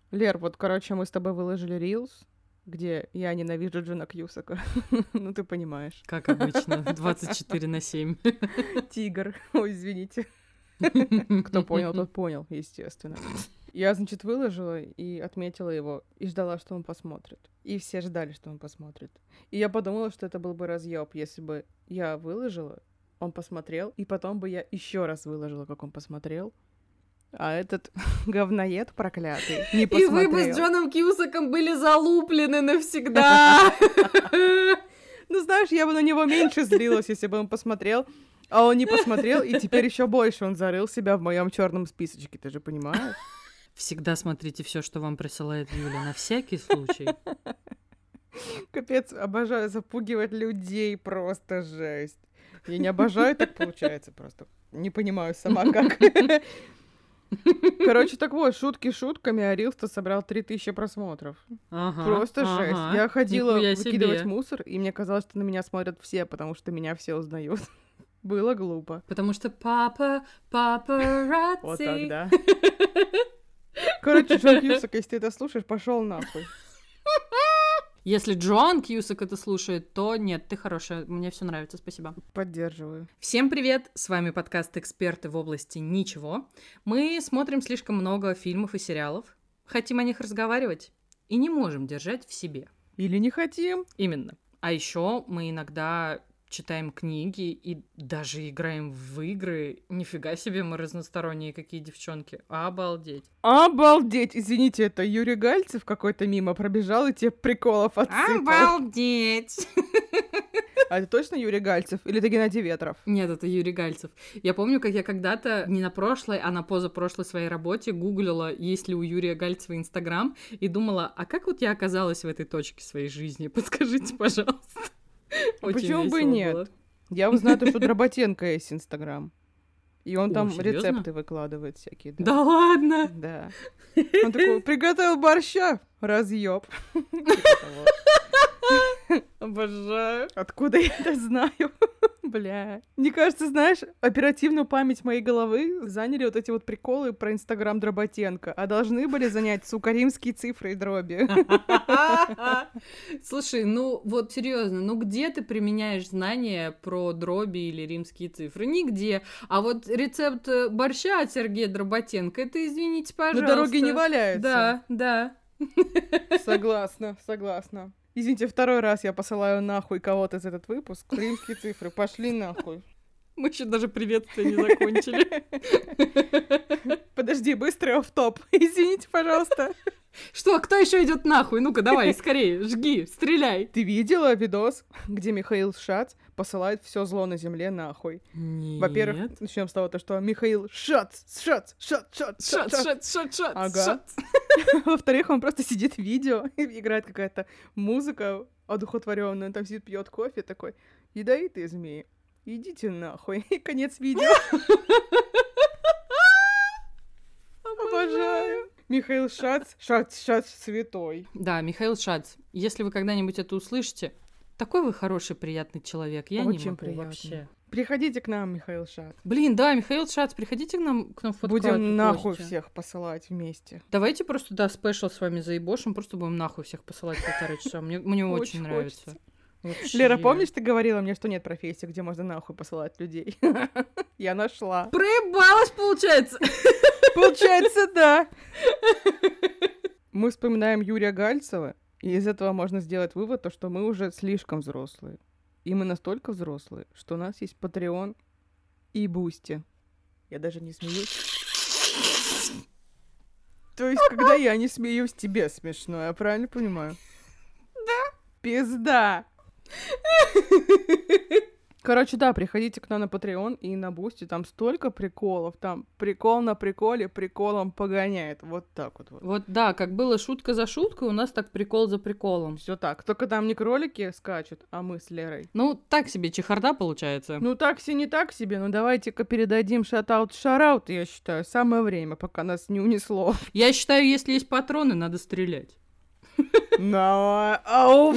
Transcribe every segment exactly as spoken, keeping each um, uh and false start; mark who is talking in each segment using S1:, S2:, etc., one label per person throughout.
S1: Лер, вот, короче, мы с тобой выложили рилс, где я ненавижу Джона Кьюсака. Ну, ты понимаешь.
S2: Как обычно, двадцать четыре на семь.
S1: Тигр. Ой, извините. Кто понял, тот понял, естественно. Я, значит, выложила и отметила его, и ждала, что он посмотрит. И все ждали, что он посмотрит. И я подумала, что это был бы разъеб, если бы я выложила, он посмотрел, и потом бы я еще раз выложила, как он посмотрел. А этот говноед проклятый не посмотрел.
S2: И вы бы с Джоном Кьюсаком были залуплены навсегда.
S1: Ну, знаешь, я бы на него меньше злилась, если бы он посмотрел, а он не посмотрел, и теперь еще больше он зарыл себя в моем черном списочке, ты же понимаешь?
S2: Всегда смотрите все, что вам присылает Юля, на всякий случай.
S1: Капец, обожаю запугивать людей, просто жесть. Я не обожаю, так получается просто. Не понимаю сама как. Короче, так вот, шутки шутками, а Рилс-то собрал три тысячи просмотров.
S2: Ага,
S1: Просто
S2: ага.
S1: жесть. Я ходила
S2: Нихуя
S1: выкидывать
S2: себе.
S1: мусор, и мне казалось, что на меня смотрят все, потому что меня все узнают. Было глупо.
S2: Потому что папа, папарацци.
S1: Вот так, да. Короче, Джон Кьюсак, если ты это слушаешь, пошел нахуй.
S2: Если Джон Кьюсак это слушает, то нет, ты хорошая, мне все нравится, спасибо.
S1: Поддерживаю.
S2: Всем привет, с вами подкаст «Эксперты в области ничего». Мы смотрим слишком много фильмов и сериалов, хотим о них разговаривать и не можем держать в себе.
S1: Или не хотим.
S2: Именно. А еще мы иногда читаем книги и даже играем в игры. Нифига себе, мы разносторонние какие девчонки. Обалдеть.
S1: Обалдеть! Извините, это Юрий Гальцев какой-то мимо пробежал и тебе приколов отсыпал.
S2: Обалдеть!
S1: А это точно Юрий Гальцев? Или это Геннадий Ветров?
S2: Нет, это Юрий Гальцев. Я помню, как я когда-то, не на прошлой, а на позапрошлой своей работе гуглила, есть ли у Юрия Гальцева Инстаграм, и думала, а как вот я оказалась в этой точке своей жизни? Подскажите, пожалуйста. Очень
S1: Почему бы
S2: весело
S1: нет?
S2: было.
S1: Я узнаю, что Дроботенко есть Инстаграм. И он
S2: О,
S1: там
S2: серьёзно?
S1: рецепты выкладывает всякие. Да.
S2: Да ладно!
S1: Да. Он такой, приготовил борща, разъеб.
S2: Обожаю.
S1: Откуда я это знаю? Бля. Мне кажется, знаешь, оперативную память моей головы заняли вот эти вот приколы про Инстаграм Дроботенко, а должны были занять, сука, римские цифры и дроби.
S2: Слушай, ну вот серьезно, ну где ты применяешь знания про дроби или римские цифры? Нигде. А вот рецепт борща от Сергея Дроботенко, это, извините,
S1: На
S2: пожалуйста.
S1: дороге не валяется.
S2: Да, да.
S1: Согласна, согласна. Извините, второй раз я посылаю нахуй кого-то за этот выпуск. Римские цифры, пошли нахуй.
S2: Мы еще даже приветствие не закончили.
S1: Подожди, быстрый офф-топ. Извините, пожалуйста.
S2: Что, кто еще идет нахуй? Ну-ка, давай, скорее, жги, стреляй.
S1: Ты видела видос, где Михаил Шац посылает все зло на земле нахуй?
S2: Нет.
S1: Во-первых, начнем с того, то, что Михаил Шац, Шац, Шац, Шац,
S2: Шот,
S1: Шац.
S2: шот, шот, шот,
S1: Ага.
S2: шот.
S1: Во-вторых, он просто сидит в видео, и играет какая-то музыка одухотворенная, он там сидит, пьет кофе, такой, ядовитые змеи, идите нахуй. И конец видео. Обожаю. Михаил Шац, Шац, Шац святой.
S2: Да, Михаил Шац, если вы когда-нибудь это услышите, такой вы хороший, приятный человек, я не
S1: Очень
S2: могу
S1: приятно.
S2: вообще.
S1: Приходите к нам, Михаил Шац.
S2: Блин, да, Михаил Шац, приходите к нам, к нам в подкаст в
S1: Будем нахуй
S2: гости.
S1: всех посылать вместе.
S2: Давайте просто, да, спешл с вами заебошим, просто будем нахуй всех посылать полтора часа. Мне, мне очень,
S1: Очень
S2: нравится.
S1: хочется.
S2: Вообще.
S1: Лера, помнишь, ты говорила мне, что нет профессии, где можно нахуй посылать людей? Я нашла.
S2: Проебалась, получается!
S1: Получается, да. Мы вспоминаем Юрия Гальцева, и из этого можно сделать вывод, то, что мы уже слишком взрослые. И мы настолько взрослые, что у нас есть Patreon и Бусти. Я даже не смеюсь. То есть, когда я не смеюсь, тебе смешно, я правильно понимаю? Да. Пизда. Короче, да, приходите к нам на Patreon и на Бусти, там столько приколов, там прикол на приколе приколом погоняет, вот так вот. вот.
S2: Вот да, как было шутка за шуткой, у нас так прикол за приколом.
S1: Все так, только там не кролики скачут, а мы с Лерой.
S2: Ну, так себе чехарда получается.
S1: Ну так себе, не так себе, ну давайте-ка передадим шатаут шараут, я считаю, самое время, пока нас не унесло.
S2: Я считаю, если есть патроны, надо стрелять.
S1: Ну, ау.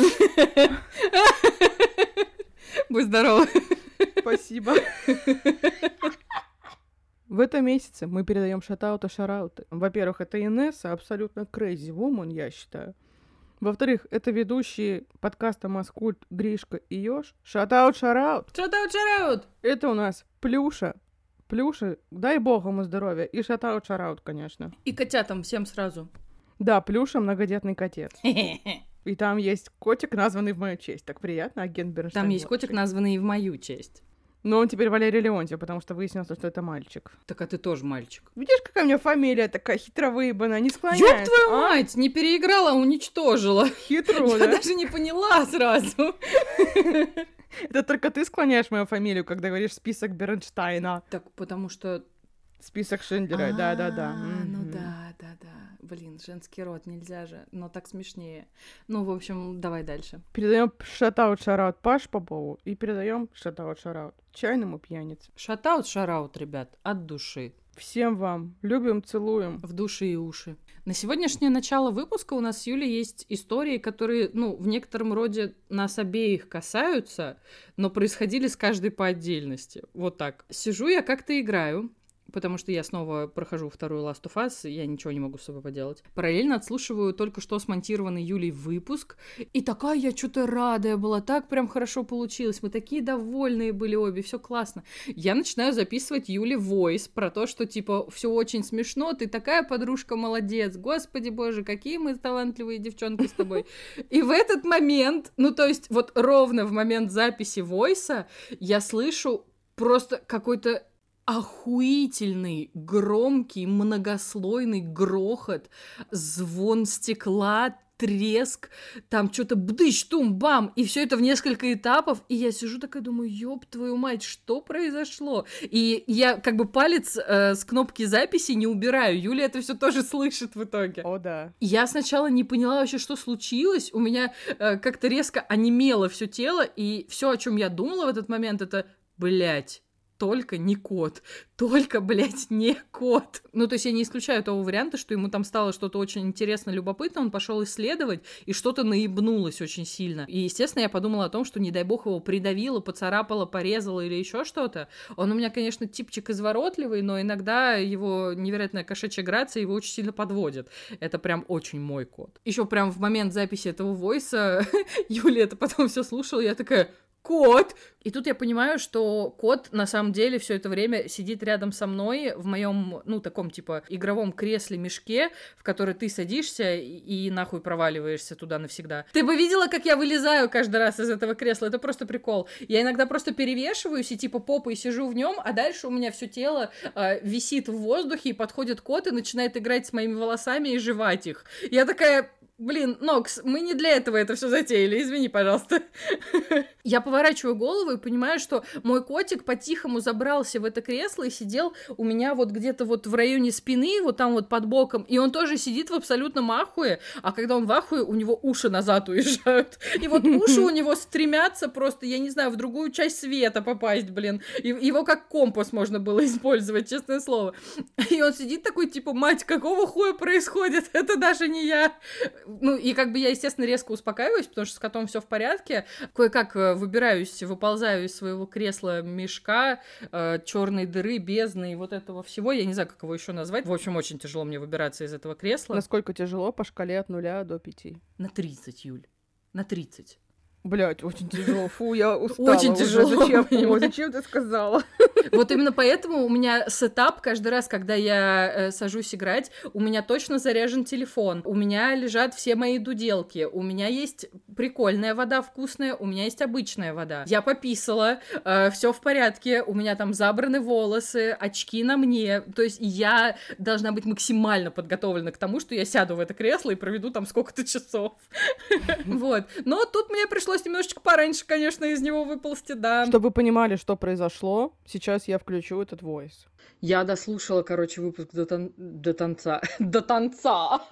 S2: Будь здоров.
S1: Спасибо. В этом месяце мы передаем шатауты, шарауты. Во-первых, это Инесса, абсолютно crazy woman, я считаю. Во-вторых, это ведущие подкаста «Маскульт» Гришка и Ёж. Шатаут, шараут.
S2: Шатаут, шараут.
S1: Это у нас Плюша. Плюши, дай бог ему здоровья. И шатаут, шараут, конечно.
S2: И котятам всем сразу.
S1: Да, Плюша многодетный котец. И там есть котик, названный в мою честь. Так приятно, агент Бернштейн.
S2: Там есть котик, названный в мою честь.
S1: Но он теперь Валерий Леонтьев, потому что выяснилось, что это мальчик.
S2: Так а ты тоже мальчик.
S1: Видишь, какая у меня фамилия такая хитровыебанная, не склоняется.
S2: Ёб твою
S1: а?
S2: мать, не переиграла, а уничтожила.
S1: Хитро,
S2: Я
S1: да?
S2: даже не поняла сразу.
S1: Это только ты склоняешь мою фамилию, когда говоришь список Бернштейна.
S2: Так, потому что...
S1: Список Шиндлера, да-да-да.
S2: А, ну да, да-да. Блин, женский род, нельзя же. Но так смешнее. Ну, в общем, давай дальше.
S1: Передаем шатаут, шараут Паш Попову и передаем шатаут, шараут чайному пьянице.
S2: Шатаут, шараут, ребят, от души.
S1: Всем вам. Любим, целуем.
S2: В души и уши. На сегодняшнее начало выпуска у нас с Юлей есть истории, которые, ну, в некотором роде нас обеих касаются, но происходили с каждой по отдельности. Вот так. Сижу я как-то играю, потому что я снова прохожу вторую Last of Us, и я ничего не могу с собой поделать. Параллельно отслушиваю только что смонтированный Юлей выпуск, и такая я что-то радая была, так прям хорошо получилось, мы такие довольные были обе, все классно. Я начинаю записывать Юле войс про то, что, типа, все очень смешно, ты такая подружка, молодец, господи боже, какие мы талантливые девчонки с тобой. И в этот момент, ну, то есть, вот ровно в момент записи войса я слышу просто какой-то охуительный, громкий, многослойный грохот, звон стекла, треск, там что-то бдыщ, тум, бам, и все это в несколько этапов, и я сижу такая, думаю, ёб твою мать, что произошло? И я как бы палец э, с кнопки записи не убираю, Юля это все тоже слышит в итоге.
S1: О, да.
S2: Я сначала не поняла вообще, что случилось, у меня э, как-то резко онемело все тело, и все, о чем я думала в этот момент, это, блять, только не кот. Только, блядь, не кот. Ну, то есть я не исключаю того варианта, что ему там стало что-то очень интересно, любопытно, он пошел исследовать, и что-то наебнулось очень сильно. И, естественно, я подумала о том, что, не дай бог, его придавило, поцарапало, порезало или еще что-то. Он у меня, конечно, типчик изворотливый, но иногда его невероятная кошачья грация его очень сильно подводит. Это прям очень мой кот. Еще прям в момент записи этого войса Юля это потом все слушала, я такая... Кот! И тут я понимаю, что кот на самом деле все это время сидит рядом со мной в моем, ну, таком, типа, игровом кресле-мешке, в который ты садишься и, и нахуй проваливаешься туда навсегда. Ты бы видела, как я вылезаю каждый раз из этого кресла? Это просто прикол. Я иногда просто перевешиваюсь и, типа, попой сижу в нем, а дальше у меня все тело э, висит в воздухе, и подходит кот и начинает играть с моими волосами и жевать их. Я такая... Блин, Нокс, мы не для этого это все затеяли, извини, пожалуйста. Я поворачиваю голову и понимаю, что мой котик по-тихому забрался в это кресло и сидел у меня вот где-то вот в районе спины, вот там вот под боком, и он тоже сидит в абсолютном ахуе, а когда он в ахуе, у него уши назад уезжают. И вот уши у него стремятся просто, я не знаю, в другую часть света попасть, блин. И его как компас можно было использовать, честное слово. И он сидит такой, типа, мать, какого хуя происходит? Это даже не я. Ну, и как бы я, естественно, резко успокаиваюсь, потому что с котом все в порядке. Кое-как выбираюсь, выползаю из своего кресла-мешка, э, черной дыры, бездны и вот этого всего. Я не знаю, как его еще назвать. В общем, очень тяжело мне выбираться из этого кресла.
S1: Насколько тяжело по шкале от нуля до пяти?
S2: На тридцать, Юль. На тридцать.
S1: Блять, очень тяжело. Фу, я устала.
S2: Очень
S1: уже.
S2: тяжело.
S1: Зачем? О, зачем ты сказала?
S2: Вот именно поэтому у меня сетап каждый раз, когда я э, сажусь играть, у меня точно заряжен телефон, у меня лежат все мои дуделки, у меня есть прикольная вода вкусная, у меня есть обычная вода. Я пописала, э, все в порядке, у меня там забраны волосы, очки на мне, то есть я должна быть максимально подготовлена к тому, что я сяду в это кресло и проведу там сколько-то часов. Вот. Но тут мне пришлось немножечко пораньше, конечно, из него выползти, да.
S1: Чтобы вы понимали, что произошло, сейчас я включу этот войс.
S2: Я дослушала, короче, выпуск до, тан... до танца. До танца.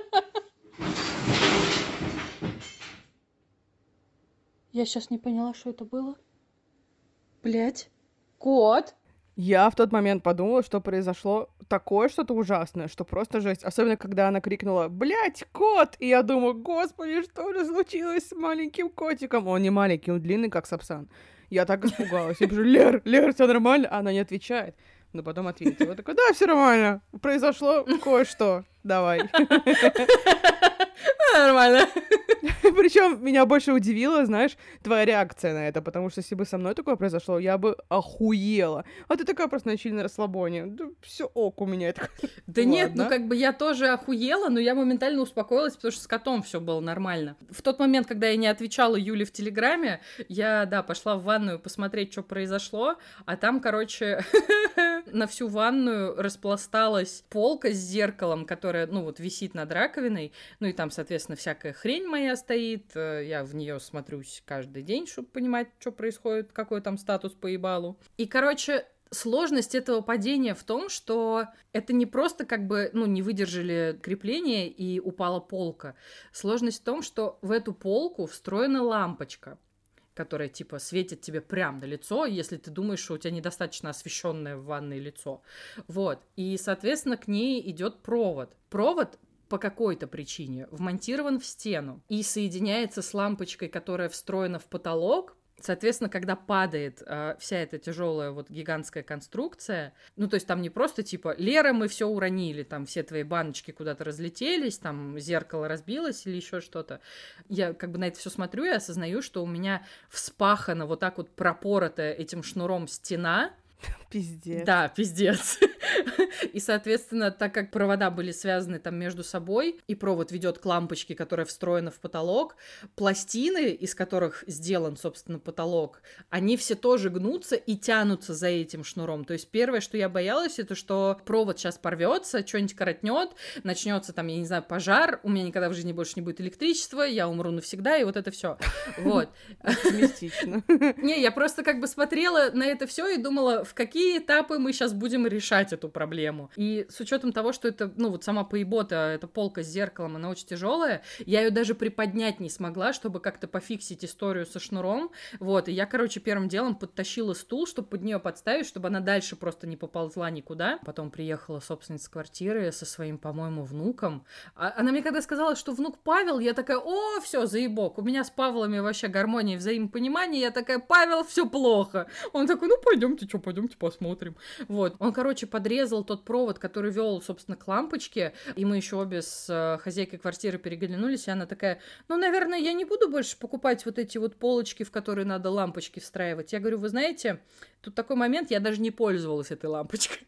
S2: Я сейчас не поняла, что это было. Блять. Кот.
S1: Я в тот момент подумала, что произошло такое что-то ужасное, что просто жесть. Особенно, когда она крикнула «Блядь, кот!» И я думаю, господи, что же случилось с маленьким котиком? Он не маленький, он длинный, как Сапсан. Я так испугалась. Я пишу, Лер, Лер, все нормально? А она не отвечает. но потом ответила. Такой, да, все нормально, произошло кое-что, давай.
S2: Нормально.
S1: Причем меня больше удивила, знаешь, твоя реакция на это, потому что если бы со мной такое произошло, я бы охуела. А ты такая просто на чили расслабоне. Да все ок у меня. Это...
S2: Да нет, ну как бы я тоже охуела, но я моментально успокоилась, потому что с котом все было нормально. В тот момент, когда я не отвечала Юле в Телеграме, я, да, пошла в ванную посмотреть, что произошло, а там, короче, на всю ванную распласталась полка с зеркалом, которая, ну вот, висит над раковиной, ну и там, соответственно, всякая хрень моя стоит, я в нее смотрюсь каждый день, чтобы понимать, что происходит, какой там статус по ебалу. И, короче, сложность этого падения в том, что это не просто как бы, ну, не выдержали крепление и упала полка. Сложность в том, что в эту полку встроена лампочка, которая, типа, светит тебе прямо на лицо, если ты думаешь, что у тебя недостаточно освещенное в ванной лицо. Вот. И, соответственно, к ней идет провод. Провод по какой-то причине вмонтирован в стену и соединяется с лампочкой, которая встроена в потолок. Соответственно, когда падает э, вся эта тяжелая вот гигантская конструкция, ну, то есть там не просто типа «Лера, мы все уронили», там все твои баночки куда-то разлетелись, там зеркало разбилось или еще что-то. Я как бы на это все смотрю и осознаю, что у меня вспахана вот так вот пропоротая этим шнуром стена.
S1: Пиздец.
S2: Да, пиздец. И, соответственно, так как провода были связаны там между собой, и провод ведет к лампочке, которая встроена в потолок, пластины, из которых сделан, собственно, потолок, они все тоже гнутся и тянутся за этим шнуром. То есть первое, что я боялась, это что провод сейчас порвется, что-нибудь коротнет, начнется там, я не знаю, пожар, у меня никогда в жизни больше не будет электричества, я умру навсегда, и вот это все. Вот.
S1: Оптимистично.
S2: Не, я просто как бы смотрела на это все и думала, в какие этапы мы сейчас будем решать эту проблему. И с учетом того, что это, ну, вот сама поебота, эта полка с зеркалом, она очень тяжелая, я ее даже приподнять не смогла, чтобы как-то пофиксить историю со шнуром. Вот, и я, короче, первым делом подтащила стул, чтобы под нее подставить, чтобы она дальше просто не поползла никуда. Потом приехала собственница квартиры со своим, по-моему, внуком. А она мне когда сказала, что внук Павел, я такая, о, все, заебок, у меня с Павлами вообще гармония и взаимопонимание, я такая, Павел, все плохо. Он такой, ну, пойдемте, что, пойдемте посмотрим. Вот, он, короче, подрезал тот провод, который вел, собственно, к лампочке, и мы еще обе с э, хозяйкой квартиры переглянулись, и она такая, ну, наверное, я не буду больше покупать вот эти вот полочки, в которые надо лампочки встраивать. Я говорю, вы знаете, тут такой момент, я даже не пользовалась этой лампочкой.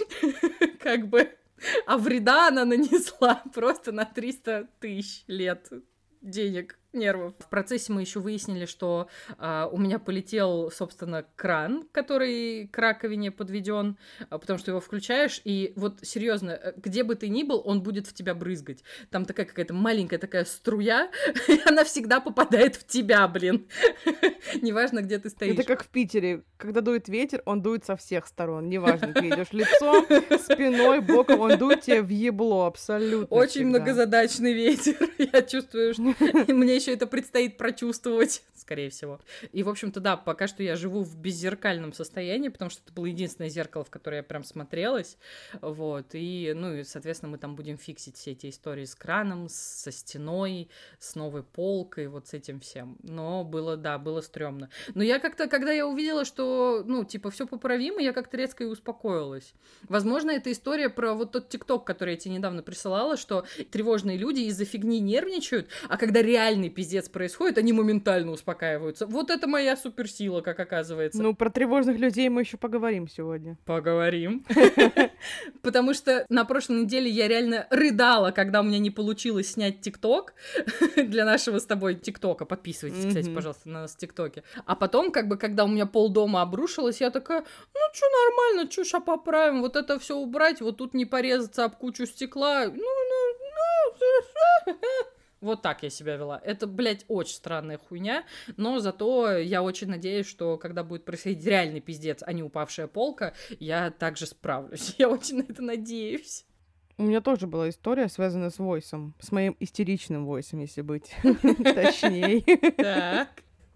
S2: Как бы, а вреда она нанесла просто на триста тысяч лет денег, нервов. В процессе мы еще выяснили, что а, у меня полетел, собственно, кран, который к раковине подведен, а, потому что его включаешь, и вот серьезно, где бы ты ни был, он будет в тебя брызгать. Там такая какая-то маленькая такая струя, и она всегда попадает в тебя, блин. Неважно, где ты стоишь.
S1: Это как в Питере. Когда дует ветер, он дует со всех сторон. Неважно, ты идешь лицом, спиной, боком, он дует тебе в ебло абсолютно.
S2: Очень
S1: всегда.
S2: Многозадачный ветер. Я чувствую, что мне еще это предстоит прочувствовать, скорее всего. И, в общем-то, да, пока что я живу в беззеркальном состоянии, потому что это было единственное зеркало, в которое я прям смотрелась. Вот. И, ну, и, соответственно, мы там будем фиксить все эти истории с краном, со стеной, с новой полкой, вот с этим всем. Но было, да, было стрёмно. Но я как-то, когда я увидела, что, ну, типа, все поправимо, я как-то резко и успокоилась. Возможно, это история про вот тот ТикТок, который я тебе недавно присылала, что тревожные люди из-за фигни нервничают, а когда реальный пиздец происходит, они моментально успокаиваются. Вот это моя суперсила, как оказывается.
S1: Ну, про тревожных людей мы еще поговорим сегодня.
S2: Поговорим. Потому что на прошлой неделе я реально рыдала, когда у меня не получилось снять ТикТок для нашего с тобой ТикТока. Подписывайтесь, кстати, пожалуйста, на нас в ТикТоке. А потом, как бы, когда у меня полдома обрушилось, я такая, ну, чё нормально, чё, ща поправим, вот это все убрать, вот тут не порезаться об кучу стекла, ну, ну, ну, вот так я себя вела. Это, блядь, очень странная хуйня, но зато я очень надеюсь, что когда будет происходить реальный пиздец, а не упавшая полка, я также справлюсь. Я очень на это надеюсь.
S1: У меня тоже была история, связанная с войсом, с моим истеричным войсом, если быть точнее.
S2: Так.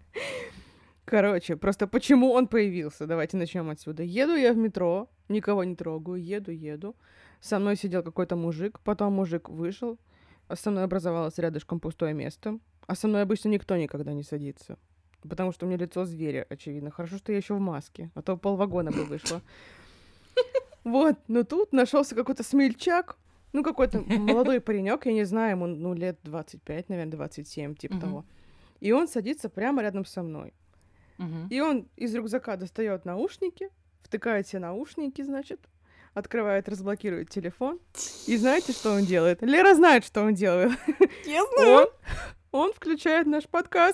S1: Короче, просто почему он появился? Давайте начнем отсюда. Еду я в метро, никого не трогаю, еду, еду. Со мной сидел какой-то мужик, потом мужик вышел, со мной образовалось рядышком пустое место, а со мной обычно никто никогда не садится, потому что у меня лицо зверя, очевидно. Хорошо, что я еще в маске, а то полвагона бы вышло. Вот, но тут нашелся какой-то смельчак, ну, какой-то молодой паренек, я не знаю, ему, ну, лет двадцать пять, наверное, двадцать семь, типа
S2: Мгм.
S1: того. И он садится прямо рядом со мной.
S2: Мгм.
S1: И он из рюкзака достает наушники, втыкает себе наушники, значит, открывает, разблокирует телефон. И знаете, что он делает? Лера знает, что он делает.
S2: Я
S1: Он, он включает наш подкаст.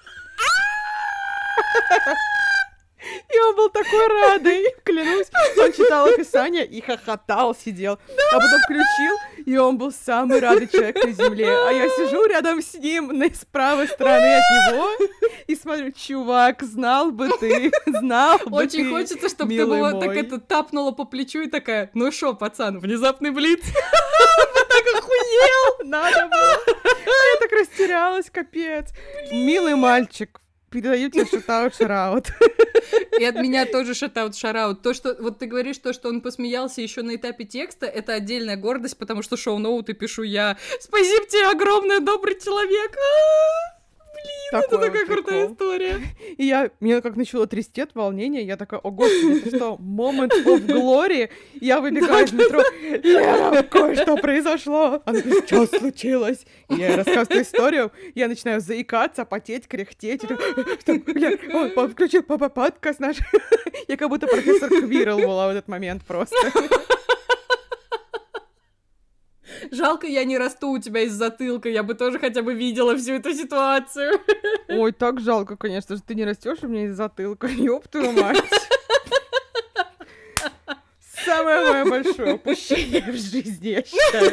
S1: И он был такой радый, клянусь. Он читал описание и хохотал, сидел. А потом включил, и он был самый радый человек на земле. А я сижу рядом с ним, на- с правой стороны от него, и смотрю, чувак, знал бы ты, знал бы
S2: Очень
S1: ты,
S2: хочется, чтобы ты
S1: милый
S2: была так
S1: мой.
S2: это тапнула по плечу и такая, ну шо, пацан, внезапный блиц. Так охуел!
S1: Надо было. Я так растерялась, капец. Милый мальчик, передаю тебе шатаут, шараут.
S2: И от меня тоже шатаут, шараут. То, что вот ты говоришь, то, что он посмеялся еще на этапе текста, это отдельная гордость, потому что шоу-ноуты пишу я. Спасибо тебе огромное, добрый человек. А, Это
S1: Такой вот
S2: такая крутая
S1: прикол.
S2: история.
S1: И я, меня как начало трясти от волнения, я такая, о господи, это что, moment of glory? Я выбегаю из метро, Лера, кое-что произошло. Она говорит, что случилось? И я ей рассказываю историю, я начинаю заикаться, потеть, кряхтеть. И такая, что, Лер, он по- включил папа подкаст наш. Я как будто профессор Квирл была в этот момент просто.
S2: Жалко, я не расту у тебя из затылка, я бы тоже хотя бы видела всю эту ситуацию.
S1: Ой, так жалко, конечно же, ты не растешь у меня из затылка, ёб твою мать. Самое мое большое упущение в жизни, я считаю.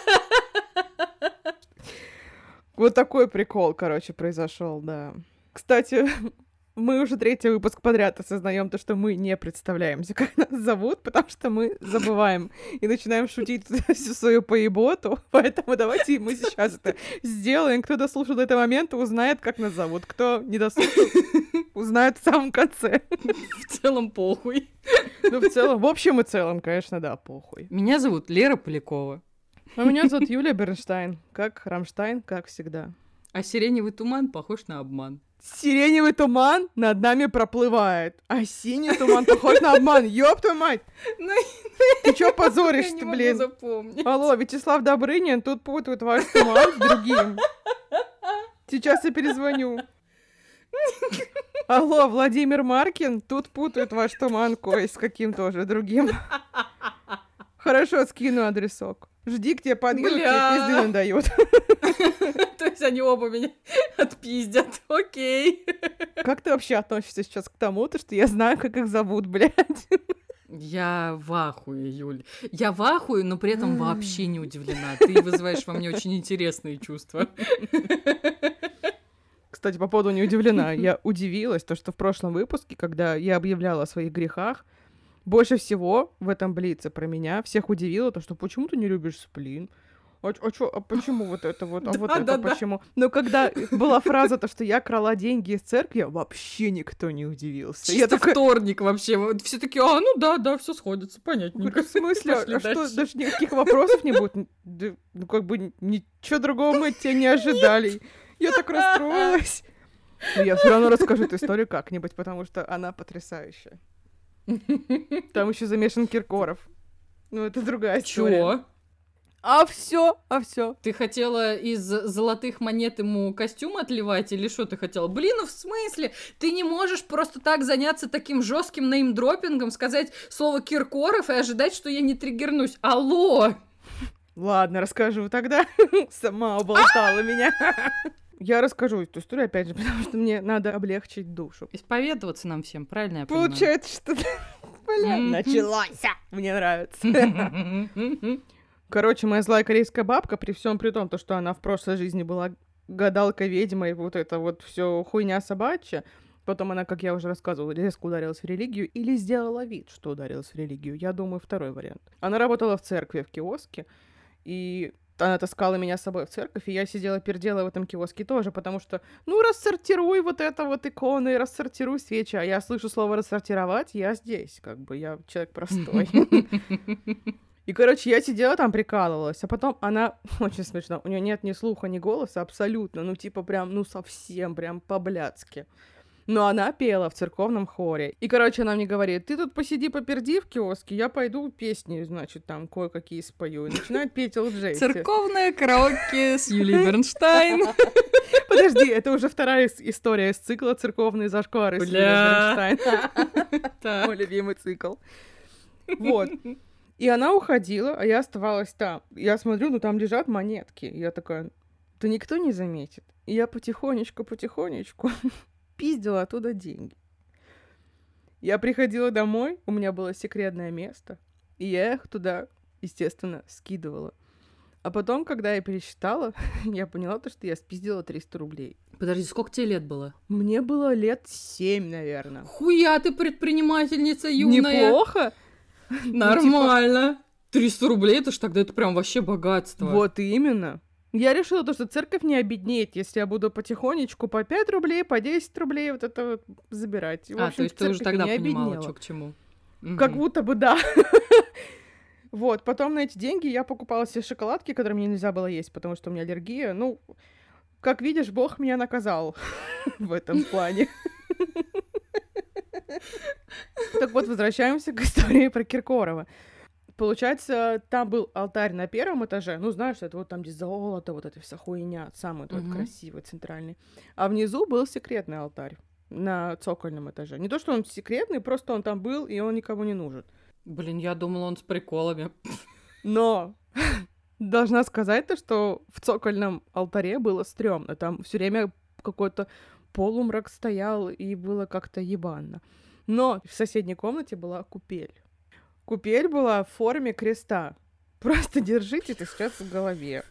S1: Вот такой прикол, короче, произошел, да. Кстати, мы уже третий выпуск подряд осознаем то, что мы не представляемся, как нас зовут, потому что мы забываем и начинаем шутить всю свою поеботу. Поэтому давайте мы сейчас это сделаем. Кто дослушал до этого момента, узнает, как нас зовут. Кто не дослушал, узнает в самом конце.
S2: В целом похуй.
S1: Ну, в целом, в общем и целом, конечно, да, похуй.
S2: Меня зовут Лера Полякова.
S1: А меня зовут Юлия Бернштайн. Как Рамштайн, как всегда.
S2: А сиреневый туман похож на обман.
S1: Сиреневый туман над нами проплывает, а синий туман похож на обман. Ёб твою мать!
S2: Ну,
S1: Ты чё
S2: Я
S1: позоришься,
S2: не могу
S1: блин?
S2: запомнить.
S1: Алло, Вячеслав Добрынин, тут путают ваш туман с другим. Сейчас я перезвоню. Алло, Владимир Маркин, тут путают ваш туман кое с каким тоже другим. Хорошо, скину адресок. Жди, к тебе подъедут, тебе
S2: Бля.
S1: пизды надают.
S2: То есть они оба меня отпиздят. Окей.
S1: Как ты вообще относишься сейчас к тому, то, что я знаю, как их зовут, блядь?
S2: Я в ахуе, Юль. Я в ахуе, но при этом вообще не удивлена. Ты вызываешь во мне очень интересные чувства.
S1: Кстати, по поводу не удивлена. Я удивилась, то, что в прошлом выпуске, когда я объявляла о своих грехах, больше всего в этом блице про меня всех удивило то, что почему ты не любишь сплин? А, а, чё, а почему вот это вот? А
S2: Да,
S1: вот
S2: да,
S1: это
S2: да.
S1: почему? Но когда была фраза, то, что я крала деньги из церкви, вообще никто не удивился.
S2: Чисто
S1: Я такая,
S2: вторник вообще. Вот все такие, а, ну да, да, все сходится, понятненько.
S1: в смысле,
S2: Пошли
S1: а что,
S2: дальше.
S1: даже никаких вопросов не будет? Да, ну, как бы, ничего другого мы от тебя не ожидали. Я так расстроилась. Но я все равно расскажу эту историю как-нибудь, потому что она потрясающая. Там еще замешан Киркоров. Ну, это другая история.
S2: Чё?
S1: А все, а все.
S2: Ты хотела из золотых монет ему костюм отливать или что ты хотела? Блин, ну в смысле? Ты не можешь просто так заняться таким жестким неймдропингом, сказать слово Киркоров и ожидать, что я не триггернусь. Алло!
S1: Ладно, расскажу тогда. Сама уболтала меня. Я расскажу эту историю, опять же, потому что мне надо облегчить душу.
S2: Исповедоваться нам всем, правильно я понимаю?
S1: Получается, что... Бля,
S2: Мгм.
S1: началось. Мне нравится. Короче, моя злая корейская бабка, при всем при том, то, что она в прошлой жизни была гадалкой, ведьмой, вот это вот все хуйня собачья, потом она, как я уже рассказывала, резко ударилась в религию или сделала вид, что ударилась в религию. Я думаю, второй вариант. Она работала в церкви, в киоске, и она таскала меня с собой в церковь, и я сидела пердела в этом киоске тоже, потому что, ну, рассортируй вот это вот иконы, рассортируй свечи, а я слышу слово «рассортировать», я здесь, как бы, я человек простой. И, короче, я сидела там, прикалывалась, а потом она, очень смешно, у нее нет ни слуха, ни голоса абсолютно, ну, типа прям, ну, совсем прям по-блядски. Но она пела в церковном хоре. И, короче, она мне говорит, ты тут посиди, поперди в киоске, я пойду песни, значит, там кое-какие спою. И начинает петь Эл Джей.
S2: Церковное караоке с Юлией Бернштейн.
S1: Подожди, это уже вторая история из цикла «Церковные зашквары» с Юлией Бернштейн. Мой любимый цикл. Вот. И она уходила, а я оставалась там. Я смотрю, ну там лежат монетки. И я такая, да никто не заметит. И я потихонечку-потихонечку пиздила оттуда деньги. Я приходила домой, у меня было секретное место, и я их туда, естественно, скидывала. А потом, когда я пересчитала, я поняла то, что я спиздила триста рублей.
S2: Подожди, сколько тебе лет было?
S1: Мне было лет семь, наверное.
S2: Хуя ты предпринимательница юная.
S1: Неплохо?
S2: Нормально. триста рублей, это ж тогда это прям вообще богатство.
S1: Вот именно. Я решила то, что церковь не обеднеет, если я буду потихонечку по пять рублей, по десять рублей вот это вот забирать. В
S2: а,
S1: общем,
S2: то есть ты уже тогда понимала, что к чему.
S1: Как будто бы да. Вот, потом на эти деньги я покупала себе шоколадки, которые мне нельзя было есть, потому что у меня аллергия. Ну, как видишь, Бог меня наказал в этом плане. Так вот, возвращаемся к истории про Киркорова. Получается, там был алтарь на первом этаже. Ну, знаешь, это вот там, где золото, вот эта вся хуйня, самый тот uh-huh. красивый, центральный. А внизу был секретный алтарь на цокольном этаже. Не то, что он секретный, просто он там был, и он никому не нужен.
S2: Блин, я думала, он с приколами.
S1: Но должна сказать то, что в цокольном алтаре было стрёмно. Там все время какой-то полумрак стоял, и было как-то ебанно. Но в соседней комнате была купель. Купель была в форме креста. Просто держите это сейчас в голове.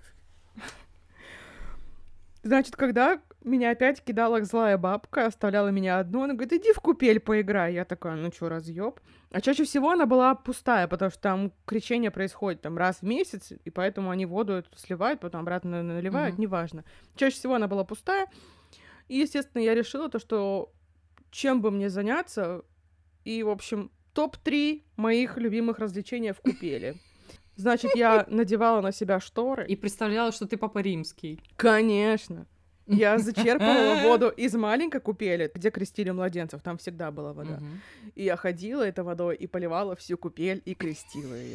S1: Значит, когда меня опять кидала злая бабка, оставляла меня одну, она говорит, иди в купель поиграй. Я такая, ну чё, разъёб? А чаще всего она была пустая, потому что там крещение происходит там раз в месяц, и поэтому они воду эту сливают, потом обратно наливают, mm-hmm. неважно. Чаще всего она была пустая. И, естественно, я решила то, что чем бы мне заняться, и, в общем, топ три моих любимых развлечений в купели. Значит, я надевала на себя шторы.
S2: И представляла, что ты Папа Римский.
S1: Конечно. Я зачерпывала воду из маленькой купели, где крестили младенцев, там всегда была вода. Uh-huh. И я ходила этой водой и поливала всю купель и крестила ее.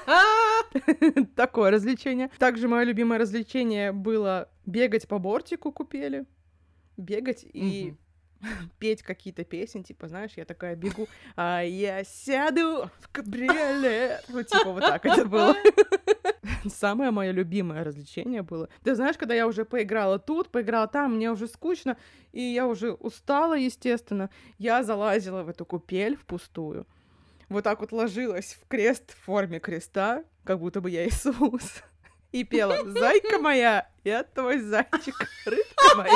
S1: Такое развлечение. Также мое любимое развлечение было бегать по бортику купели, бегать и петь какие-то песни, типа, знаешь, я такая бегу, а я сяду в кабриолет. Вот типа вот так это было. Самое мое любимое развлечение было. Ты знаешь, когда я уже поиграла тут, поиграла там, мне уже скучно, и я уже устала, естественно, я залазила в эту купель впустую. Вот так вот ложилась в крест в форме креста, как будто бы я Иисус, и пела «Зайка моя, я твой зайчик, рыбка моя».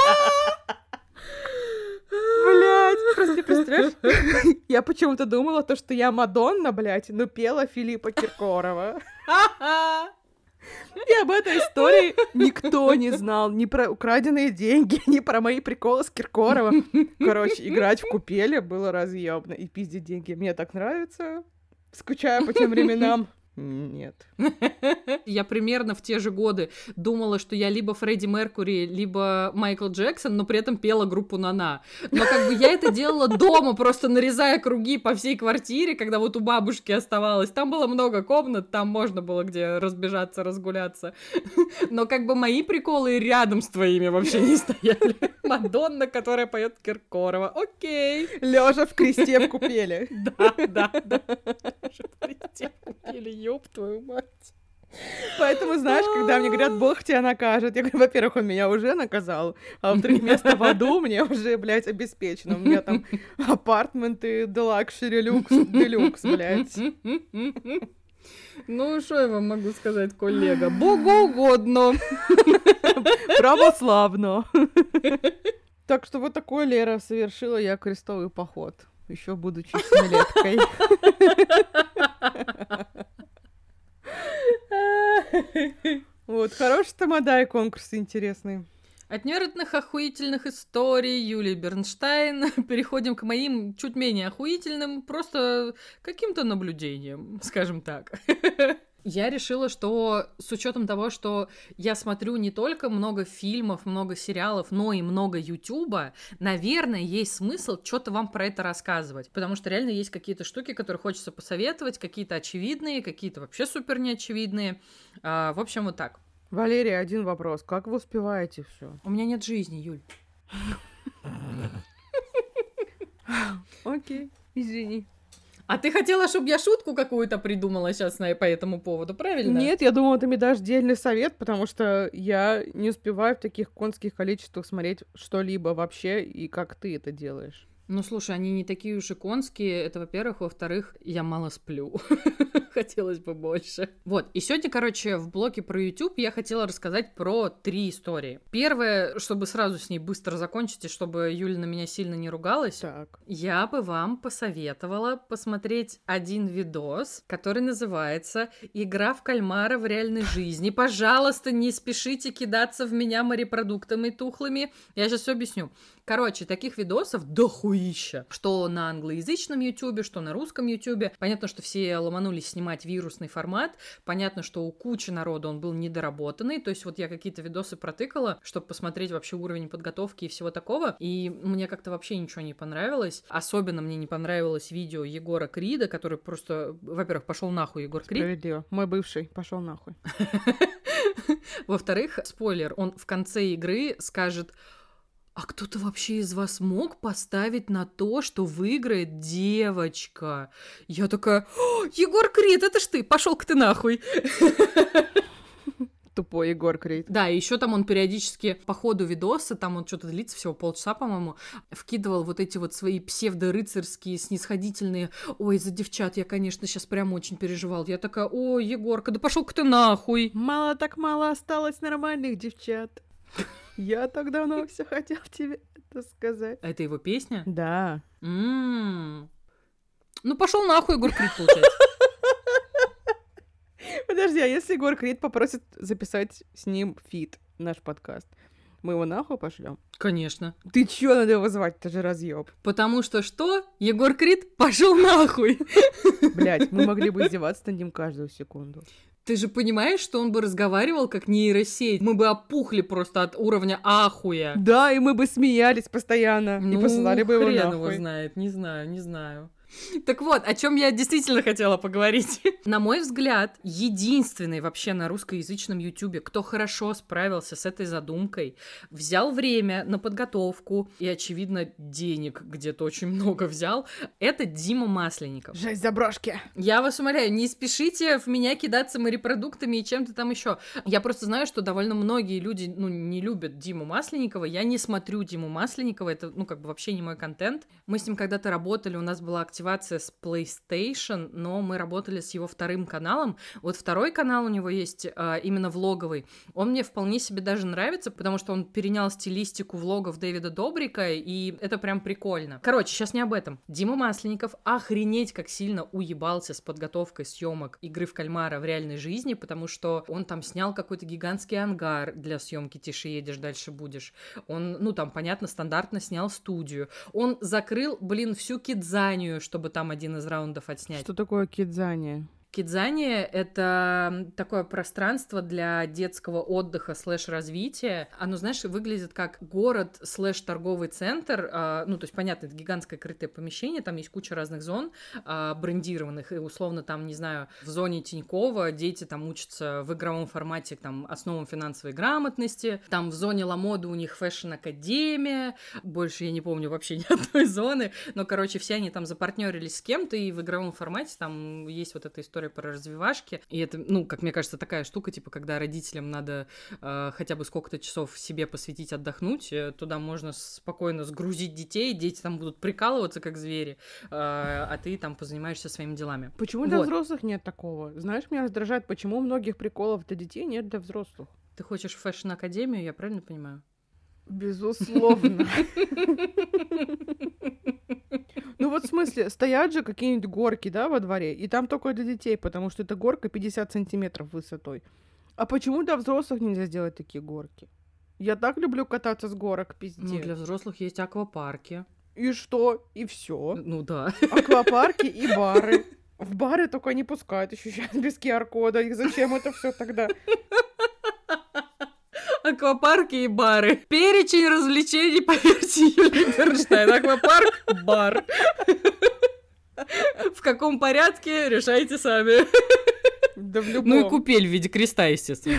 S1: Блядь, просто ты представляешь? Я почему-то думала, то, что я Мадонна, блядь, но пела Филиппа Киркорова. И об этой истории никто не знал. Ни про украденные деньги, ни про мои приколы с Киркоровым. Короче, играть в купели было разъёбно. И пиздить деньги мне так нравится. Скучаю по тем временам. Нет.
S2: Я примерно в те же годы думала, что я либо Фредди Меркьюри, либо Майкл Джексон, но при этом пела группу «Нана». Но как бы я это делала дома, просто нарезая круги по всей квартире, когда вот у бабушки оставалось. Там было много комнат, там можно было где разбежаться, разгуляться. Но как бы мои приколы рядом с твоими вообще не стояли. Мадонна, которая поет Киркорова. Окей.
S1: Лёжа в кресте в купели.
S2: Да, да, да. Лёжа в кресте в купели. Ёб твою мать.
S1: Поэтому, знаешь, когда мне говорят, Бог тебя накажет, я говорю, во-первых, он меня уже наказал, а во-вторых, место в аду мне уже, блядь, обеспечено. У меня там апартменты, делакшери, люкс, делюкс, блядь.
S2: Ну, что я вам могу сказать, коллега? Богоугодно.
S1: Православно. Так что вот такой, Лера, совершила я крестовый поход, еще будучи семилеткой. Вот, хороший тамадай, конкурс интересный.
S2: От нервных охуительных историй Юлии Бернштейн переходим к моим чуть менее охуительным, просто каким-то наблюдениям, скажем так. Я решила, что с учетом того, что я смотрю не только много фильмов, много сериалов, но и много Ютуба, наверное, есть смысл что-то вам про это рассказывать. Потому что реально есть какие-то штуки, которые хочется посоветовать, какие-то очевидные, какие-то вообще супер неочевидные. А, в общем, вот так.
S1: Валерия, один вопрос. Как вы успеваете все?
S2: У меня нет жизни, Юль.
S1: Окей, извини.
S2: А ты хотела, чтобы я шутку какую-то придумала сейчас на, по этому поводу, правильно?
S1: Нет, я думала, ты мне дашь дельный совет, потому что я не успеваю в таких конских количествах смотреть что-либо вообще, и как ты это делаешь.
S2: Ну, слушай, они не такие уж и конские, это, во-первых. Во-вторых, я мало сплю. Хотелось бы больше. Вот, и сегодня, короче, в блоке про YouTube я хотела рассказать про три истории. Первое, чтобы сразу с ней быстро закончить, и чтобы Юля на меня сильно не ругалась,
S1: Так.
S2: я бы вам посоветовала посмотреть один видос, который называется «Игра в кальмара в реальной жизни». Пожалуйста, не спешите кидаться в меня морепродуктами тухлыми. Я сейчас все объясню. Короче, таких видосов дохуища. Что на англоязычном ютубе, что на русском ютубе. Понятно, что все ломанулись снимать вирусный формат. Понятно, что у кучи народа он был недоработанный. То есть вот я какие-то видосы протыкала, чтобы посмотреть вообще уровень подготовки и всего такого. И мне как-то вообще ничего не понравилось. Особенно мне не понравилось видео Егора Крида, который просто, во-первых, пошел нахуй Егор Крид.
S1: Справедливо. Мой бывший пошел нахуй.
S2: Во-вторых, спойлер, он в конце игры скажет: а кто-то вообще из вас мог поставить на то, что выиграет девочка? Я такая: Егор Крид, это ж ты, пошел-ка ты нахуй.
S1: Тупой Егор Крид.
S2: Да, и еще там он периодически по ходу видоса, там он что-то длится всего полчаса, по-моему, вкидывал вот эти вот свои псевдорыцарские, снисходительные: ой, за девчат я, конечно, сейчас прям очень переживал. Я такая: ой, Егорка, да пошел-ка ты нахуй.
S1: Мало так мало осталось нормальных девчат. Я так давно все хотел тебе это сказать.
S2: Это его песня?
S1: Да.
S2: М-м-м. Ну пошел нахуй, Егор Крид, получается.
S1: Подожди, а если Егор Крид попросит записать с ним фит, наш подкаст, мы его нахуй пошлем?
S2: Конечно.
S1: Ты чё, надо его звать? Это же разъеб.
S2: Потому что что? Егор Крид пошел нахуй.
S1: Блять, мы могли бы издеваться над ним каждую секунду.
S2: Ты же понимаешь, что он бы разговаривал как нейросеть. Мы бы опухли просто от уровня ахуя.
S1: Да, и мы бы смеялись постоянно.
S2: Ну,
S1: и посылали бы его
S2: хрен
S1: нахуй.
S2: его знает, не знаю, не знаю. Так вот, о чем я действительно хотела поговорить. На мой взгляд, единственный вообще на русскоязычном ютубе, кто хорошо справился с этой задумкой, взял время на подготовку и, очевидно, денег где-то очень много взял, это Дима Масленников.
S1: Жесть заброшки.
S2: Я вас умоляю, не спешите в меня кидаться морепродуктами и чем-то там еще. Я просто знаю, что довольно многие люди, ну, не любят Диму Масленникова. Я не смотрю Диму Масленникова, это, ну, как бы вообще не мой контент. Мы с ним когда-то работали, у нас была активация с PlayStation, но мы работали с его вторым каналом. Вот второй канал у него есть, а, именно влоговый. Он мне вполне себе даже нравится, потому что он перенял стилистику влогов Дэвида Добрика, и это прям прикольно. Короче, сейчас не об этом. Дима Масленников охренеть как сильно уебался с подготовкой съемок игры в кальмара в реальной жизни, потому что он там снял какой-то гигантский ангар для съемки «Тише едешь, дальше будешь». Он, ну там, понятно, стандартно снял студию. Он закрыл, блин, всю Кидзанию, чтобы там один из раундов отснять.
S1: Что такое кидзания?
S2: Кидзания — это такое пространство для детского отдыха слэш-развития. Оно, знаешь, выглядит как город слэш-торговый центр. А, ну, то есть, понятно, это гигантское крытое помещение, там есть куча разных зон а, брендированных, и условно там, не знаю, в зоне Тинькова дети там учатся в игровом формате там основам финансовой грамотности, там в зоне Ламоды у них фэшн-академия, больше я не помню вообще ни одной зоны, но, короче, все они там запартнерились с кем-то, и в игровом формате там есть вот эта история про развивашки, и это, ну, как мне кажется, такая штука, типа, когда родителям надо э, хотя бы сколько-то часов себе посвятить, отдохнуть, э, туда можно спокойно сгрузить детей, дети там будут прикалываться, как звери, э, а ты там позанимаешься своими делами.
S1: Почему для
S2: Вот.
S1: взрослых нет такого? Знаешь, меня раздражает, почему многих приколов для детей нет для взрослых.
S2: Ты хочешь фэшн-академию, я правильно понимаю?
S1: Безусловно. Ну вот в смысле, стоят же какие-нибудь горки, да, во дворе, и там только для детей, потому что это горка пятьдесят сантиметров высотой. А почему для взрослых нельзя сделать такие горки? Я так люблю кататься с горок, пиздец.
S2: Ну, для взрослых есть аквапарки.
S1: И что? И все.
S2: Ну да.
S1: Аквапарки и бары. В бары только не пускают еще сейчас без ку ар-кода. И зачем это все тогда?
S2: Аквапарки и бары. Перечень развлечений по версии Юлии Бернштейн. Аквапарк, бар. В каком порядке, решайте сами.
S1: Да в любом.
S2: Ну и купель в виде креста, естественно.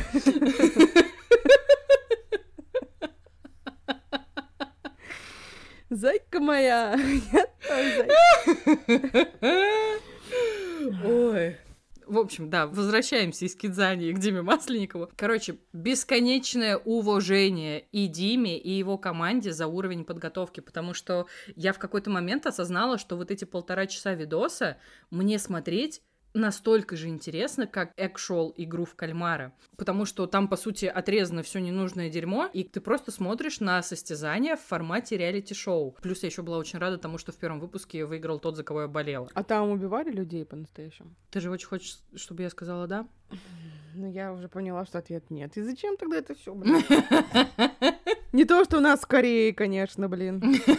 S1: Зайка моя. Я твоя зайка.
S2: Ой. В общем, да, возвращаемся из Кидзани к Диме Масленникову. Короче, бесконечное уважение и Диме, и его команде за уровень подготовки, потому что я в какой-то момент осознала, что вот эти полтора часа видоса мне смотреть настолько же интересно, как actual игру в кальмара, потому что там, по сути, отрезано все ненужное дерьмо, и ты просто смотришь на состязания в формате реалити-шоу. Плюс я еще была очень рада тому, что в первом выпуске выиграл тот, за кого я болела.
S1: А там убивали людей по-настоящему?
S2: Ты же очень хочешь, чтобы я сказала «да»?
S1: Ну, я уже поняла, что ответ нет. И зачем тогда это все, блин? Не то, что у нас в Корее, конечно, блин.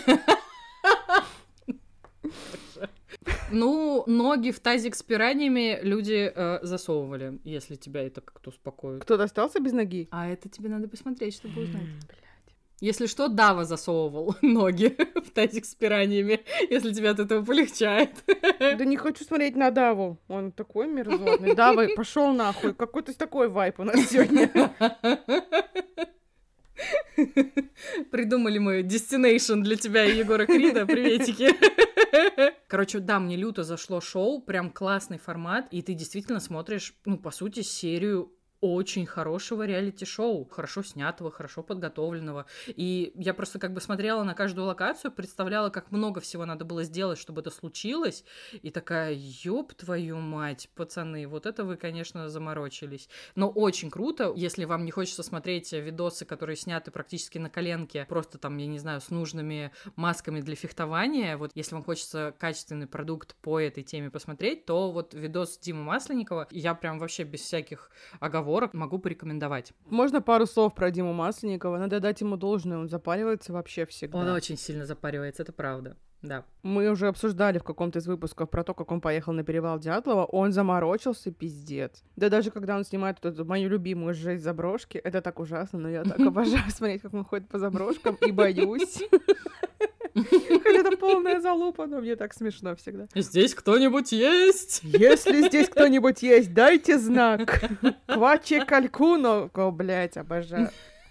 S2: Ну, ноги в тазик с пираньями люди э, засовывали, если тебя это как-то успокоит.
S1: Кто-то остался без ноги?
S2: А это тебе надо посмотреть, чтобы узнать. Если что, Дава засовывал ноги в тазик с пираньями, если тебе от этого полегчает.
S1: Да не хочу смотреть на Даву. Он такой мерзотный. Дава, пошел нахуй. Какой-то такой вайп у нас сегодня.
S2: Придумали мы destination для тебя и Егора Крида. Приветики. Короче, да, мне люто зашло шоу, прям классный формат, и ты действительно смотришь, ну, по сути, серию очень хорошего реалити-шоу, хорошо снятого, хорошо подготовленного. И я просто как бы смотрела на каждую локацию, представляла, как много всего надо было сделать, чтобы это случилось, и такая, ёб твою мать, пацаны, вот это вы, конечно, заморочились. Но очень круто, если вам не хочется смотреть видосы, которые сняты практически на коленке, просто там, я не знаю, с нужными масками для фехтования, вот если вам хочется качественный продукт по этой теме посмотреть, то вот видос Димы Масленникова, я прям вообще без всяких оговорок могу порекомендовать.
S1: Можно пару слов про Диму Масленникова? Надо дать ему должное, он запаривается вообще всегда.
S2: Он очень сильно запаривается, это правда. Да.
S1: Мы уже обсуждали в каком-то из выпусков про то, как он поехал на перевал Дятлова. Он заморочился, пиздец. Да даже когда он снимает вот эту мою любимую жесть заброшки, это так ужасно, но я так обожаю смотреть, как он ходит по заброшкам, и боюсь. Хотя это полная залупа, но мне так смешно всегда.
S2: Здесь кто-нибудь есть?
S1: Если здесь кто-нибудь есть, дайте знак. Кваче калькуно. О, блядь, обожаю.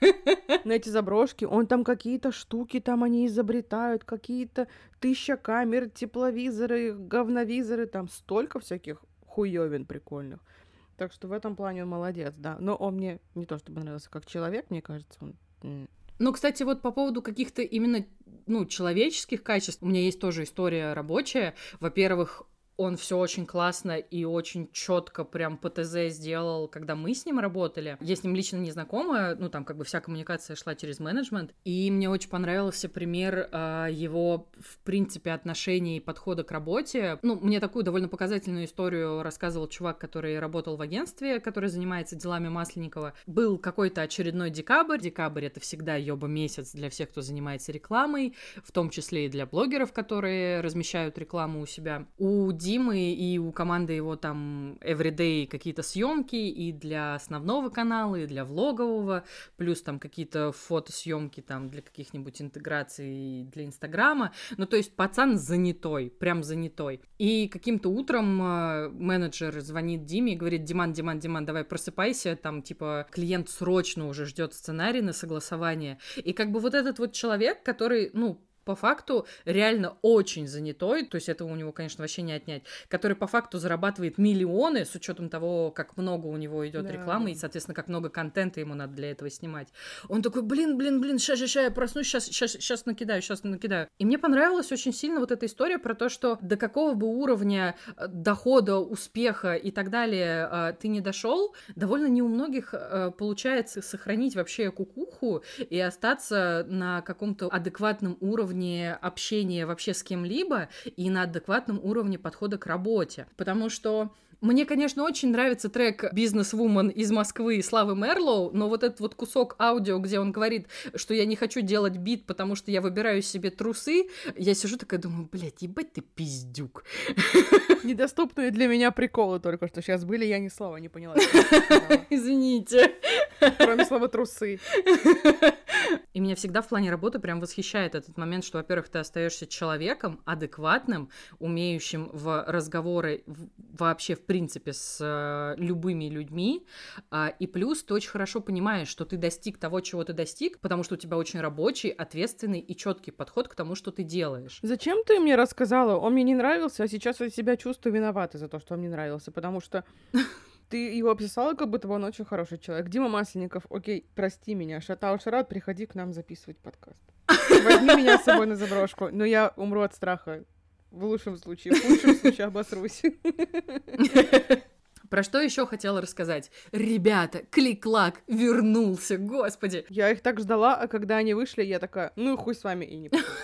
S1: На эти заброшки, он там какие-то штуки там они изобретают, какие-то тысяча камер, тепловизоры, говновизоры, там столько всяких хуёвин прикольных. Так что в этом плане он молодец, да. Но он мне не то чтобы нравился как человек, мне кажется, он...
S2: Ну, кстати, вот по поводу каких-то именно, ну, человеческих качеств, у меня есть тоже история рабочая. Во-первых, он все очень классно и очень четко прям по ТЗ сделал, когда мы с ним работали. Я с ним лично не знакома, ну, там как бы вся коммуникация шла через менеджмент, и мне очень понравился пример э, его, в принципе, отношений и подхода к работе. Ну, мне такую довольно показательную историю рассказывал чувак, который работал в агентстве, который занимается делами Масленникова. Был какой-то очередной декабрь. Декабрь — это всегда ёба месяц для всех, кто занимается рекламой, в том числе и для блогеров, которые размещают рекламу у себя. У Димы и у команды его там everyday какие-то съемки и для основного канала, и для влогового, плюс там какие-то фотосъемки там для каких-нибудь интеграций для Инстаграма. Ну, то есть пацан занятой, прям занятой. И каким-то утром э, менеджер звонит Диме и говорит: Диман, Диман, Диман, давай просыпайся, там типа клиент срочно уже ждет сценарий на согласование. И как бы вот этот вот человек, который, ну, по факту реально очень занятой, то есть этого у него, конечно, вообще не отнять, который по факту зарабатывает миллионы с учетом того, как много у него идет
S1: да.
S2: рекламы и, соответственно, как много контента ему надо для этого снимать. Он такой: блин, блин, блин, ща, ща, ща, я проснусь, сейчас, сейчас, сейчас накидаю, сейчас накидаю. И мне понравилась очень сильно вот эта история про то, что до какого бы уровня дохода, успеха и так далее ты не дошел, довольно не у многих получается сохранить вообще кукуху и остаться на каком-то адекватном уровне уровне общения вообще с кем-либо и на адекватном уровне подхода к работе. Потому что мне, конечно, очень нравится трек «Бизнес-вумен» из Москвы Славы Мерлоу, но вот этот вот кусок аудио, где он говорит, что я не хочу делать бит, потому что я выбираю себе трусы, я сижу такая, думаю, блядь, ебать ты пиздюк.
S1: Недоступные для меня приколы только что сейчас были, я ни слова не поняла.
S2: Извините.
S1: Кроме слова «трусы».
S2: И меня всегда в плане работы прям восхищает этот момент, что, во-первых, ты остаешься человеком адекватным, умеющим в разговоры в, вообще, в принципе, с э, любыми людьми, э, и плюс ты очень хорошо понимаешь, что ты достиг того, чего ты достиг, потому что у тебя очень рабочий, ответственный и четкий подход к тому, что ты делаешь.
S1: Зачем ты мне рассказала? Он мне не нравился, а сейчас я себя чувствую виноватой за то, что он мне нравился, потому что... Ты его описала, как будто бы он очень хороший человек. Дима Масленников, окей, прости меня. Шатау Шарат, приходи к нам записывать подкаст. Возьми меня с собой на заброшку. Но я умру от страха. В лучшем случае. В худшем случае обосрусь.
S2: Про что еще хотела рассказать? Ребята, Клик-Клак вернулся, господи!
S1: Я их так ждала, а когда они вышли, я такая, ну хуй с вами и не пошла.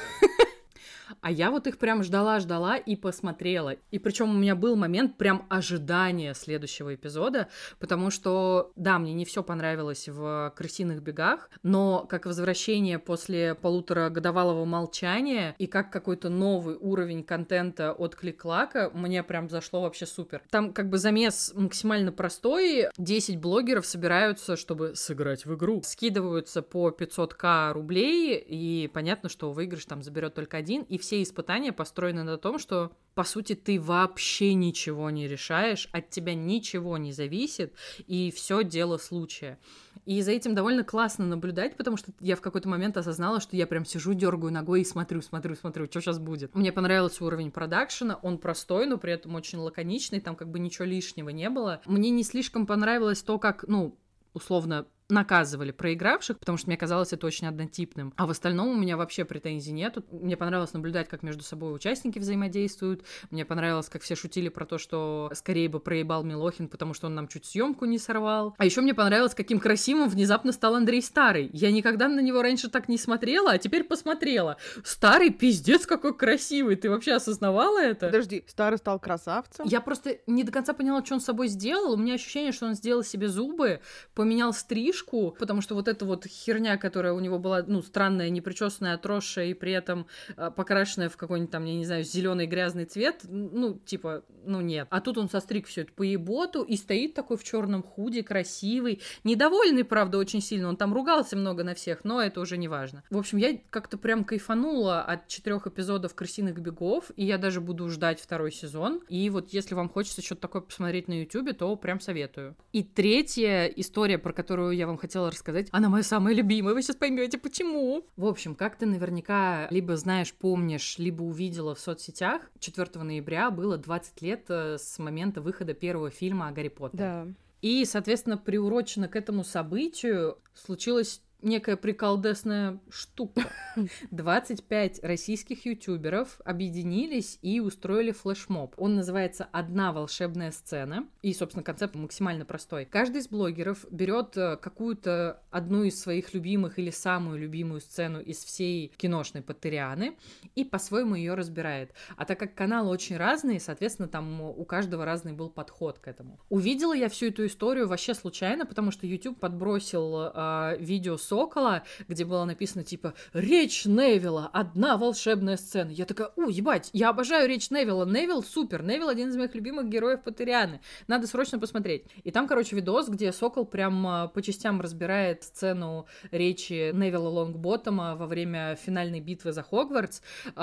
S2: А я вот их прям ждала-ждала и посмотрела. И причем у меня был момент прям ожидания следующего эпизода, потому что, да, мне не все понравилось в «Крысиных бегах», но как возвращение после полуторагодовалого молчания и как какой-то новый уровень контента от Клик-Клака мне прям зашло вообще супер. Там как бы замес максимально простой. десять блогеров собираются, чтобы сыграть в игру. Скидываются по пятьсот тысяч рублей, и понятно, что выигрыш там заберет только один, и все испытания построены на том, что, по сути, ты вообще ничего не решаешь, от тебя ничего не зависит, и все дело случая. И за этим довольно классно наблюдать, потому что я в какой-то момент осознала, что я прям сижу, дергаю ногой и смотрю, смотрю, смотрю, что сейчас будет. Мне понравился уровень продакшена, он простой, но при этом очень лаконичный, там как бы ничего лишнего не было. Мне не слишком понравилось то, как, ну, условно, наказывали проигравших, потому что мне казалось это очень однотипным. А в остальном у меня вообще претензий нету. Мне понравилось наблюдать, как между собой участники взаимодействуют. Мне понравилось, как все шутили про то, что скорее бы проебал Милохин, потому что он нам чуть съемку не сорвал. А еще мне понравилось, каким красивым внезапно стал Андрей Старый. Я никогда на него раньше так не смотрела, а теперь посмотрела. Старый пиздец какой красивый. Ты вообще осознавала это?
S1: Подожди, Старый стал красавцем?
S2: Я просто не до конца поняла, что он с собой сделал. У меня ощущение, что он сделал себе зубы, поменял стрижку, потому что вот эта вот херня, которая у него была, ну, странная, непричесанная, отросшая и при этом э, покрашенная в какой-нибудь там, я не знаю, зеленый грязный цвет, ну, типа, ну, нет. А тут он состриг все это по еботу и стоит такой в черном худи, красивый, недовольный, правда, очень сильно, он там ругался много на всех, но это уже не важно. В общем, я как-то прям кайфанула от четырех эпизодов «Крысиных бегов», и я даже буду ждать второй сезон, и вот если вам хочется что-то такое посмотреть на ютубе, то прям советую. И третья история, про которую я вам хотела рассказать, она моя самая любимая, вы сейчас поймете почему. В общем, как ты наверняка либо знаешь, помнишь, либо увидела в соцсетях, четвёртого ноября было двадцать лет с момента выхода первого фильма о Гарри Поттере.
S1: Да.
S2: И, соответственно, приурочено к этому событию случилось некая приколдесная штука. двадцать пять российских ютуберов объединились и устроили флешмоб. Он называется «Одна волшебная сцена». И, собственно, концепт максимально простой. Каждый из блогеров берет какую-то одну из своих любимых или самую любимую сцену из всей киношной Поттерианы и по-своему ее разбирает. А так как каналы очень разные, соответственно, там у каждого разный был подход к этому. Увидела я всю эту историю вообще случайно, потому что YouTube подбросил э, видео с Сокола, где было написано типа «Речь Невилла, одна волшебная сцена». Я такая, у, ебать, я обожаю речь Невилла. Невилл супер, Невилл один из моих любимых героев Поттерианы. Надо срочно посмотреть. И там, короче, видос, где Сокол прям по частям разбирает сцену речи Невилла Лонгботтома во время финальной битвы за Хогвартс.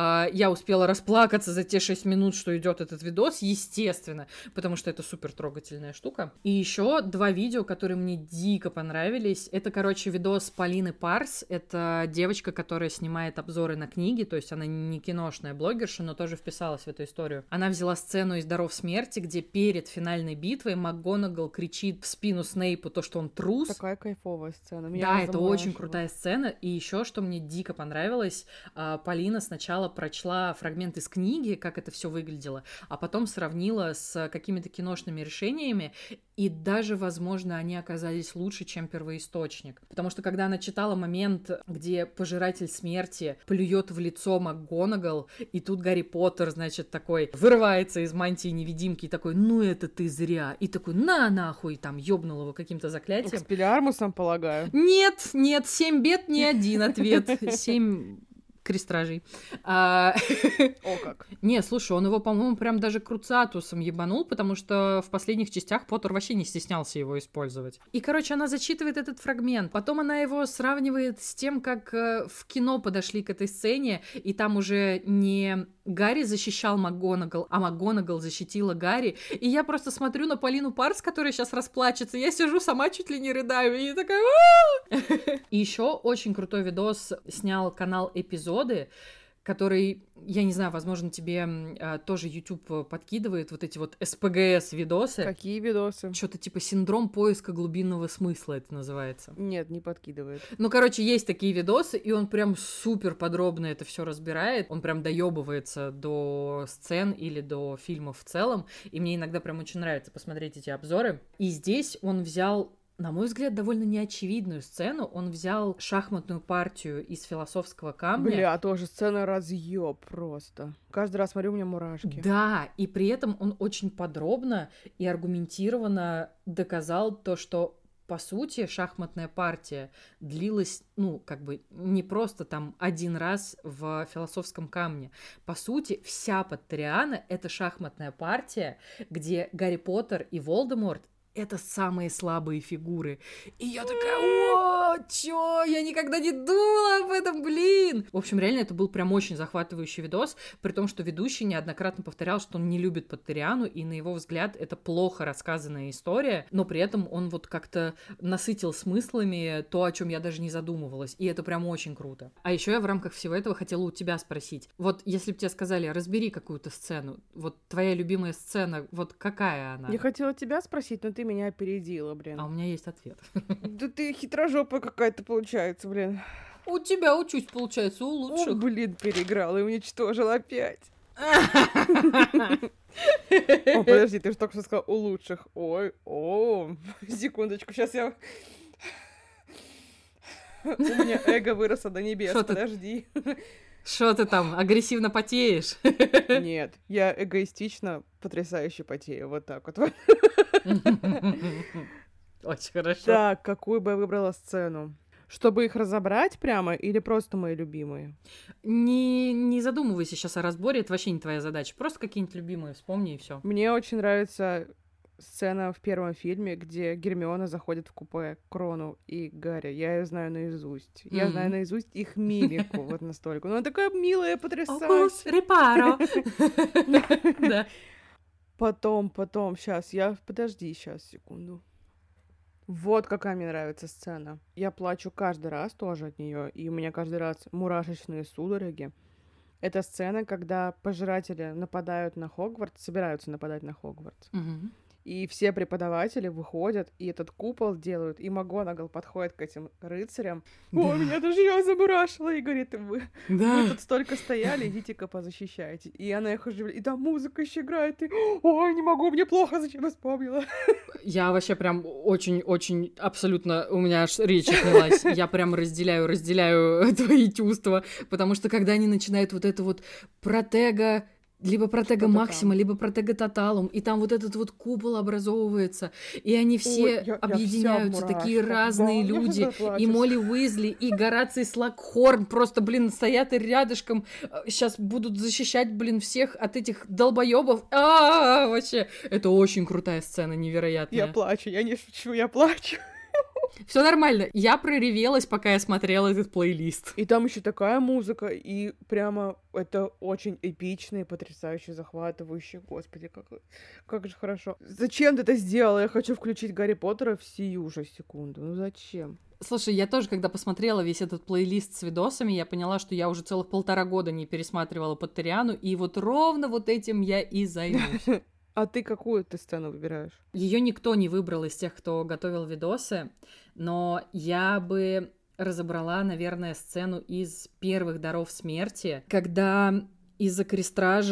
S2: Я успела расплакаться за те шесть минут, что идет этот видос, естественно, потому что это супер трогательная штука. И еще два видео, которые мне дико понравились. Это, короче, видос Полины Парс. Это девочка, которая снимает обзоры на книги, то есть она не киношная блогерша, но тоже вписалась в эту историю. Она взяла сцену из «Даров смерти», где перед финальной битвой МакГонагал кричит в спину Снейпу то, что он трус.
S1: Такая кайфовая сцена. Меня
S2: да, это очень крутая сцена. И еще, что мне дико понравилось, Полина сначала прочла фрагмент из книги, как это все выглядело, а потом сравнила с какими-то киношными решениями, и даже, возможно, они оказались лучше, чем первоисточник. Потому что когда она читала момент, где Пожиратель смерти плюет в лицо МакГонагал, и тут Гарри Поттер, значит, такой вырывается из мантии невидимки и такой, ну это ты зря, и такой, на нахуй, там, ёбнул его каким-то заклятием.
S1: Экспеллиармусом, полагаю.
S2: Нет, нет, семь бед, не один ответ. Семь крестражей. А...
S1: О как.
S2: Не, слушай, он его, по-моему, прям даже круциатусом ебанул, потому что в последних частях Поттер вообще не стеснялся его использовать. И, короче, она зачитывает этот фрагмент. Потом она его сравнивает с тем, как э, в кино подошли к этой сцене, и там уже не Гарри защищал МакГонагал, а МакГонагал защитила Гарри. И я просто смотрю на Полину Парс, которая сейчас расплачется. Я сижу сама чуть ли не рыдаю, и такая... И еще очень крутой видос снял канал Эпизод, который, я не знаю, возможно, тебе а, тоже YouTube подкидывает вот эти вот эс пэ гэ эс-видосы.
S1: Какие видосы?
S2: Что-то типа синдром поиска глубинного смысла это называется.
S1: Нет, не подкидывает.
S2: Ну, короче, есть такие видосы, и он прям супер подробно это все разбирает. Он прям доебывается до сцен или до фильмов в целом. И мне иногда прям очень нравится посмотреть эти обзоры. И здесь он взял, на мой взгляд, довольно неочевидную сцену. Он взял шахматную партию из философского камня.
S1: Бля, тоже сцена разъёб просто. Каждый раз смотрю, у меня мурашки.
S2: Да, и при этом он очень подробно и аргументированно доказал то, что, по сути, шахматная партия длилась, ну, как бы, не просто там один раз в философском камне. По сути, вся Поттериана — это шахматная партия, где Гарри Поттер и Волдеморт — это самые слабые фигуры. И я такая, о, чё? Я никогда не думала об этом, блин! В общем, реально, это был прям очень захватывающий видос, при том, что ведущий неоднократно повторял, что он не любит Поттериану, и на его взгляд это плохо рассказанная история, но при этом он вот как-то насытил смыслами то, о чем я даже не задумывалась, и это прям очень круто. А еще я в рамках всего этого хотела у тебя спросить. Вот если бы тебе сказали, разбери какую-то сцену, вот твоя любимая сцена, вот какая она?
S1: Я хотела тебя спросить, но ты меня опередила, блин.
S2: А у меня есть ответ.
S1: Да ты хитрожопая какая-то получается, блин.
S2: У тебя учусь, получается, у лучших.
S1: О, блин, переиграла и уничтожила опять. О, подожди, ты же только что сказала у лучших. Ой, о, секундочку, сейчас я... У меня эго выросло до небес,
S2: Шо ты...
S1: подожди.
S2: Что ты там, агрессивно потеешь?
S1: Нет, я эгоистично потрясающе потею, вот так вот.
S2: Очень хорошо.
S1: Так, какую бы я выбрала сцену? Чтобы их разобрать прямо или просто мои любимые?
S2: Не, не задумывайся сейчас о разборе, это вообще не твоя задача. Просто какие-нибудь любимые вспомни и все.
S1: Мне очень нравится сцена в первом фильме, где Гермиона заходит в купе к Рону и Гарри. Я ее знаю наизусть. Mm-hmm. Я знаю наизусть их мимику вот настолько. Но она такая милая, потрясающая.
S2: Репаро. Да.
S1: Потом, потом, сейчас, я... Подожди, сейчас, секунду. Вот какая мне нравится сцена. Я плачу каждый раз тоже от нее, и у меня каждый раз мурашечные судороги. Это сцена, когда пожиратели нападают на Хогвартс, собираются нападать на Хогвартс.
S2: Угу.
S1: И все преподаватели выходят, и этот купол делают, и МакГонагал подходит к этим рыцарям. Да. О, меня даже я замурашила, и говорит, вы, да. вы тут столько стояли, идите-ка позащищайте. И она их оживляет, и там музыка еще играет, и ой, не могу, мне плохо, зачем я вспомнила.
S2: Я вообще прям очень-очень абсолютно, у меня аж речь отнялась. Я прям разделяю, разделяю твои чувства, потому что когда они начинают вот это вот протега, либо протега Максима, там? Либо протега Тоталум, и там вот этот вот купол образовывается, и они все Ой, я, объединяются, я такие разные да, люди, и Молли Уизли, и Гораций Слакхорн просто, блин, стоят и рядышком, сейчас будут защищать, блин, всех от этих долбоебов. А-а-а, вообще, это очень крутая сцена, невероятная.
S1: Я плачу, я не шучу, я плачу.
S2: Все нормально. Я проревелась, пока я смотрела этот плейлист.
S1: И там еще такая музыка, и прямо это очень эпично и потрясающе захватывающе. Господи, как, как же хорошо. Зачем ты это сделала? Я хочу включить Гарри Поттера в сию же секунду. Ну зачем?
S2: Слушай, я тоже, когда посмотрела весь этот плейлист с видосами, я поняла, что я уже целых полтора года не пересматривала Поттериану, и вот ровно вот этим я и займусь.
S1: А ты какую ты сцену выбираешь?
S2: Ее никто не выбрал из тех, кто готовил видосы, но я бы разобрала, наверное, сцену из первых даров смерти, когда из-за крестража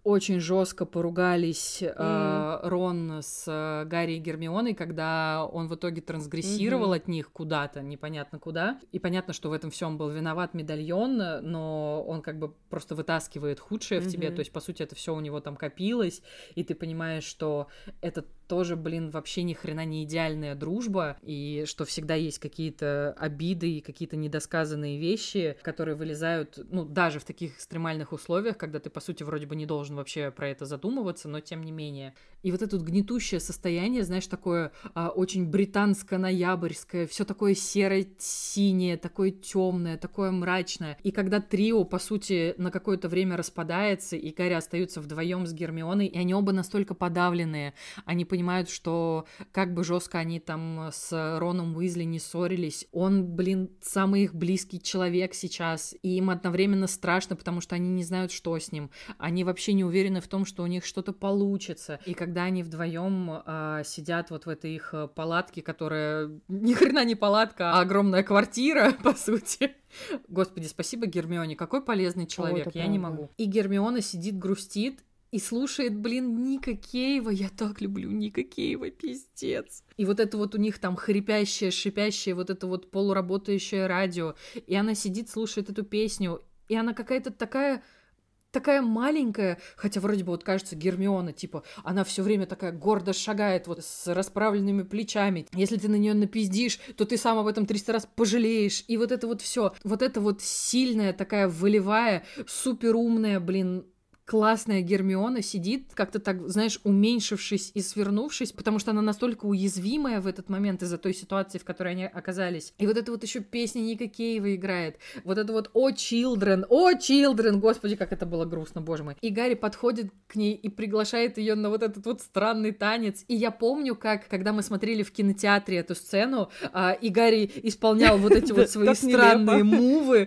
S2: очень жестко поругались
S1: Mm.
S2: э, Рон с э, Гарри и Гермионой, когда он в итоге трансгрессировал
S1: Мгм.
S2: от них куда-то, непонятно куда. И понятно, что в этом всем был виноват медальон, но он как бы просто вытаскивает худшее в тебе.
S1: Мгм.
S2: То есть, по сути, это все у него там копилось, и ты понимаешь, что это тоже, блин, вообще ни хрена не идеальная дружба, и что всегда есть какие-то обиды и какие-то недосказанные вещи, которые вылезают, ну, даже в таких экстремальных условиях, когда ты, по сути, вроде бы не должен вообще про это задумываться, но тем не менее. И вот это вот гнетущее состояние, знаешь, такое а, очень британско-ноябрьское, все такое серо-синее, такое темное, такое мрачное. И когда трио, по сути, на какое-то время распадается, и Гарри остаются вдвоем с Гермионой, и они оба настолько подавленные, они понимают, что как бы жестко они там с Роном Уизли не ссорились, он, блин, самый их близкий человек сейчас, и им одновременно страшно, потому что они не знают, что с ним. Они вообще не уверены в том, что у них что-то получится. И когда они вдвоем э, сидят вот в этой их палатке, которая ни хрена не палатка, а огромная квартира, по сути. Господи, спасибо Гермионе, какой полезный человек,
S1: О,
S2: я не
S1: правда.
S2: могу. И Гермиона сидит, грустит, и слушает, блин, Ника Кейва. Я так люблю Ника Кейва, пиздец. И вот это вот у них там хрипящее, шипящее, вот это вот полуработающее радио. И она сидит, слушает эту песню. И она какая-то такая... такая маленькая, хотя вроде бы вот кажется Гермиона, типа, она все время такая гордо шагает вот с расправленными плечами. Если ты на нее напиздишь, то ты сам об этом триста раз пожалеешь. И вот это вот все, вот это вот сильная такая волевая, суперумная, блин, классная Гермиона сидит, как-то так, знаешь, уменьшившись и свернувшись, потому что она настолько уязвимая в этот момент из-за той ситуации, в которой они оказались. И вот это вот еще песня Ника Кейва играет. Вот это вот «О, children! О, children!» Господи, как это было грустно, боже мой. И Гарри подходит к ней и приглашает ее на вот этот вот странный танец. И я помню, как, когда мы смотрели в кинотеатре эту сцену, а, и Гарри исполнял вот эти вот свои странные мувы.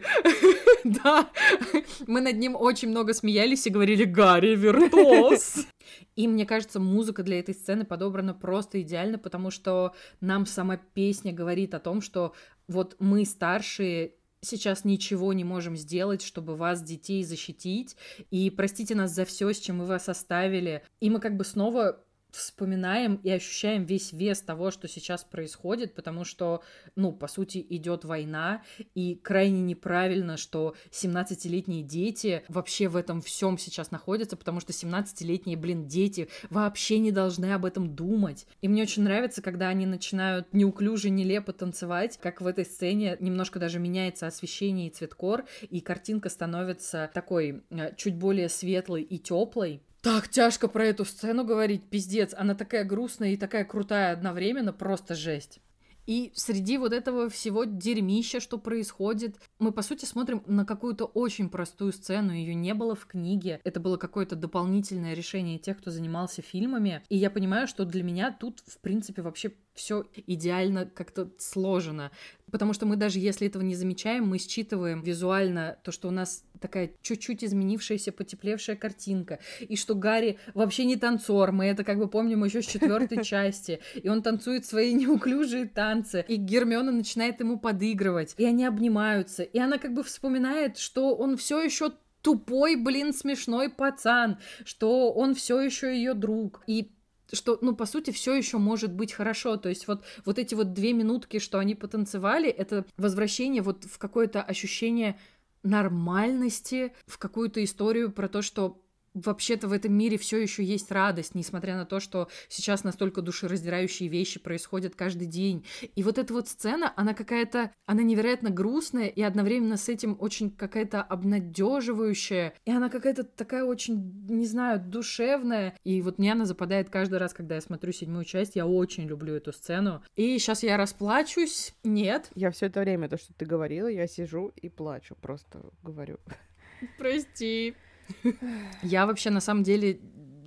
S2: Да, мы над ним очень много смеялись и говорили: «Гарри виртуоз!» И мне кажется, музыка для этой сцены подобрана просто идеально, потому что нам сама песня говорит о том, что вот мы старшие сейчас ничего не можем сделать, чтобы вас, детей, защитить, и простите нас за все, с чем мы вас оставили. И мы как бы снова вспоминаем и ощущаем весь вес того, что сейчас происходит, потому что, ну, по сути, идет война, и крайне неправильно, что семнадцатилетние дети вообще в этом всем сейчас находятся, потому что семнадцатилетние, блин, дети вообще не должны об этом думать. И мне очень нравится, когда они начинают неуклюже, нелепо танцевать, как в этой сцене немножко даже меняется освещение и цветкор, и картинка становится такой чуть более светлой и теплой. Так тяжко про эту сцену говорить, пиздец. Она такая грустная и такая крутая одновременно, просто жесть. И среди вот этого всего дерьмища, что происходит, мы, по сути, смотрим на какую-то очень простую сцену. Ее не было в книге. Это было какое-то дополнительное решение тех, кто занимался фильмами. И я понимаю, что для меня тут, в принципе, вообще все идеально как-то сложено. Потому что мы даже если этого не замечаем, мы считываем визуально то, что у нас такая чуть-чуть изменившаяся, потеплевшая картинка, и что Гарри вообще не танцор, мы это как бы помним еще с четвертой части, и он танцует свои неуклюжие танцы, и Гермиона начинает ему подыгрывать, и они обнимаются, и она как бы вспоминает, что он все еще тупой, блин, смешной пацан, что он все еще ее друг, и что, ну, по сути, все еще может быть хорошо. То есть вот, вот эти вот две минутки, что они потанцевали, это возвращение вот в какое-то ощущение нормальности, в какую-то историю про то, что вообще-то в этом мире все еще есть радость, несмотря на то, что сейчас настолько душераздирающие вещи происходят каждый день. И вот эта вот сцена, она какая-то, она невероятно грустная и одновременно с этим очень какая-то обнадеживающая, и она какая-то такая очень, не знаю, душевная. И вот мне она западает каждый раз, когда я смотрю седьмую часть. Я очень люблю эту сцену. И сейчас я расплачусь. Нет.
S1: Я все это время, то, что ты говорила, я сижу и плачу, просто говорю.
S2: Прости. Я вообще, на самом деле,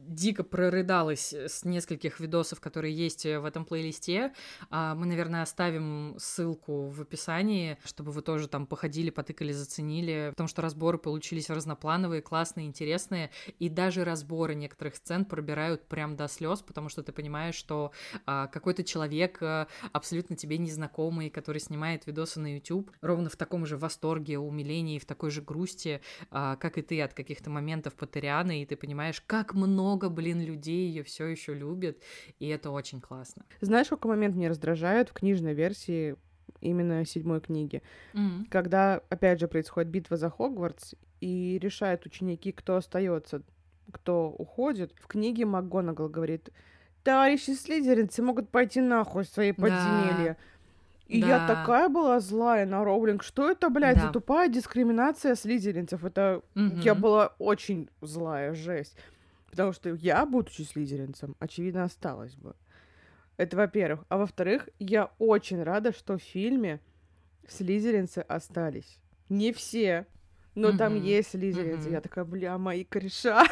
S2: дико прорыдалась с нескольких видосов, которые есть в этом плейлисте. Мы, наверное, оставим ссылку в описании, чтобы вы тоже там походили, потыкали, заценили, потому что разборы получились разноплановые, классные, интересные, и даже разборы некоторых сцен пробирают прям до слез, потому что ты понимаешь, что какой-то человек абсолютно тебе незнакомый, который снимает видосы на YouTube, ровно в таком же восторге, умилении, в такой же грусти, как и ты от каких-то моментов Патерианы, и ты понимаешь, как много, блин, людей ее все еще любят, и это очень классно.
S1: Знаешь, какой момент меня раздражает в книжной версии именно седьмой книги?
S2: Mm-hmm.
S1: Когда, опять же, происходит битва за Хогвартс, и решают ученики, кто остается, кто уходит. В книге МакГонагал говорит: товарищи слизеринцы могут пойти нахуй в свои подземелья. Да. И да. я такая была злая на Роулинг. Что это, блядь, да. за тупая дискриминация слизеринцев? Это угу. я была очень злая, жесть. Потому что я, будучи слизеринцем, очевидно, осталась бы. Это во-первых. А во-вторых, я очень рада, что в фильме слизеринцы остались. Не все, но угу. там есть слизеринцы. Угу. Я такая, бля, мои кореша.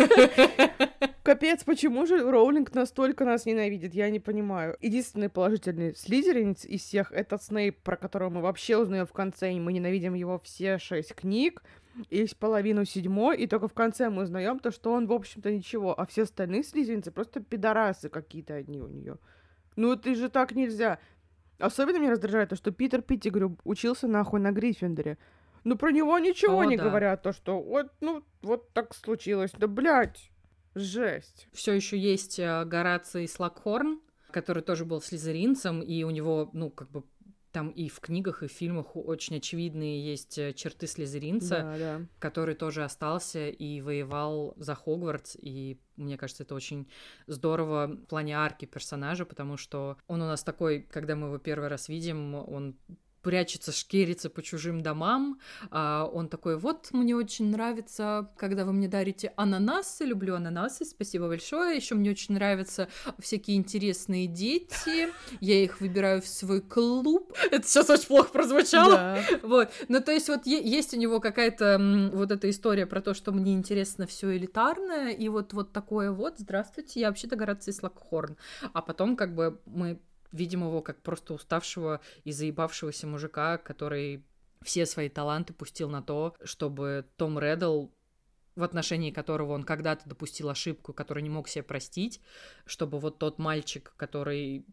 S1: Капец, почему же Роулинг настолько нас ненавидит? Я не понимаю. Единственный положительный слизеринец из всех — это Снейп, про которого мы вообще узнаем в конце, и мы ненавидим его все шесть книг, и половину седьмой, и только в конце мы узнаем то, что он, в общем-то, ничего, а все остальные слизеринцы просто пидорасы какие-то одни у нее. Ну, это же так нельзя. Особенно меня раздражает то, что Питер Питтигрю учился нахуй на Гриффиндоре. Ну, про него ничего О, не да. говорят, то, что вот, ну, вот так случилось. Да, блядь. Жесть.
S2: Все еще есть Гораций Слакхорн, который тоже был слизеринцем, и у него, ну, как бы там и в книгах, и в фильмах очень очевидные есть черты слизеринца,
S1: да, да.
S2: который тоже остался и воевал за Хогвартс, и мне кажется, это очень здорово в плане арки персонажа, потому что он у нас такой, когда мы его первый раз видим, он прячется, шкерится по чужим домам. А он такой: вот, мне очень нравится, когда вы мне дарите ананасы, люблю ананасы, спасибо большое. Еще мне очень нравятся всякие интересные дети, я их выбираю в свой клуб. Это сейчас очень плохо прозвучало.
S1: Да.
S2: Вот. Ну, то есть вот е- есть у него какая-то м, вот эта история про то, что мне интересно все элитарное, и вот, вот такое вот, здравствуйте, я вообще-то Гораций Слакхорн. А потом как бы мы видим его как просто уставшего и заебавшегося мужика, который все свои таланты пустил на то, чтобы Том Реддл, в отношении которого он когда-то допустил ошибку, который не мог себе простить, чтобы вот тот мальчик, который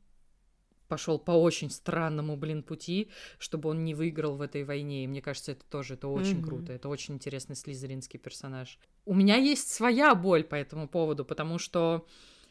S2: пошел по очень странному, блин, пути, чтобы он не выиграл в этой войне. И мне кажется, это тоже, это очень mm-hmm. круто. Это очень интересный слизеринский персонаж. У меня есть своя боль по этому поводу, потому что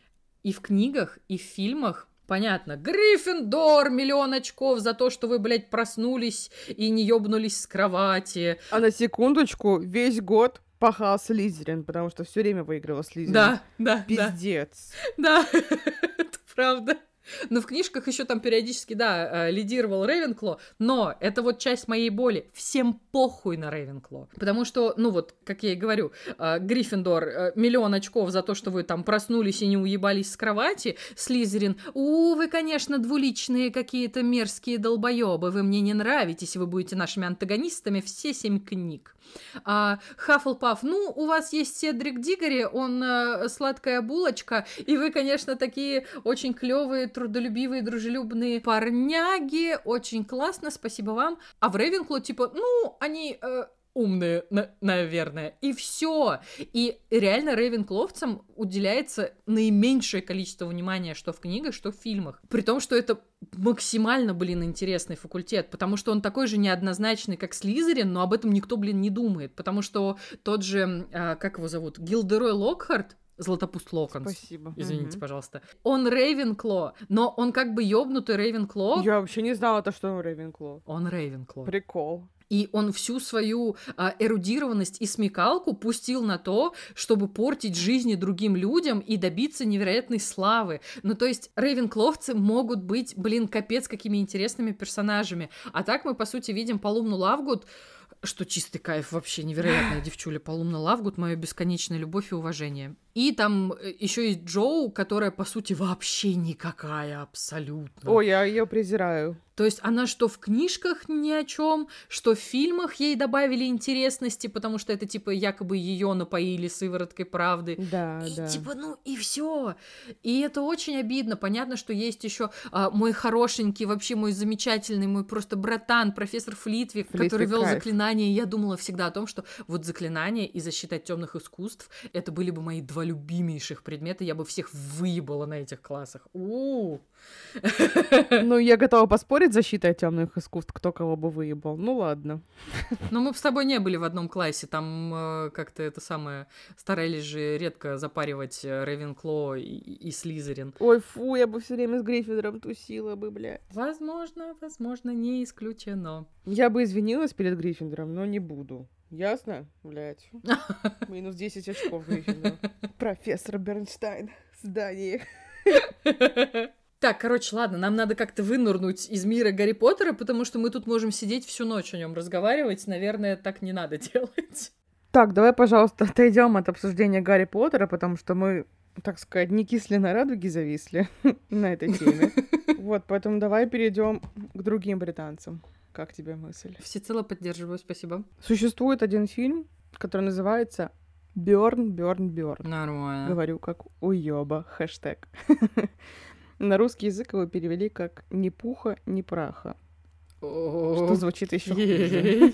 S2: и в книгах, и в фильмах понятно, Гриффиндор, миллион очков за то, что вы, блядь, проснулись и не ёбнулись с кровати.
S1: А на секундочку, весь год пахал Слизерин, потому что все время выигрывал Слизерин.
S2: Да, да,
S1: Пиздец.
S2: Да, это правда. Но в книжках еще там периодически, да, лидировал Рейвенкло, но это вот часть моей боли. Всем похуй на Рейвенкло. Потому что, ну вот, как я и говорю, Гриффиндор, миллион очков за то, что вы там проснулись и не уебались с кровати. Слизерин, у, вы, конечно, двуличные какие-то мерзкие долбоебы, вы мне не нравитесь, вы будете нашими антагонистами все семь книг. А Хаффлпаф, ну, у вас есть Седрик Диггори, он э, сладкая булочка, и вы, конечно, такие очень клевые, трудолюбивые, дружелюбные парняги, очень классно, спасибо вам. А в Рейвенкло, типа, ну, они... Э, умные, на- наверное, и все. И реально рейвенкловцам уделяется наименьшее количество внимания, что в книгах, что в фильмах. При том, что это максимально, блин, интересный факультет, потому что он такой же неоднозначный, как Слизерин, но об этом никто, блин, не думает, потому что тот же, а, как его зовут, Гилдерой Локхарт, Златопуст Локонс.
S1: Спасибо.
S2: Извините,
S1: угу.
S2: пожалуйста. Он Рейвенкло, но он как бы ёбнутый Рейвенкло.
S1: Я вообще не знала, то, что он Рейвенкло.
S2: Он Рейвенкло.
S1: Прикол.
S2: И он всю свою а, эрудированность и смекалку пустил на то, чтобы портить жизни другим людям и добиться невероятной славы. Ну, то есть рейвенкловцы могут быть, блин, капец какими интересными персонажами. А так мы, по сути, видим Полумну Лавгуд, что чистый кайф, вообще невероятная девчуля Полумна Лавгуд, моя бесконечная любовь и уважение. И там еще есть Джоу, которая, по сути, вообще никакая абсолютно.
S1: Ой, я ее презираю.
S2: То есть она что в книжках ни о чем, что в фильмах ей добавили интересности, потому что это типа якобы ее напоили сывороткой правды.
S1: Да,
S2: и
S1: да.
S2: типа, ну и все. И это очень обидно. Понятно, что есть еще а, мой хорошенький, вообще мой замечательный, мой просто братан, профессор Флитвик,
S1: Флитвик
S2: который вел
S1: кайф.
S2: заклинания. И я думала всегда о том, что вот заклинания и защита от темных искусств это были бы мои два любимейших предмета. Я бы всех выебала на этих классах. У-у-у.
S1: Ну, я готова поспорить, защита от темных искусств, кто кого бы выебал. Ну ладно.
S2: Но мы бы с тобой не были в одном классе, там э, как-то это самое, старались же редко запаривать Рейвенкло и, и Слизерин.
S1: Ой, фу, я бы все время с Гриффиндором тусила бы, блядь.
S2: Возможно, возможно, не исключено.
S1: Я бы извинилась перед Гриффиндором, но не буду. Ясно? Блядь. Минус десять очков Гриффиндору. Профессор Бернштайн в здании.
S2: Так, короче, ладно, нам надо как-то вынырнуть из мира Гарри Поттера, потому что мы тут можем сидеть всю ночь о нем разговаривать. Наверное, так не надо делать.
S1: Так, давай, пожалуйста, отойдем от обсуждения Гарри Поттера, потому что мы, так сказать, не кисли на радуге зависли на этой теме. Вот, поэтому давай перейдем к другим британцам. Как тебе мысль?
S2: Всецело поддерживаю, спасибо.
S1: Существует один фильм, который называется «Бёрн, Бёрн, Бёрн».
S2: Нормально.
S1: Говорю, как уёба, хэштег. На русский язык его перевели как «ни пуха, ни праха». Что звучит еще хуже.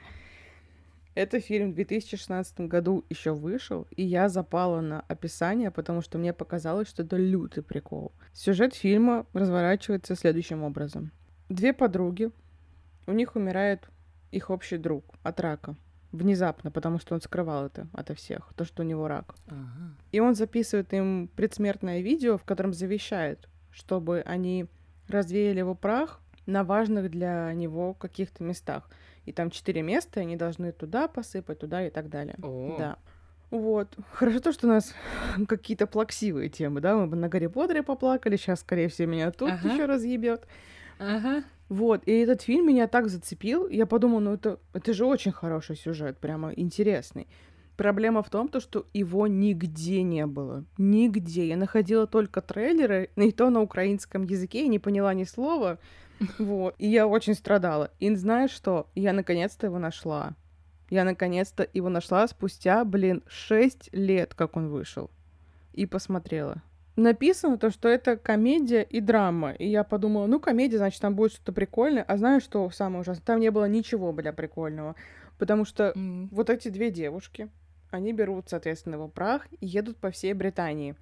S1: Это фильм в две тысячи шестнадцатом году еще вышел, и я запала на описание, потому что мне показалось, что это лютый прикол. Сюжет фильма разворачивается следующим образом. Две подруги, у них умирает их общий друг от рака. Внезапно, потому что он скрывал это ото всех, то, что у него рак.
S2: Ага.
S1: И он записывает им предсмертное видео, в котором завещает, чтобы они развеяли его прах на важных для него каких-то местах. И там четыре места, и они должны туда посыпать, туда и так далее.
S2: О.
S1: Да. Вот. Хорошо то, что у нас какие-то плаксивые темы, да? Мы бы на Гарри Поттере поплакали, сейчас, скорее всего, меня тут
S2: Ага.
S1: еще разъебет.
S2: Ага.
S1: Вот, и этот фильм меня так зацепил, я подумала, ну это, это же очень хороший сюжет, прямо интересный. Проблема в том, то, что его нигде не было. Нигде. Я находила только трейлеры, и то на украинском языке, и не поняла ни слова. Вот. И я очень страдала. И знаешь что? Я наконец-то его нашла. Я наконец-то его нашла спустя, блин, шесть лет, как он вышел. И посмотрела. Написано то, что это комедия и драма. И я подумала, ну, комедия, значит, там будет что-то прикольное. А знаешь, что самое ужасное? Там не было ничего, бля, прикольного. Потому что
S2: М.
S1: вот эти две девушки, они берут, соответственно, его прах и едут по всей Британии.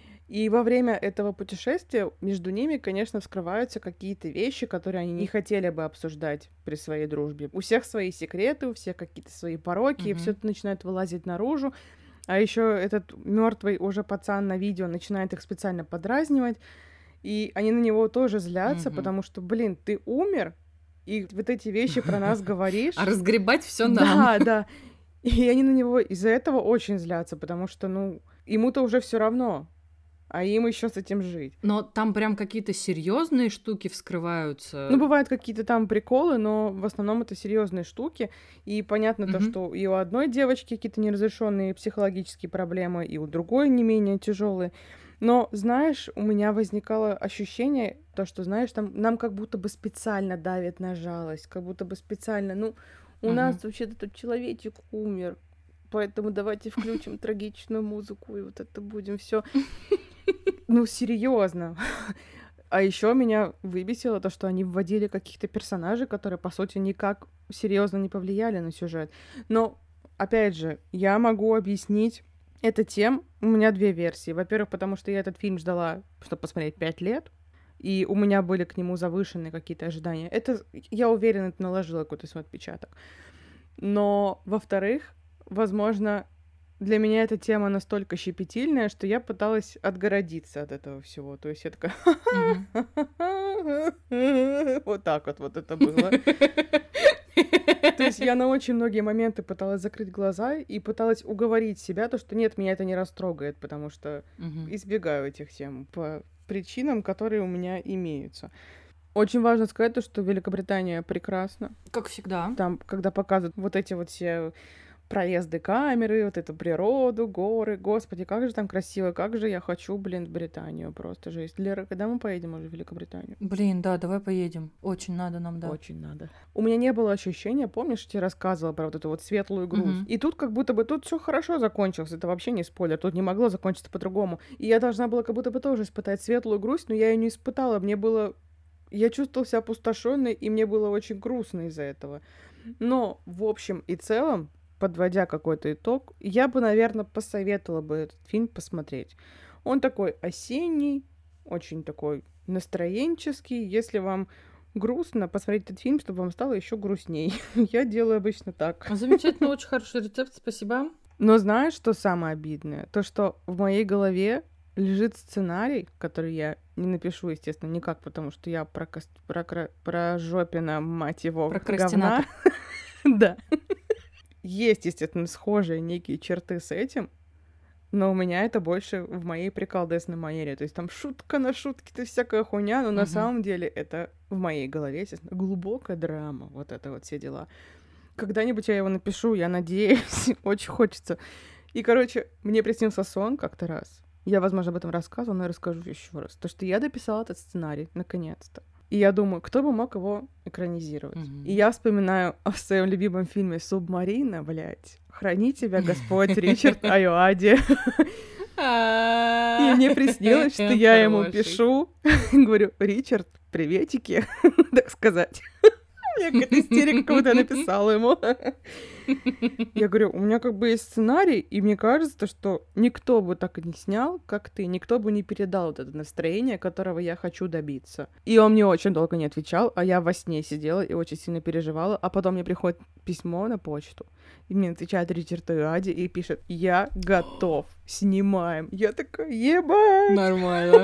S1: И во время этого путешествия между ними, конечно, вскрываются какие-то вещи, которые они не хотели бы обсуждать при своей дружбе. У всех свои секреты, у всех какие-то свои пороки, и
S2: Мгм.
S1: все это начинает вылазить наружу. А еще этот мертвый уже пацан на видео начинает их специально подразнивать, и они на него тоже злятся,
S2: Мгм.
S1: потому что, блин, ты умер, и вот эти вещи про нас говоришь.
S2: А разгребать все нам.
S1: Да, да. И они на него из-за этого очень злятся, потому что, ну, ему-то уже все равно, а им еще с этим жить.
S2: Но там прям какие-то серьезные штуки вскрываются.
S1: Ну, бывают какие-то там приколы, но в основном это серьезные штуки. И понятно то,
S2: Мгм.
S1: что и у одной девочки какие-то неразрешенные психологические проблемы, и у другой не менее тяжелые. Но, знаешь, у меня возникало ощущение, то, что, знаешь, там нам как будто бы специально давят на жалость, как будто бы специально, ну, у
S2: Мгм.
S1: нас вообще-то тут человечек умер, поэтому давайте включим трагичную музыку, и вот это будем все. Ну, серьезно. А еще меня выбесило то, что они вводили каких-то персонажей, которые, по сути, никак серьезно не повлияли на сюжет. Но, опять же, я могу объяснить это тем, у меня две версии. Во-первых, потому что я этот фильм ждала, чтобы посмотреть пять лет, и у меня были к нему завышенные какие-то ожидания. Это, я уверена, это наложило какой-то свой отпечаток. Но, во-вторых, возможно, для меня эта тема настолько щепетильная, что я пыталась отгородиться от этого всего. То есть я такая...
S2: Мгм.
S1: Вот так вот вот это было. То есть я на очень многие моменты пыталась закрыть глаза и пыталась уговорить себя, то, что нет, меня это не растрогает, потому что
S2: Мгм.
S1: избегаю этих тем по причинам, которые у меня имеются. Очень важно сказать то, что Великобритания прекрасна.
S2: Как всегда.
S1: Там, когда показывают вот эти вот все проезды камеры, вот эту природу, горы. Господи, как же там красиво, как же я хочу, блин, в Британию. Просто жесть. Лера, когда мы поедем уже в Великобританию?
S2: Блин, да, давай поедем. Очень надо нам, да.
S1: Очень надо. У меня не было ощущения, помнишь, я тебе рассказывала про вот эту вот светлую грусть.
S2: Мгм.
S1: И тут как будто бы тут все хорошо закончилось. Это вообще не спойлер. Тут не могло закончиться по-другому. И я должна была как будто бы тоже испытать светлую грусть, но я ее не испытала. Мне было... Я чувствовала себя опустошенной, и мне было очень грустно из-за этого. Но, в общем и целом, подводя какой-то итог, я бы, наверное, посоветовала бы этот фильм посмотреть. Он такой осенний, очень такой настроенческий. Если вам грустно, посмотреть этот фильм, чтобы вам стало еще грустней. Я делаю обычно так.
S2: Замечательно, очень хороший рецепт, спасибо.
S1: Но знаешь, что самое обидное? То, что в моей голове лежит сценарий, который я не напишу, естественно, никак, потому что я про, про, про жопина, мать его, говна. Да. Есть, естественно, схожие некие черты с этим, но у меня это больше в моей приколдесной манере. То есть там шутка на шутке, то есть всякая хуйня, но uh-huh. на самом деле это в моей голове, естественно, глубокая драма. Вот это вот все дела. Когда-нибудь я его напишу, я надеюсь, очень хочется. И, короче, мне приснился сон как-то раз. Я, возможно, об этом рассказывала, но я расскажу еще раз. То, что я дописала этот сценарий, наконец-то. И я думаю, кто бы мог его экранизировать? Mm-hmm. И я вспоминаю о своем любимом фильме «Субмарина», блядь. «Храни тебя, Господь», Ричард Аюади. И мне приснилось, что я ему пишу, говорю: Ричард, приветики, так сказать. У меня какая-то истерика, как будто я написала ему. Я говорю, у меня как бы есть сценарий, и мне кажется, что никто бы так и не снял, как ты, никто бы не передал вот это настроение, которого я хочу добиться. И он мне очень долго не отвечал, а я во сне сидела и очень сильно переживала, а потом мне приходит письмо на почту, и мне отвечает Ричард Аюади и пишет: я готов, снимаем. Я такая: ебать!
S2: Нормально.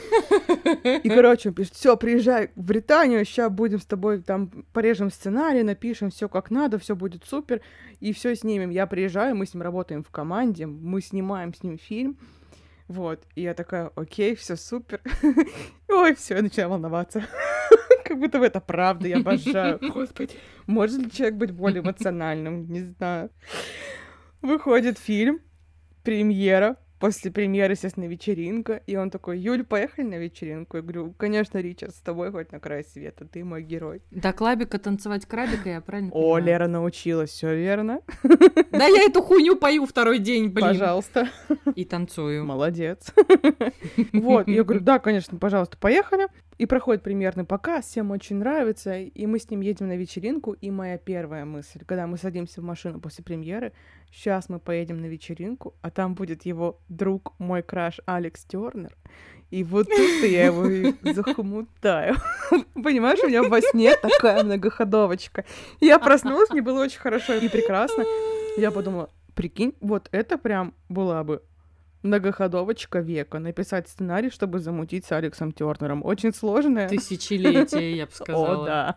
S1: И, короче, он пишет: все, приезжай в Британию, сейчас будем с тобой там порежем сценарий, напишем все как надо, все будет супер, и все снимем. Я приезжаю, мы с ним работаем в команде, мы снимаем с ним фильм. Вот. И я такая: окей, все супер. Ой, все, я начинаю волноваться. Как будто бы это правда, я обожаю. Господи, может ли человек быть более эмоциональным? Не знаю. Выходит фильм, премьера. После премьеры, естественно, вечеринка. И он такой: Юль, поехали на вечеринку? Я говорю: конечно, Ричард, с тобой хоть на край света, ты мой герой.
S2: Да, клабика танцевать крабика, я правильно
S1: О,
S2: понимаю?
S1: Лера научилась, все верно.
S2: Да я эту хуйню пою второй день, блин.
S1: Пожалуйста.
S2: И танцую.
S1: Молодец. Вот, я говорю: да, конечно, пожалуйста, поехали. И проходит примерный показ, всем очень нравится, и мы с ним едем на вечеринку, и моя первая мысль, когда мы садимся в машину после премьеры: сейчас мы поедем на вечеринку, а там будет его друг, мой краш Алекс Тёрнер, и вот тут я его и захомутаю. Понимаешь, у меня во сне такая многоходовочка. Я проснулась, мне было очень хорошо и прекрасно. Я подумала: прикинь, вот это прям была бы многоходовочка века. Написать сценарий, чтобы замутить с Алексом Тёрнером. Очень сложное.
S2: Тысячелетие, я бы сказала.
S1: О, да.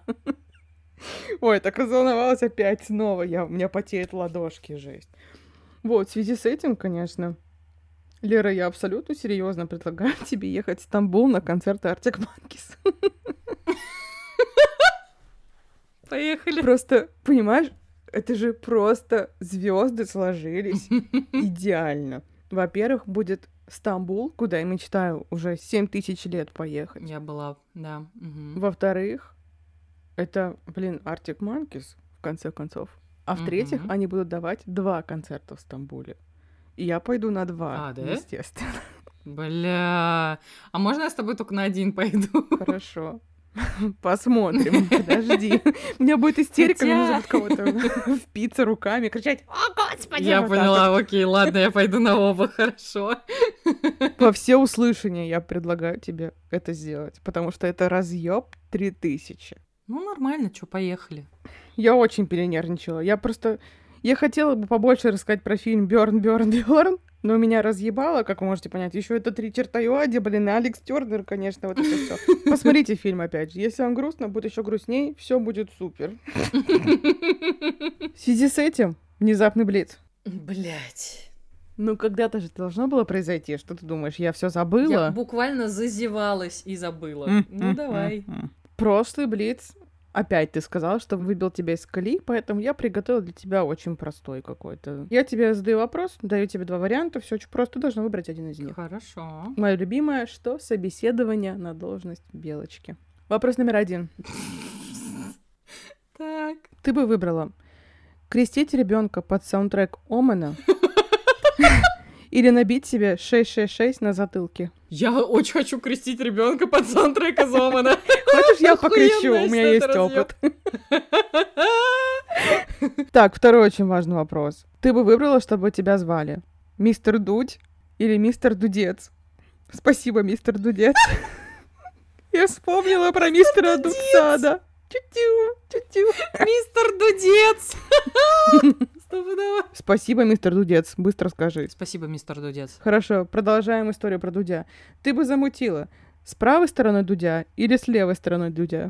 S1: Ой, так разволновалась опять снова. Я, у меня потеют ладошки, жесть. Вот, в связи с этим, конечно, Лера, я абсолютно серьезно предлагаю тебе ехать в Стамбул на концерт Arctic Monkeys.
S2: Поехали.
S1: Просто, понимаешь, это же просто звезды сложились идеально. Во-первых, будет Стамбул, куда я мечтаю уже семь тысяч лет поехать.
S2: Я была, да. Угу.
S1: Во-вторых, это, блин, Arctic Monkeys, в конце концов. А в-третьих, угу. они будут давать два концерта в Стамбуле. И я пойду на два,
S2: а, да?
S1: естественно.
S2: Бля, а можно я с тобой только на один пойду?
S1: Хорошо. Посмотрим, подожди. У меня будет истерика, мне нужно кого-то впиться руками, кричать: «О, Господи!»
S2: Я поняла, окей, ладно, я пойду на оба, хорошо.
S1: Во всеуслышание я предлагаю тебе это сделать, потому что это разъёб три тысячи.
S2: Ну, нормально, чё, поехали.
S1: Я очень перенервничала. Я просто... Я хотела бы побольше рассказать про фильм «Бёрн, Бёрн, Бёрн», но меня разъебало, как вы можете понять. Еще этот Ричард Аюади, блин, и Алекс Тёрнер, конечно, вот это все. Посмотрите фильм опять же. Если вам грустно, будет еще грустней, все будет супер. В связи с этим внезапный блиц.
S2: Блять.
S1: Ну, когда-то же должно было произойти. Что ты думаешь, я все забыла?
S2: Я буквально зазевалась и забыла. Ну, давай.
S1: Прошлый блиц Опять ты сказал, что выбил тебя из колеи, поэтому я приготовила для тебя очень простой какой-то. Я тебе задаю вопрос, даю тебе два варианта, все очень просто, ты должна выбрать один из них.
S2: Хорошо.
S1: Мое любимое, что собеседование на должность Белочки. Вопрос номер один.
S2: Так.
S1: Ты бы выбрала крестить ребенка под саундтрек Омена или набить себе шесть шесть шесть на затылке?
S2: Я очень хочу крестить ребенка под саундтрек из Омена.
S1: Хочешь, я покрещу? У меня есть опыт. Так, второй очень важный вопрос. Ты бы выбрала, чтобы тебя звали мистер Дудь или мистер Дудец? Спасибо, мистер Дудец. Я вспомнила про мистера Дудца, да. Тю-тю, тю-тю.
S2: Мистер Дудец. Стопудово.
S1: Спасибо, мистер Дудец. Быстро скажи.
S2: Спасибо, мистер Дудец.
S1: Хорошо, продолжаем историю про Дудя. Ты бы замутила с правой стороны Дудя или с левой стороны Дудя?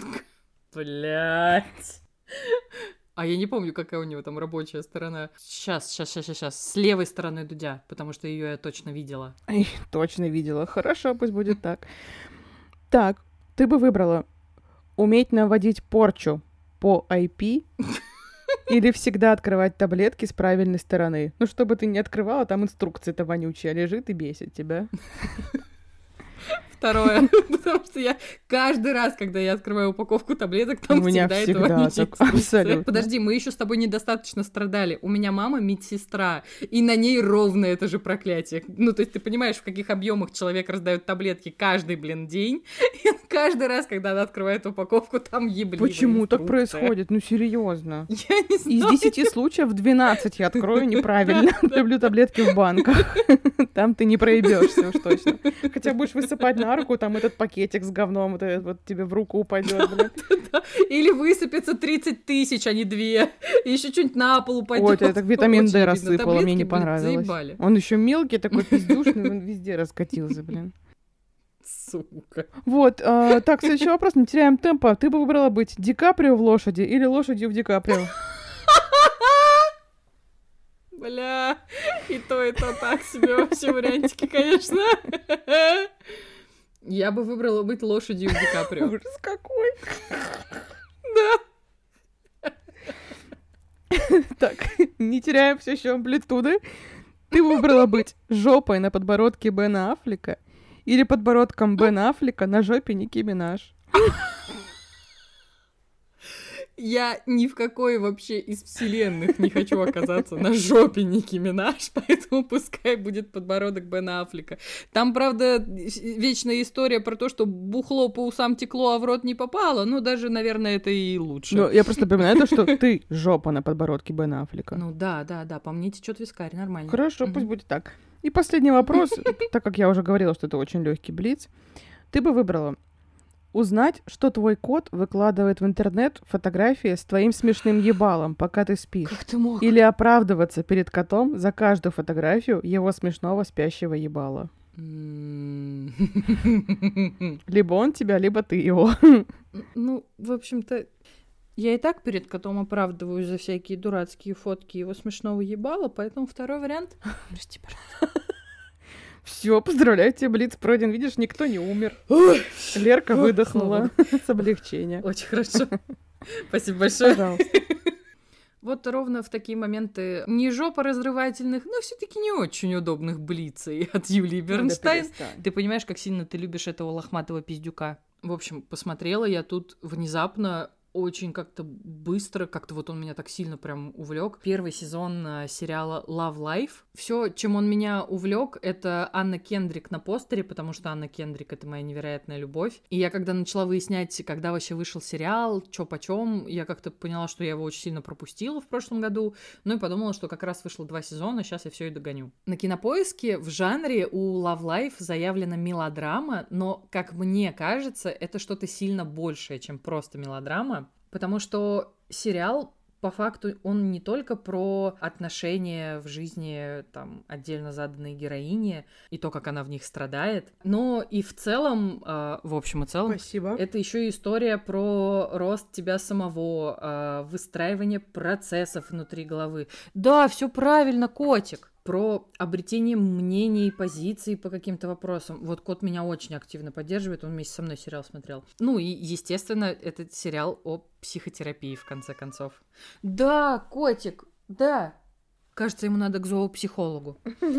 S2: Блять. А я не помню, какая у него там рабочая сторона. Сейчас, сейчас, сейчас, сейчас. С левой стороны Дудя, потому что ее я точно видела.
S1: Ай, точно видела. Хорошо, пусть будет так. Так, ты бы выбрала уметь наводить порчу по ай пи или всегда открывать таблетки с правильной стороны? Ну, чтобы ты не открывала, там инструкция-то вонючая лежит и бесит тебя.
S2: Второе, потому что я каждый раз, когда я открываю упаковку таблеток, там
S1: У меня
S2: всегда,
S1: всегда
S2: этого
S1: так, абсолютно.
S2: Подожди, мы еще с тобой недостаточно страдали. У меня мама медсестра, и на ней ровно это же проклятие. Ну, то есть ты понимаешь, в каких объемах человек раздает таблетки каждый, блин, день, и каждый раз, когда она открывает упаковку, там ебливая
S1: Почему так
S2: инструкция.
S1: происходит? Ну, серьезно.
S2: Я не знаю.
S1: Из десяти случаев двенадцать я открою неправильно. Люблю таблетки в банках. Там ты не проебешься уж точно. Хотя будешь высыпать на руку, там этот пакетик с говном вот, этот вот тебе в руку упадет, блин.
S2: Или высыпется тридцать тысяч, а не две. И еще что-нибудь на пол упадет.
S1: Ой, это так витамин Д
S2: Очень
S1: рассыпало,
S2: обидно.
S1: мне не
S2: Таблетки, блин,
S1: понравилось.
S2: заебали.
S1: Он еще мелкий, такой пиздюшный, он везде раскатился, блин.
S2: Сука.
S1: Вот, а, так, следующий вопрос, не теряем темпа. Ты бы выбрала быть Ди Каприо в лошади или лошадью в Ди Каприо?
S2: Бля, и то, и то так себе вообще вариантики, конечно. Я бы выбрала быть лошадью в Ди Каприо.
S1: Ужас какой.
S2: Да.
S1: Так, не теряем все еще амплитуды. Ты выбрала быть жопой на подбородке Бена Аффлека или подбородком Бена Аффлека на жопе Ники Минаж?
S2: Я ни в какой вообще из вселенных не хочу оказаться на жопе Ники Минаж, поэтому пускай будет подбородок Бена Аффлека. Там, правда, вечная история про то, что бухло по усам текло, а в рот не попало. Ну, даже, наверное, это и лучше.
S1: Ну, я просто напоминаю то, что ты жопа на подбородке Бена Аффлека.
S2: Ну да, да, да, по мне течет вискарь, нормально.
S1: Хорошо,
S2: Мгм.
S1: пусть будет так. И последний вопрос, так как я уже говорила, что это очень легкий блиц. Ты бы выбрала узнать, что твой кот выкладывает в интернет фотографии с твоим смешным ебалом, пока ты спишь.
S2: Как ты мог?
S1: Или оправдываться перед котом за каждую фотографию его смешного спящего ебала.
S2: М.
S1: Либо он тебя, либо ты его.
S2: Ну, в общем-то, я и так перед котом оправдываюсь за всякие дурацкие фотки его смешного ебала, поэтому второй вариант. Прости, пожалуйста.
S1: Все, поздравляю тебя, блиц пройден. Видишь, никто не умер. Лерка выдохнула с облегчения.
S2: Очень хорошо. Спасибо большое.
S1: Пожалуйста.
S2: Вот ровно в такие моменты не жопоразрывательных, но все-таки не очень удобных блицей от Юлии Бернштейн. Ты понимаешь, как сильно ты любишь этого лохматого пиздюка. В общем, посмотрела я тут внезапно очень как-то быстро, как-то вот он меня так сильно прям увлек. Первый сезон э, сериала Love Life. Все, чем он меня увлек, это Анна Кендрик на постере, потому что Анна Кендрик — это моя невероятная любовь. И я когда начала выяснять, когда вообще вышел сериал, чё почем, я как-то поняла, что я его очень сильно пропустила в прошлом году. Ну и подумала, что как раз вышло два сезона, сейчас я все и догоню. На Кинопоиске в жанре у Love Life заявлена мелодрама, но, как мне кажется, это что-то сильно большее, чем просто мелодрама. Потому что сериал, по факту, он не только про отношения в жизни там, отдельно заданной героини и то, как она в них страдает, но и в целом, э, в общем и целом,
S1: Спасибо.
S2: это еще и история про рост тебя самого, э, выстраивание процессов внутри головы. Да, все правильно, котик. про обретение мнений, позиций по каким-то вопросам. Вот кот меня очень активно поддерживает, он вместе со мной сериал смотрел. Ну и, естественно, этот сериал о психотерапии, в конце концов. Да, котик, да. Кажется, ему надо к зоопсихологу.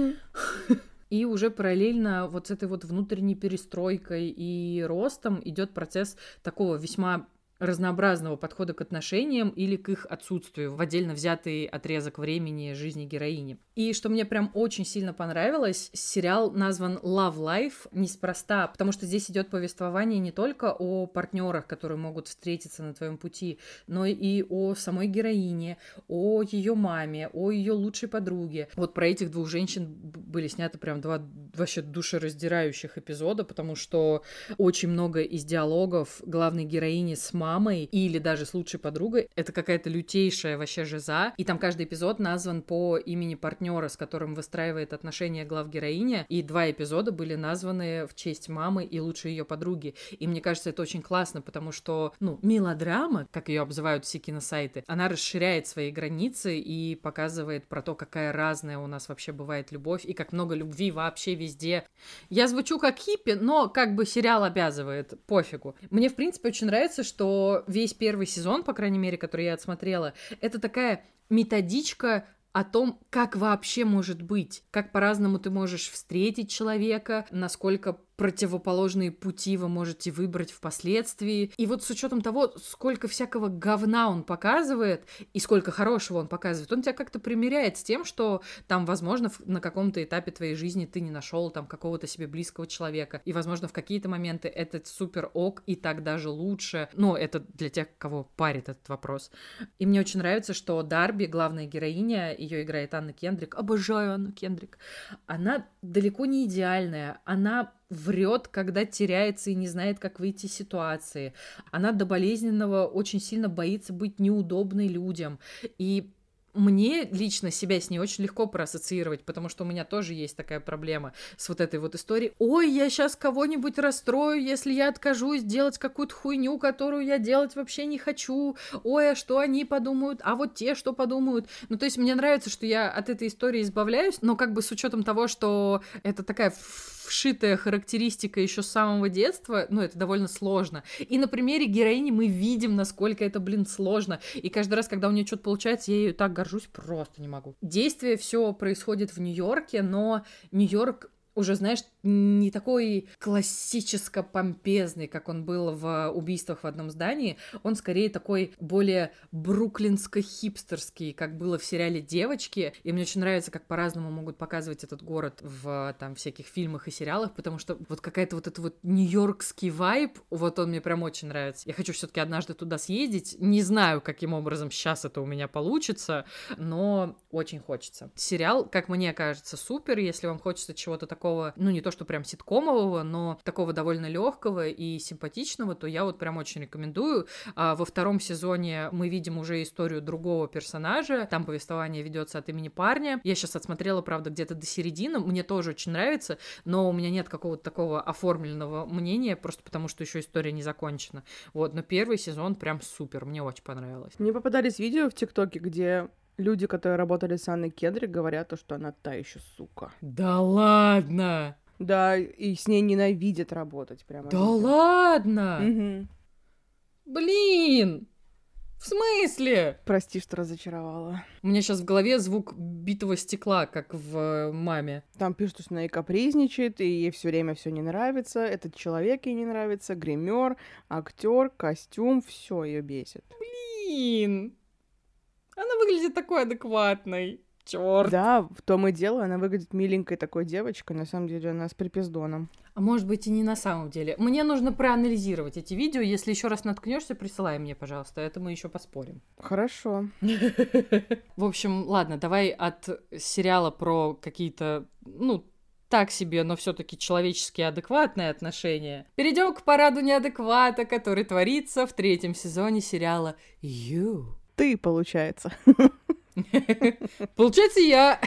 S2: И уже параллельно вот с этой вот внутренней перестройкой и ростом идет процесс такого весьма разнообразного подхода к отношениям или к их отсутствию в отдельно взятый отрезок времени жизни героини. И что мне прям очень сильно понравилось, сериал назван Love Life неспроста, потому что здесь идет повествование не только о партнерах, которые могут встретиться на твоем пути, но и о самой героине, о ее маме, о ее лучшей подруге. Вот про этих двух женщин были сняты прям два вообще душераздирающих эпизода, потому что очень много из диалогов главной героини с мамой или даже с лучшей подругой. Это какая-то лютейшая вообще жиза. И там каждый эпизод назван по имени партнера, с которым выстраивает отношения главгероиня. И два эпизода были названы в честь мамы и лучшей ее подруги. И мне кажется, это очень классно, потому что, ну, мелодрама, как ее обзывают все киносайты, она расширяет свои границы и показывает про то, какая разная у нас вообще бывает любовь и как много любви вообще везде. Я звучу как хиппи, но как бы сериал обязывает, пофигу. Мне, в принципе, очень нравится, что весь первый сезон, по крайней мере, который я отсмотрела, это такая методичка о том, как вообще может быть, как по-разному ты можешь встретить человека, насколько противоположные пути вы можете выбрать впоследствии. И вот с учетом того, сколько всякого говна он показывает и сколько хорошего он показывает, он тебя как-то примиряет с тем, что там, возможно, на каком-то этапе твоей жизни ты не нашел там какого-то себе близкого человека. И, возможно, в какие-то моменты это супер ок и так даже лучше. Но это для тех, кого парит этот вопрос. И мне очень нравится, что Дарби, главная героиня, ее играет Анна Кендрик. Обожаю Анну Кендрик. Она далеко не идеальная. Она врет, когда теряется и не знает, как выйти из ситуации. Она до болезненного очень сильно боится быть неудобной людям. И мне лично себя с ней очень легко проассоциировать, потому что у меня тоже есть такая проблема с вот этой вот историей. Ой, я сейчас кого-нибудь расстрою, если я откажусь делать какую-то хуйню, которую я делать вообще не хочу. Ой, а что они подумают? А вот те что подумают? Ну, то есть мне нравится, что я от этой истории избавляюсь, но как бы с учетом того, что это такая вшитая характеристика еще с самого детства, ну, это довольно сложно. И на примере героини мы видим, насколько это, блин, сложно. И каждый раз, когда у нее что-то получается, я ею так горжусь, просто не могу. Действие все происходит в Нью-Йорке, но Нью-Йорк уже, знаешь, не такой классическо-помпезный, как он был в «Убийствах в одном здании». Он скорее такой более бруклинско-хипстерский, как было в сериале «Девочки». И мне очень нравится, как по-разному могут показывать этот город в там всяких фильмах и сериалах, потому что вот какая-то вот этот вот нью-йоркский вайб, вот он мне прям очень нравится. Я хочу все-таки однажды туда съездить. Не знаю, каким образом сейчас это у меня получится, но очень хочется. Сериал, как мне кажется, супер, если вам хочется чего-то такого, ну, не то, что прям ситкомового, но такого довольно легкого и симпатичного, то я вот прям очень рекомендую. А во втором сезоне мы видим уже историю другого персонажа, там повествование ведется от имени парня. Я сейчас отсмотрела, правда, где-то до середины, мне тоже очень нравится, но у меня нет какого-то такого оформленного мнения, просто потому что еще история не закончена. Вот, но первый сезон прям супер, мне очень понравилось.
S1: Мне попадались видео в ТикТоке, где люди, которые работали с Анной Кендрик, говорят, что она та еще сука.
S2: Да ладно!
S1: Да, и с ней ненавидят работать прямо.
S2: Да видео. Ладно!
S1: Угу.
S2: Блин! В смысле?
S1: Прости, что разочаровала.
S2: У меня сейчас в голове звук битого стекла, как в «Маме».
S1: Там пишут, что она и капризничает, и ей все время все не нравится. Этот человек ей не нравится, гример, актер, костюм, все ее бесит.
S2: Блин! Она выглядит такой адекватной. Чёрт.
S1: Да, в том и дело, она выглядит миленькой такой девочкой, на самом деле она с припиздоном.
S2: А может быть и не на самом деле. Мне нужно проанализировать эти видео. Если еще раз наткнешься, присылай мне, пожалуйста. Это мы еще поспорим.
S1: Хорошо.
S2: В общем, ладно, давай от сериала про какие-то, ну, так себе, но все-таки человеческие адекватные отношения. Перейдем к параду неадеквата, который творится в третьем сезоне сериала You.
S1: Ты, получается.
S2: Получается, я.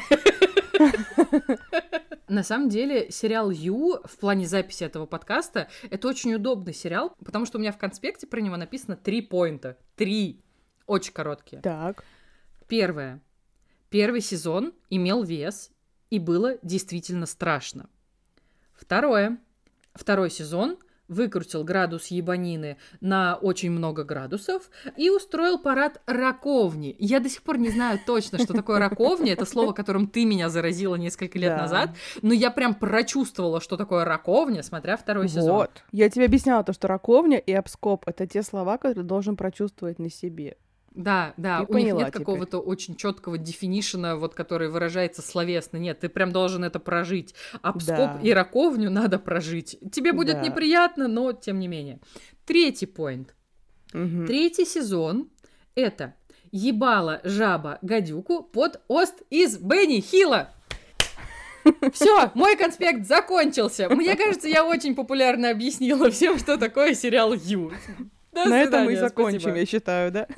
S2: На самом деле, сериал «Ю» в плане записи этого подкаста — это очень удобный сериал, потому что у меня в конспекте про него написано три поинта. Три. Очень короткие.
S1: Так.
S2: Первое. Первый сезон имел вес И было действительно страшно. Второе. Второй сезон выкрутил градус ебанины на очень много градусов и устроил парад раковни. Я до сих пор не знаю точно, что такое раковня. Это слово, которым ты меня заразила несколько лет
S1: Да.
S2: назад. Но я прям прочувствовала, что такое раковня, смотря второй сезон.
S1: Вот. Я тебе объясняла то, что раковня и обскоп — это те слова, которые ты должен прочувствовать на себе.
S2: Да, да,
S1: Ты
S2: у них
S1: поняла
S2: нет
S1: теперь.
S2: какого-то очень четкого дефинишена, вот, который выражается словесно. Нет, ты прям должен это прожить. Обскоп
S1: Да.
S2: и раковню надо прожить. Тебе будет
S1: Да.
S2: неприятно, но тем не менее. Третий поинт.
S1: Мгм.
S2: Третий сезон — это ебала жаба гадюку под ост из Бенни Хилла. Все, мой конспект закончился. Мне кажется, я очень популярно объяснила всем, что такое сериал Ю. До
S1: На этом мы и
S2: свидания,
S1: закончим,
S2: спасибо.
S1: я считаю, да?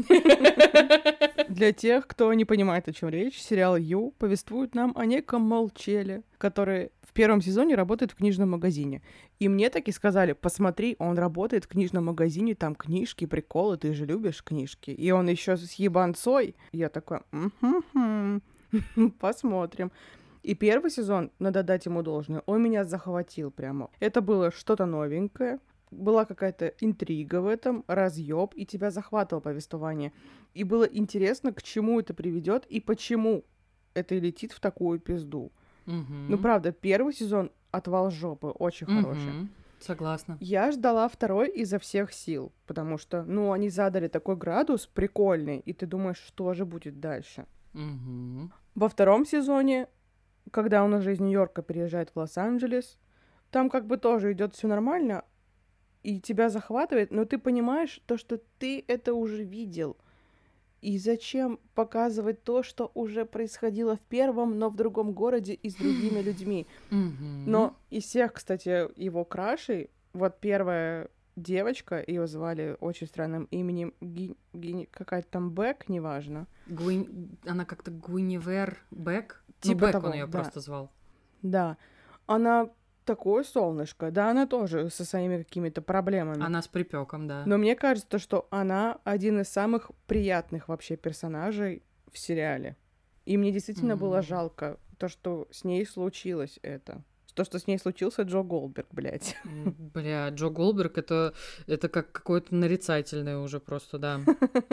S1: Для тех, кто не понимает, о чем речь, сериал «Ю» повествует нам о неком молчеле, который в первом сезоне работает в книжном магазине. И мне так и сказали: посмотри, он работает в книжном магазине, там книжки, приколы, ты же любишь книжки. И он еще с ебанцой. Я такой: «Мгм, посмотрим». И первый сезон, надо дать ему должное, он меня захватил прямо. Это было что-то новенькое, была какая-то интрига в этом, разъеб, и тебя захватывало повествование. И было интересно, к чему это приведет и почему это летит в такую пизду.
S2: Мгм.
S1: Ну, правда, первый сезон отвал жопы, очень
S2: Мгм.
S1: хороший.
S2: Согласна.
S1: Я ждала второй изо всех сил, потому что, ну, они задали такой градус прикольный, и ты думаешь, что же будет дальше.
S2: Мгм.
S1: Во втором сезоне, когда он уже из Нью-Йорка переезжает в Лос-Анджелес, там как бы тоже идет все нормально, и тебя захватывает, но ты понимаешь то, что ты это уже видел. И зачем показывать то, что уже происходило в первом, но в другом городе и с другими людьми?
S2: Мгм.
S1: Но из всех, кстати, его крашей, вот первая девочка, ее звали очень странным именем, Ги- Ги- какая-то там Бек, неважно.
S2: Гуин- Она как-то Гуиневер Бек?
S1: Типа
S2: ну, Бек
S1: того,
S2: он ее
S1: да.
S2: просто звал.
S1: Да, она такое солнышко, да, она тоже со своими какими-то проблемами.
S2: Она с припеком, да.
S1: Но мне кажется, что она один из самых приятных вообще персонажей в сериале. И мне действительно было
S2: М.
S1: жалко то, что с ней случилось это. То, что с ней случился Джо Голдберг, блядь.
S2: М, Бля, Джо Голдберг это, это как какое-то нарицательное уже просто, да.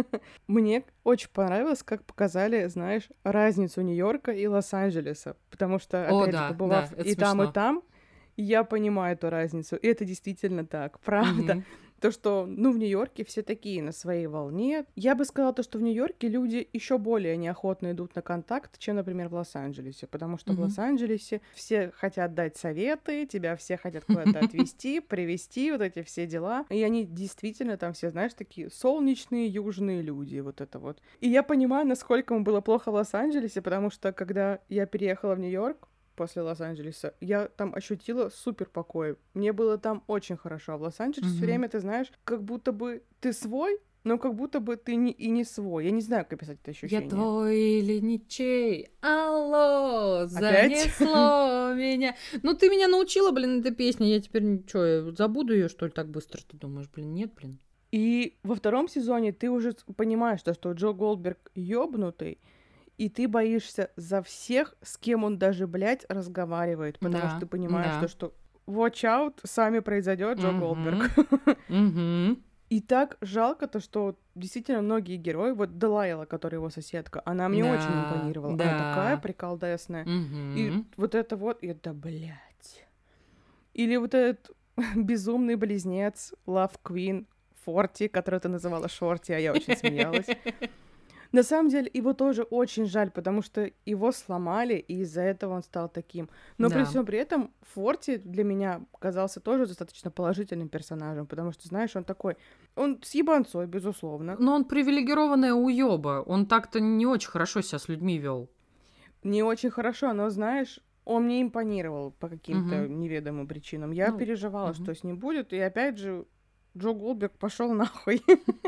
S1: Мне очень понравилось, как показали, знаешь, разницу Нью-Йорка и Лос-Анджелеса. Потому что,
S2: О,
S1: опять же,
S2: да,
S1: побывав
S2: да, это
S1: и там, и
S2: смешно.
S1: там, я понимаю эту разницу. И это действительно так, правда.
S2: Мгм.
S1: То, что, ну, в Нью-Йорке все такие на своей волне. Я бы сказала то, что в Нью-Йорке люди еще более неохотно идут на контакт, чем, например, в Лос-Анджелесе. Потому что в
S2: Мгм.
S1: Лос-Анджелесе все хотят дать советы, тебя все хотят куда-то отвезти, привезти, вот эти все дела. И они действительно там все, знаешь, такие солнечные южные люди, вот это вот. И я понимаю, насколько ему было плохо в Лос-Анджелесе, потому что, когда я переехала в Нью-Йорк, после Лос-Анджелеса, я там ощутила супер покой. Мне было там очень хорошо. А в Лос-Анджелесе все
S2: Мгм.
S1: время, ты знаешь, как будто бы ты свой, но как будто бы ты не, и не свой. Я не знаю, как описать это ощущение.
S2: Я твой или ничей, алло,
S1: Опять?
S2: занесло меня. Ну, ты меня научила, блин, этой песне, я теперь ничего, я забуду ее, что ли, так быстро, ты думаешь, блин, нет, блин.
S1: И во втором сезоне ты уже с- понимаешь, то, что Джо Голдберг ёбнутый, и ты боишься за всех, с кем он даже, блядь, разговаривает. Потому
S2: Да,
S1: что ты понимаешь,
S2: да.
S1: то, что watch out, сами произойдет Джо
S2: Мгм.
S1: Голдберг.
S2: Мгм.
S1: И так жалко то, что действительно многие герои, вот Делайла, которая его соседка, она мне очень
S2: Да,
S1: импонировала. Она
S2: да.
S1: такая приколдесная. И
S2: Мгм.
S1: вот это вот, и это, блядь. Или вот этот безумный близнец Love Queen Форти, который ты называла Шорти, а я очень смеялась. На самом деле, его тоже очень жаль, потому что его сломали, и из-за этого он стал таким. Но при
S2: Да.
S1: всем при этом Форти для меня казался тоже достаточно положительным персонажем, потому что, знаешь, он такой... Он с ебанцой, безусловно.
S2: Но он привилегированная уёба, он так-то не очень хорошо себя с людьми вел.
S1: Не очень хорошо, но, знаешь, он мне импонировал по каким-то
S2: Мгм.
S1: неведомым причинам. Я
S2: Ну,
S1: переживала,
S2: мгм.
S1: что с ним будет, и опять же, Джо Голдберг пошел нахуй.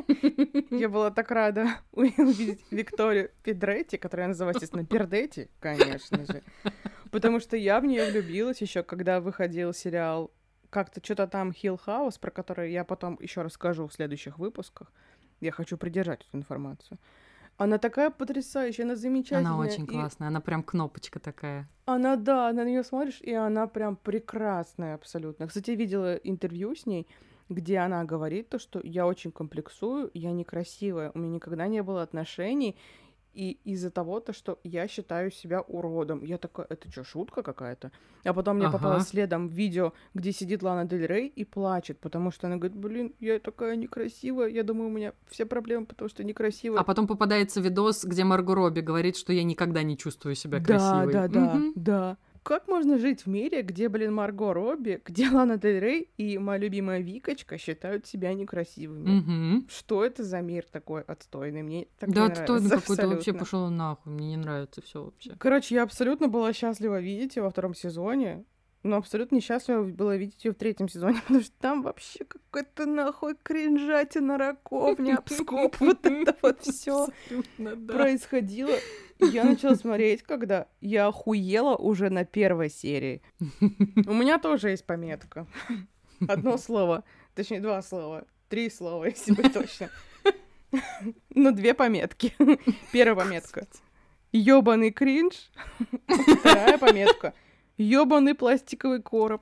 S1: Я была так рада увидеть Викторию Педретти, которая называется, естественно, Пердетти, конечно же. Потому что я в нее влюбилась еще, когда выходил сериал как-то что-то там Hill House, про который я потом еще расскажу в следующих выпусках. Я хочу придержать эту информацию. Она такая потрясающая, она замечательная.
S2: Она очень
S1: и
S2: классная, она прям кнопочка такая.
S1: Она, да, на нее смотришь, и она прям прекрасная абсолютно. Кстати, я видела интервью с ней, где она говорит то, что я очень комплексую, я некрасивая, у меня никогда не было отношений, и из-за того, то, что я считаю себя уродом. Я такая, это что, шутка какая-то? А потом мне
S2: Ага.
S1: попалось следом видео, где сидит Лана Дель Рей и плачет, потому что она говорит, блин, я такая некрасивая, я думаю, у меня все проблемы, потому что некрасивая.
S2: А потом попадается видос, где Марго Робби говорит, что я никогда не чувствую себя
S1: Да,
S2: красивой.
S1: да, да,
S2: Мгм.
S1: да. Как можно жить в мире, где, блин, Марго Робби, где Лана Дель Рей и моя любимая Викочка считают себя некрасивыми?
S2: Мгм.
S1: Что это за мир такой отстойный? Мне так
S2: Да,
S1: не
S2: ты
S1: нравится
S2: какой-то вообще
S1: абсолютно.
S2: пошел нахуй, мне не нравится все вообще.
S1: Короче, я абсолютно была счастлива видеть ее во втором сезоне, но абсолютно несчастлива была видеть ее в третьем сезоне, потому что там вообще какой-то нахуй кринжатина, раковня, обскоп, вот это вот все
S2: Абсолютно, да.
S1: происходило. И я начала смотреть, когда я охуела уже на первой серии. У меня тоже есть пометка. Одно слово, точнее, два слова, три слова, если быть точно. Ну, две пометки. Первая пометка. Ёбаный кринж. Вторая пометка. Ёбаный пластиковый короб.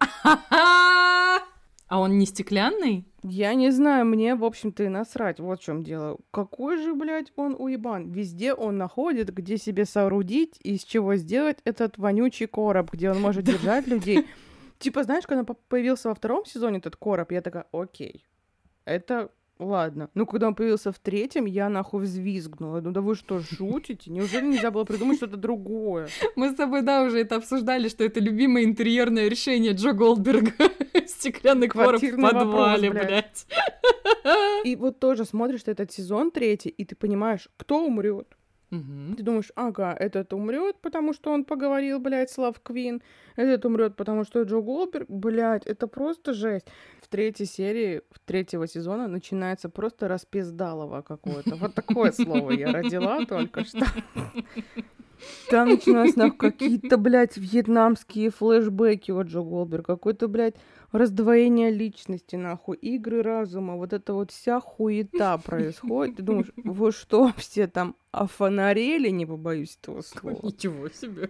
S2: А он не стеклянный?
S1: Я не знаю, мне, в общем-то, и насрать. Вот в чем дело. Какой же, блядь, он уебан. Везде он находит, где себе соорудить и из чего сделать этот вонючий короб, где он может держать людей. Типа, знаешь, когда по- появился во втором сезоне этот короб, я такая, окей, это ладно. Ну, когда он появился в третьем, я нахуй взвизгнула. Ну, да вы что, шутите? Неужели нельзя было придумать что-то другое?
S2: Мы с тобой, да, уже это обсуждали, что это любимое интерьерное решение Джо Голдберга. Стеклянный короб в
S1: Квартирный вопрос,
S2: подвале,
S1: блядь.
S2: блядь.
S1: И вот тоже смотришь ты этот сезон третий, и ты понимаешь, кто умрет.
S2: Мгм.
S1: Ты думаешь, ага, этот умрет, потому что он поговорил, блядь, с Лав Квин. Этот умрет, потому что Джо Голдберг, блядь, это просто жесть. В третьей серии в третьего сезона начинается просто распиздалово какое-то. Вот такое слово я родила только что. Там начинаются нахуй какие-то, блядь, вьетнамские флешбеки от Джо Голдберга, какое-то, блядь, раздвоение личности, нахуй, игры разума, вот эта вот вся хуета происходит. Ты думаешь, вы что, все там офонарели, не побоюсь этого слова?
S2: Ничего себе.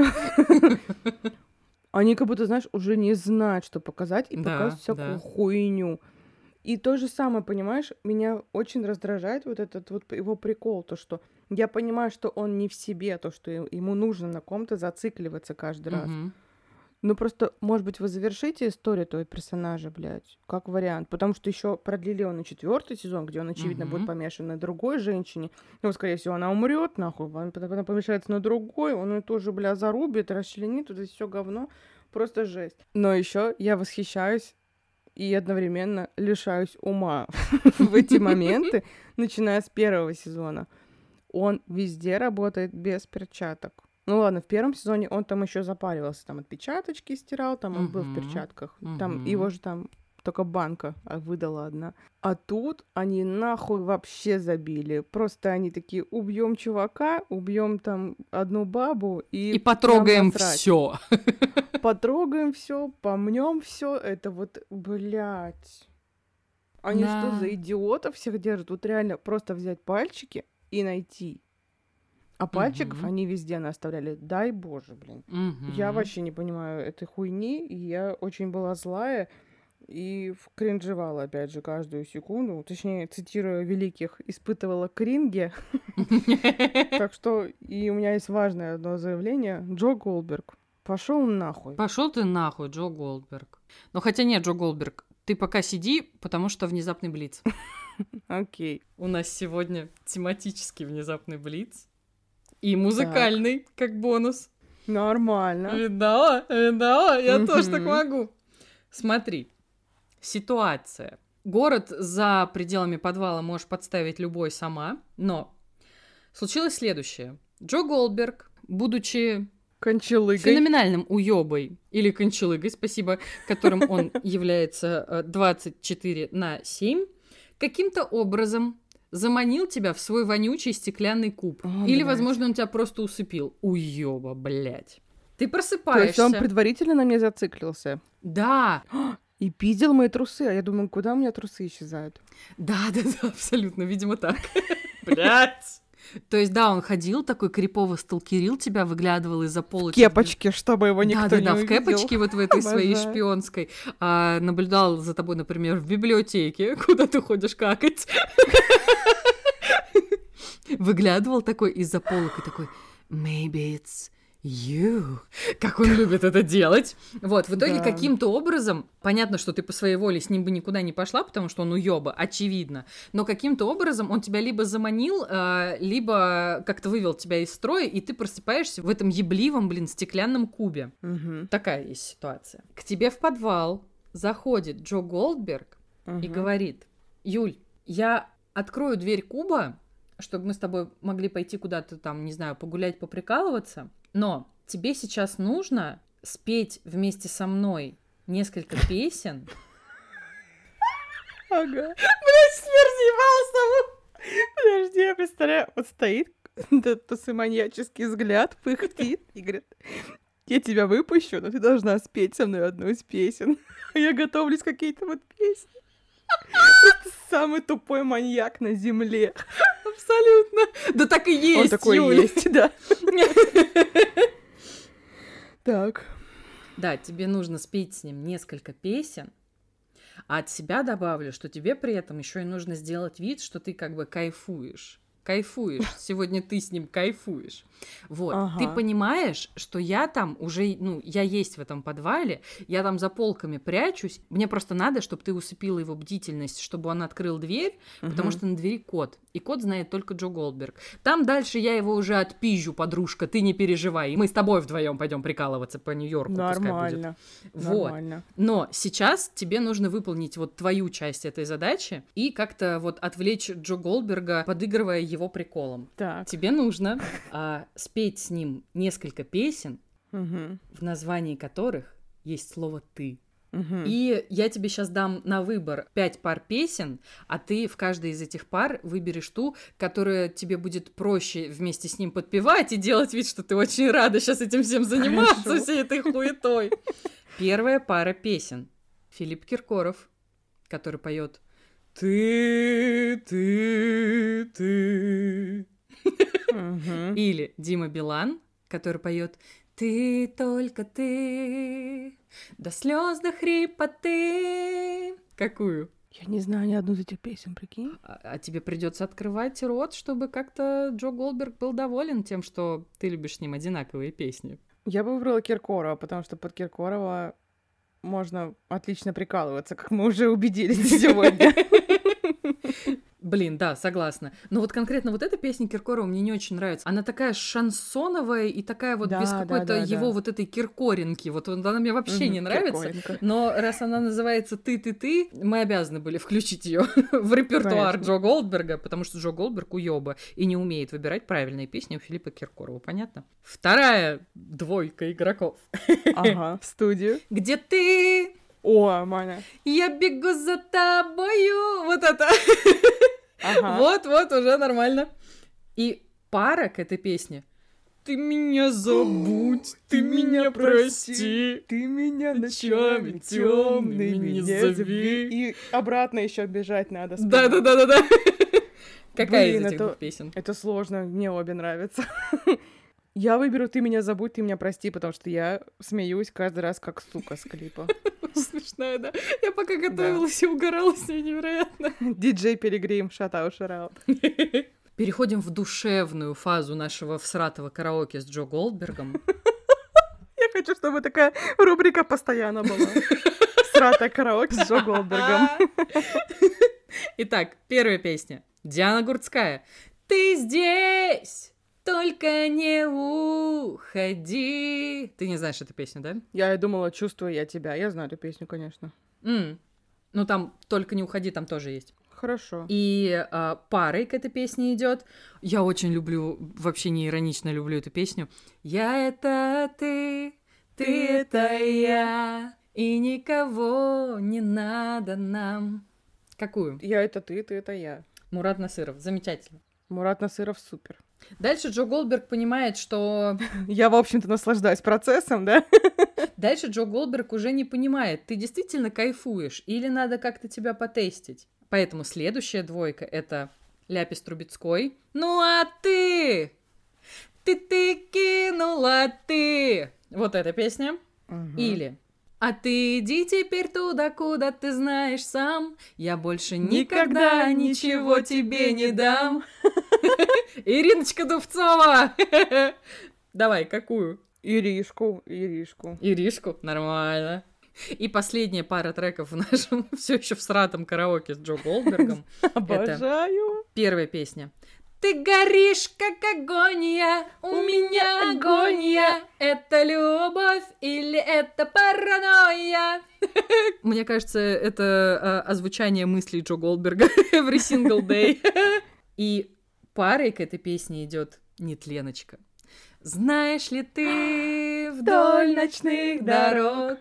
S1: Они как будто, знаешь, уже не знают, что показать, и
S2: Да,
S1: показывают всякую
S2: да.
S1: хуйню. И то же самое, понимаешь, меня очень раздражает вот этот вот его прикол, то, что я понимаю, что он не в себе, то, что е- ему нужно на ком-то зацикливаться каждый раз.
S2: Мгм.
S1: Ну, просто, может быть, вы завершите историю этого персонажа, блядь, как вариант. Потому что еще продлили он на четвертый сезон, где он, очевидно, будет
S2: Мгм.
S1: помешан на другой женщине. Ну, скорее всего, она умрет, нахуй. Он потом потом помешается на другой, он ее тоже, бля, зарубит, расчленит, вот это все говно. Просто жесть. Но еще я восхищаюсь и одновременно лишаюсь ума в эти моменты, начиная с первого сезона. Он везде работает без перчаток. Ну ладно, в первом сезоне он там еще запаривался, там отпечаточки стирал, там он был в
S2: Мгм.
S1: перчатках. Там
S2: Мгм.
S1: его же там только банка а, выдала одна. А тут они нахуй вообще забили. Просто они такие, убьем чувака, убьем там одну бабу и,
S2: И потрогаем
S1: прям насрать.
S2: все.
S1: Потрогаем все, помнем все. Это вот, блядь. Они что
S2: Да.
S1: за идиотов всех держат? Вот реально просто взять пальчики и найти. А пальчиков
S2: Мгм.
S1: они везде наставляли. Дай боже, блин. Я вообще не понимаю этой хуйни. И я очень была злая и кринжевала, опять же, каждую секунду. Точнее, цитируя великих, испытывала кринги. Так что и у меня есть важное одно заявление. Джо Голдберг, пошел нахуй.
S2: Пошел ты нахуй, Джо Голдберг. Ну хотя нет, Джо Голдберг, ты пока сиди, потому что внезапный блиц.
S1: Окей.
S2: У нас сегодня тематический внезапный блиц. И музыкальный, как бонус.
S1: Нормально.
S2: Видала? Видала? Я тоже так
S1: Мгм.
S2: могу. Смотри. Ситуация. Город за пределами подвала можешь подставить любой сама, но случилось следующее. Джо Голдберг, будучи
S1: Кончалыгой.
S2: феноменальным уёбой или кончалыгой, спасибо, которым он является э, двадцать четыре на семь, каким-то образом заманил тебя в свой вонючий стеклянный куб.
S1: О,
S2: Или,
S1: блядь.
S2: возможно, он тебя просто усыпил. Уёба, блядь. Ты
S1: То есть
S2: просыпаешься.
S1: он предварительно на мне зациклился.
S2: Да,
S1: И пиздил мои трусы. А я думаю, куда у меня трусы исчезают?
S2: да, да, да, абсолютно, видимо, так. Блядь. То есть, да, он ходил такой крипово сталкерил тебя, выглядывал из-за полочек.
S1: В кепочке, чтобы его никто
S2: да,
S1: не
S2: да,
S1: увидел.
S2: Да, в кепочке вот в этой своей шпионской. А, наблюдал за тобой, например, в библиотеке, куда ты ходишь какать. Выглядывал такой из-за полок и такой «Maybe it's you». Как он любит это делать. Вот, в итоге
S1: Да.
S2: каким-то образом, понятно, что ты по своей воле с ним бы никуда не пошла, потому что он уёба, очевидно, но каким-то образом он тебя либо заманил, а, либо как-то вывел тебя из строя, и ты просыпаешься в этом ебливом, блин, стеклянном кубе.
S1: Угу.
S2: Такая есть ситуация. К тебе в подвал заходит Джо Голдберг
S1: Угу.
S2: и говорит: «Юль, я открою дверь куба, чтобы мы с тобой могли пойти куда-то там, не знаю, погулять, поприкалываться, но тебе сейчас нужно спеть вместе со мной несколько песен».
S1: Ага. Блядь, смерть Подожди, я представляю, вот стоит этот тусоманьяческий взгляд, пыхтит и говорит: я тебя выпущу, но ты должна спеть со мной одну из песен. А я готовлюсь какие-то вот песни. Просто самый тупой маньяк на земле.
S2: Абсолютно. Да так и есть,
S1: Он такой
S2: Юль.
S1: есть, да. Так.
S2: Да, тебе нужно спеть с ним несколько песен, а от себя добавлю, что тебе при этом еще и нужно сделать вид, что ты как бы кайфуешь. Кайфуешь. Сегодня ты с ним кайфуешь. Вот.
S1: Ага.
S2: Ты понимаешь, что я там уже, ну, я есть в этом подвале, я там за полками прячусь. Мне просто надо, чтобы ты усыпила его бдительность, чтобы он открыл дверь,
S1: Мгм.
S2: потому что на двери код. И код знает только Джо Голдберг. Там дальше я его уже отпизжу, подружка, ты не переживай. Мы с тобой вдвоем пойдем прикалываться по Нью-Йорку. пускай будет.
S1: Нормально.
S2: Вот.
S1: Нормально.
S2: Но сейчас тебе нужно выполнить вот твою часть этой задачи и как-то вот отвлечь Джо Голдберга, подыгрывая его приколом.
S1: Так.
S2: Тебе нужно а, спеть с ним несколько песен,
S1: Угу.
S2: в названии которых есть слово «ты».
S1: Угу.
S2: И я тебе сейчас дам на выбор пять пар песен, а ты в каждой из этих пар выберешь ту, которая тебе будет проще вместе с ним подпевать и делать вид, что ты очень рада сейчас этим всем заниматься,
S1: Хорошо.
S2: всей этой хуетой. Первая пара песен. Филипп Киркоров, который поет «Ты, ты, ты».
S1: Угу.
S2: Или Дима Билан, который поет «Ты только ты, до слез, до хрипоты». Какую?
S1: Я не знаю ни одну из этих песен, прикинь.
S2: А, а тебе придется открывать рот, чтобы как-то Джо Голдберг был доволен тем, что ты любишь с ним одинаковые песни.
S1: Я бы выбрала Киркорова, потому что под Киркорова можно отлично прикалываться, как мы уже убедились сегодня.
S2: Блин, да, согласна. Но вот конкретно вот эта песня Киркорова мне не очень нравится. Она такая шансоновая и такая вот
S1: Да,
S2: без
S1: да,
S2: какой-то
S1: да,
S2: его
S1: да.
S2: вот этой киркоринки. Вот она мне вообще
S1: Мгм,
S2: не нравится.
S1: Киркоренко.
S2: Но раз она называется «Ты-ты-ты», мы обязаны были включить ее в репертуар
S1: Конечно.
S2: Джо Голдберга, потому что Джо Голдберг уёба и не умеет выбирать правильные песни у Филиппа Киркорова, понятно? Вторая двойка игроков.
S1: Ага, в студию.
S2: Где ты?
S1: О, Маня.
S2: Я бегу за тобою. Вот это.
S1: Ага.
S2: Вот-вот, уже нормально. И пара к этой песне. Ты меня забудь, ты меня прости.
S1: Ты меня
S2: ночами
S1: ночами
S2: тёмными
S1: темными
S2: не
S1: не
S2: зови.
S1: зови. И обратно еще бежать надо. спать.
S2: Да-да-да-да-да. Какая
S1: Блин,
S2: из этих
S1: это-
S2: двух песен?
S1: Это сложно, мне обе нравятся. Я выберу «Ты меня забудь, ты меня прости», потому что я смеюсь каждый раз как сука с клипа.
S2: Смешная, да? Я пока готовилась и угорала с ней невероятно.
S1: Диджей Пилигрим, shout out, shout out.
S2: Переходим в душевную фазу нашего всратого караоке с Джо Голдбергом.
S1: Я хочу, чтобы такая рубрика постоянно была. Сратая караоке с Джо Голдбергом.
S2: Итак, первая песня. Диана Гурцкая. Ты здесь, только не уходи. Ты не знаешь эту песню, да?
S1: Я и думала, чувствую я тебя. Я знаю эту песню, конечно.
S2: М. Ну там «Только не уходи» там тоже есть.
S1: Хорошо.
S2: И а, парой к этой песне идет. Я очень люблю, вообще не иронично люблю эту песню. Я это ты, ты это я, и никого не надо нам. Какую?
S1: Я это ты, ты это я.
S2: Мурат Насыров. Замечательно.
S1: Мурат Насыров супер.
S2: Дальше Джо Голдберг понимает, что...
S1: Я, в общем-то, наслаждаюсь процессом, да?
S2: Дальше Джо Голдберг уже не понимает, ты действительно кайфуешь или надо как-то тебя потестить. Поэтому следующая двойка — это Ляпис Трубецкой. Ну а ты? Ты-ты кинула ты. Вот эта песня.
S1: Мгм.
S2: Или а ты иди теперь туда, куда ты знаешь сам. Я больше никогда
S1: Никогда
S2: ничего тебе не дам. Ириночка Дубцова. Давай, какую?
S1: Иришку, Иришку.
S2: Иришку. Нормально. И последняя пара треков в нашем все еще всратом караоке с Джо Голдбергом.
S1: Обожаю.
S2: Первая песня. Ты горишь, как агония, у меня агония. Это любовь или это паранойя? Мне кажется, это э, озвучание мыслей Джо Голдберга every single day. И парой к этой песне идет Нетленочка. Знаешь ли ты вдоль ночных дорог?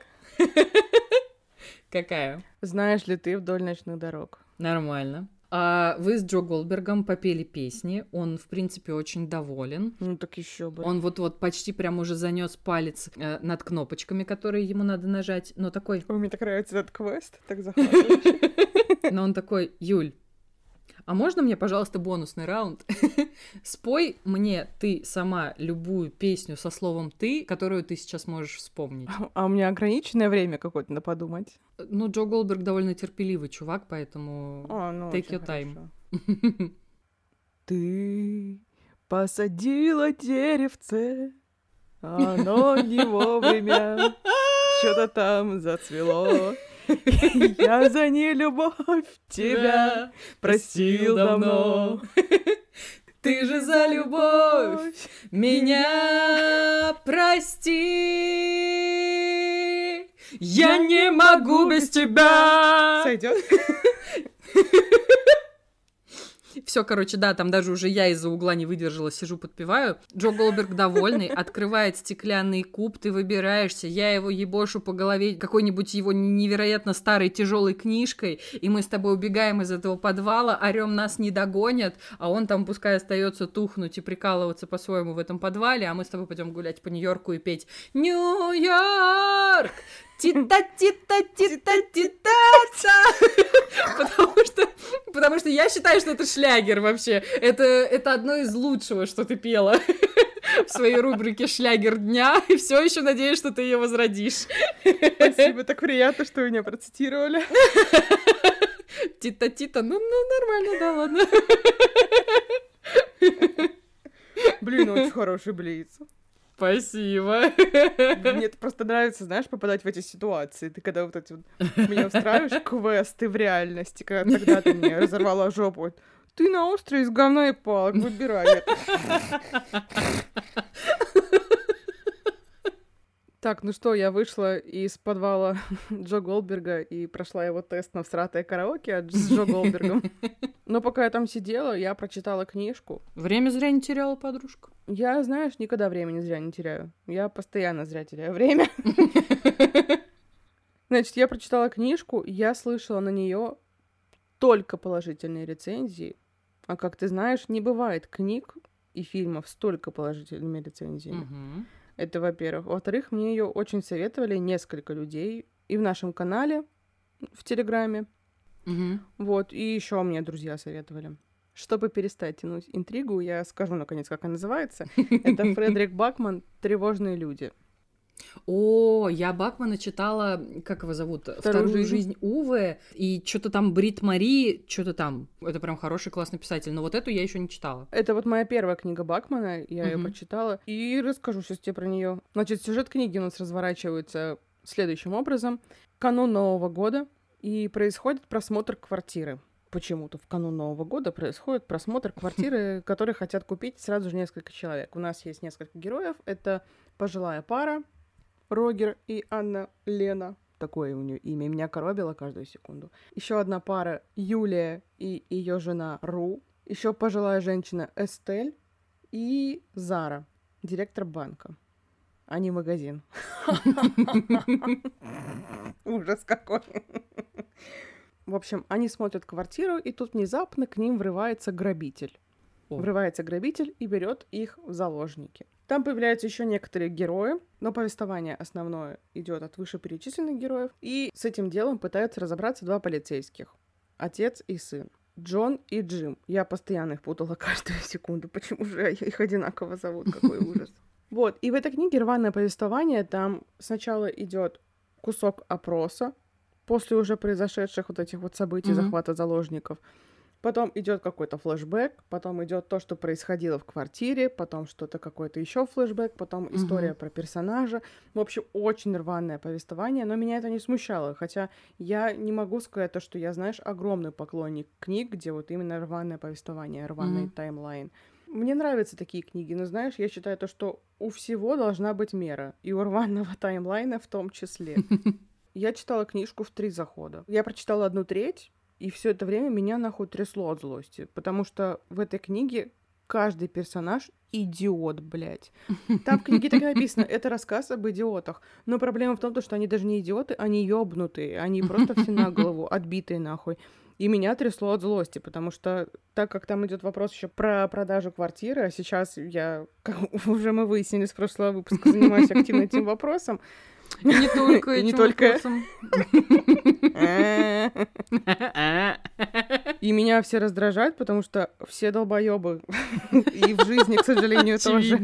S2: Какая?
S1: Знаешь ли ты вдоль ночных дорог?
S2: Нормально. А вы с Джо Голдбергом попели песни. Он, в принципе, очень доволен.
S1: Ну так еще бы.
S2: Он вот-вот почти прям уже занес палец э, над кнопочками, которые ему надо нажать. Но такой...
S1: Ой, мне так нравится этот квест, так захватывающе.
S2: Но он такой: Юль, а можно мне, пожалуйста, бонусный раунд? Спой мне ты сама любую песню со словом «ты», которую ты сейчас можешь вспомнить.
S1: А у меня ограниченное время какое-то на подумать.
S2: Ну, Джо Голдберг довольно терпеливый чувак, поэтому
S1: А, ну,
S2: take
S1: очень
S2: your time.
S1: хорошо. Ты посадила деревце, оно не вовремя что-то там зацвело. Я за нелюбовь тебя простил давно.
S2: Ты же за любовь меня прости. Я не могу без тебя.
S1: Сойдет?
S2: Все, короче, да, там даже уже я из-за угла не выдержала, сижу, подпеваю. Джо Голдберг довольный, открывает стеклянный куб, ты выбираешься, я его ебошу по голове какой-нибудь его невероятно старой тяжелой книжкой, и мы с тобой убегаем из этого подвала, орем, нас не догонят, а он там пускай остается тухнуть и прикалываться по-своему в этом подвале, а мы с тобой пойдем гулять по Нью-Йорку и петь «Нью-Йорк! Тита-тита-тита-тита-та!» Потому что, потому что я считаю, что это шлягер вообще. Это, это одно из лучшего, что ты пела в своей рубрике «Шлягер дня», и все еще надеюсь, что ты ее возродишь.
S1: Спасибо, так приятно, что вы меня процитировали.
S2: Тита-тита, ну, ну нормально, да, ладно.
S1: Блин, очень хороший блиц.
S2: Спасибо.
S1: Мне это просто нравится, знаешь, попадать в эти ситуации. Ты когда вот эти вот меня устраиваешь квесты в реальности, когда тогда ты мне разорвала жопу. Ты на острове из говна и палок, выбирай. Так, ну что, я вышла из подвала Джо Голдберга и прошла его тест на всратое караоке с Джо Голдбергом. Но пока я там сидела, я прочитала книжку.
S2: Время зря не теряла, подружка.
S1: Я, знаешь, никогда времени зря не теряю. Я постоянно зря теряю время. Значит, я прочитала книжку, я слышала на нее только положительные рецензии. А как ты знаешь, не бывает книг и фильмов с только положительными рецензиями.
S2: Угу.
S1: Это, во-первых. Во-вторых, мне ее очень советовали несколько людей и в нашем канале в Телеграме.
S2: Угу.
S1: Вот, и еще мне друзья советовали. Чтобы перестать тянуть интригу, я скажу, наконец, как она называется. Это Фредерик Бакман «Тревожные люди».
S2: О, я Бакмана читала, как его зовут?
S1: Вторую,
S2: Вторую
S1: жизнь.
S2: жизнь Уве, и что-то там Брит Мари, что-то там. Это прям хороший, классный писатель, но вот эту я еще не читала.
S1: Это вот моя первая книга Бакмана, я ее
S2: Мгм.
S1: прочитала, и расскажу сейчас тебе про нее. Значит, сюжет книги у нас разворачивается следующим образом. Канун Нового года, и происходит просмотр квартиры. Почему-то в канун Нового года происходит просмотр квартиры, которые хотят купить сразу же несколько человек. У нас есть несколько героев. Это пожилая пара, Рогер и Анна Лена. Такое у нее имя. Меня коробило каждую секунду. Еще одна пара Юлия и ее жена Ру. Еще пожилая женщина Эстель и Зара, директор банка. А не магазин. Ужас какой. В общем, они смотрят квартиру, и тут внезапно к ним врывается грабитель.
S2: О.
S1: Врывается грабитель и берет их в заложники. Там появляются еще некоторые герои, но повествование основное идет от вышеперечисленных героев. И с этим делом пытаются разобраться два полицейских. Отец и сын. Джон и Джим. Я постоянно их путала каждую секунду. Почему же их одинаково зовут? Какой ужас. Вот. И в этой книге «Рваное повествование» там сначала идет кусок опроса после уже произошедших вот этих вот событий, mm-hmm. захвата заложников. Потом идет какой-то флешбэк, потом идет то, что происходило в квартире, потом что-то какой-то еще флешбэк, потом история mm-hmm. про персонажа. В общем, очень рваное повествование, но меня это не смущало, хотя я не могу сказать то, что я, знаешь, огромный поклонник книг, где вот именно рваное повествование, рваный mm-hmm. таймлайн. Мне нравятся такие книги, но, знаешь, я считаю то, что у всего должна быть мера, и у рваного таймлайна в том числе. Я читала книжку в три захода. Я прочитала одну треть, и все это время меня нахуй трясло от злости, потому что в этой книге каждый персонаж идиот, блядь. Там в книге так и написано, это рассказ об идиотах. Но проблема в том, что они даже не идиоты, они ёбнутые, они просто все на голову, отбитые нахуй. И меня трясло от злости, потому что так как там идет вопрос еще про продажу квартиры, а сейчас я, как уже мы выяснили с прошлого выпуска, занимаюсь активно этим вопросом.
S2: И не только этим
S1: не только...
S2: вопросом.
S1: И меня все раздражают, потому что все долбоёбы. И в жизни, к сожалению, тоже.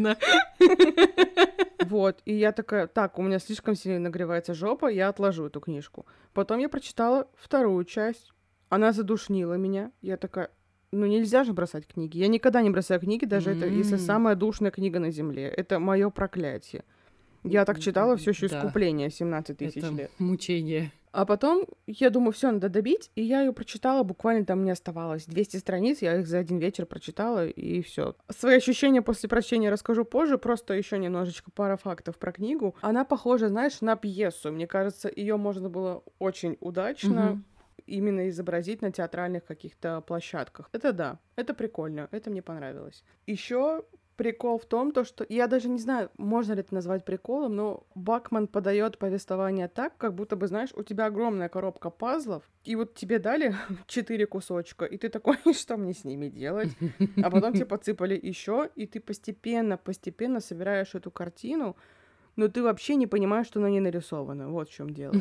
S1: Вот. И я такая, так, у меня слишком сильно нагревается жопа, я отложу эту книжку. Потом я прочитала вторую часть. Она задушнила меня. Я такая, ну нельзя же бросать книги. Я никогда не бросаю книги, даже это если самая душная книга на земле. Это мое проклятие. Я так читала все еще искупление семнадцать тысяч лет.
S2: Мучение.
S1: А потом я думаю, все надо добить, и я ее прочитала, буквально там мне оставалось двести страниц, я их за один вечер прочитала, и все. Свои ощущения после прочтения расскажу позже, просто еще немножечко пара фактов про книгу. Она похожа, знаешь, на пьесу. Мне кажется, ее можно было очень удачно угу. именно изобразить на театральных каких-то площадках. Это да, это прикольно, это мне понравилось. Еще прикол в том, то, что я даже не знаю, можно ли это назвать приколом, но Бакман подает повествование так, как будто бы, знаешь, у тебя огромная коробка пазлов, и вот тебе дали четыре кусочка, и ты такой, что мне с ними делать? А потом тебе подсыпали еще, и ты постепенно, постепенно собираешь эту картину, но ты вообще не понимаешь, что на ней нарисовано. Вот в чем дело.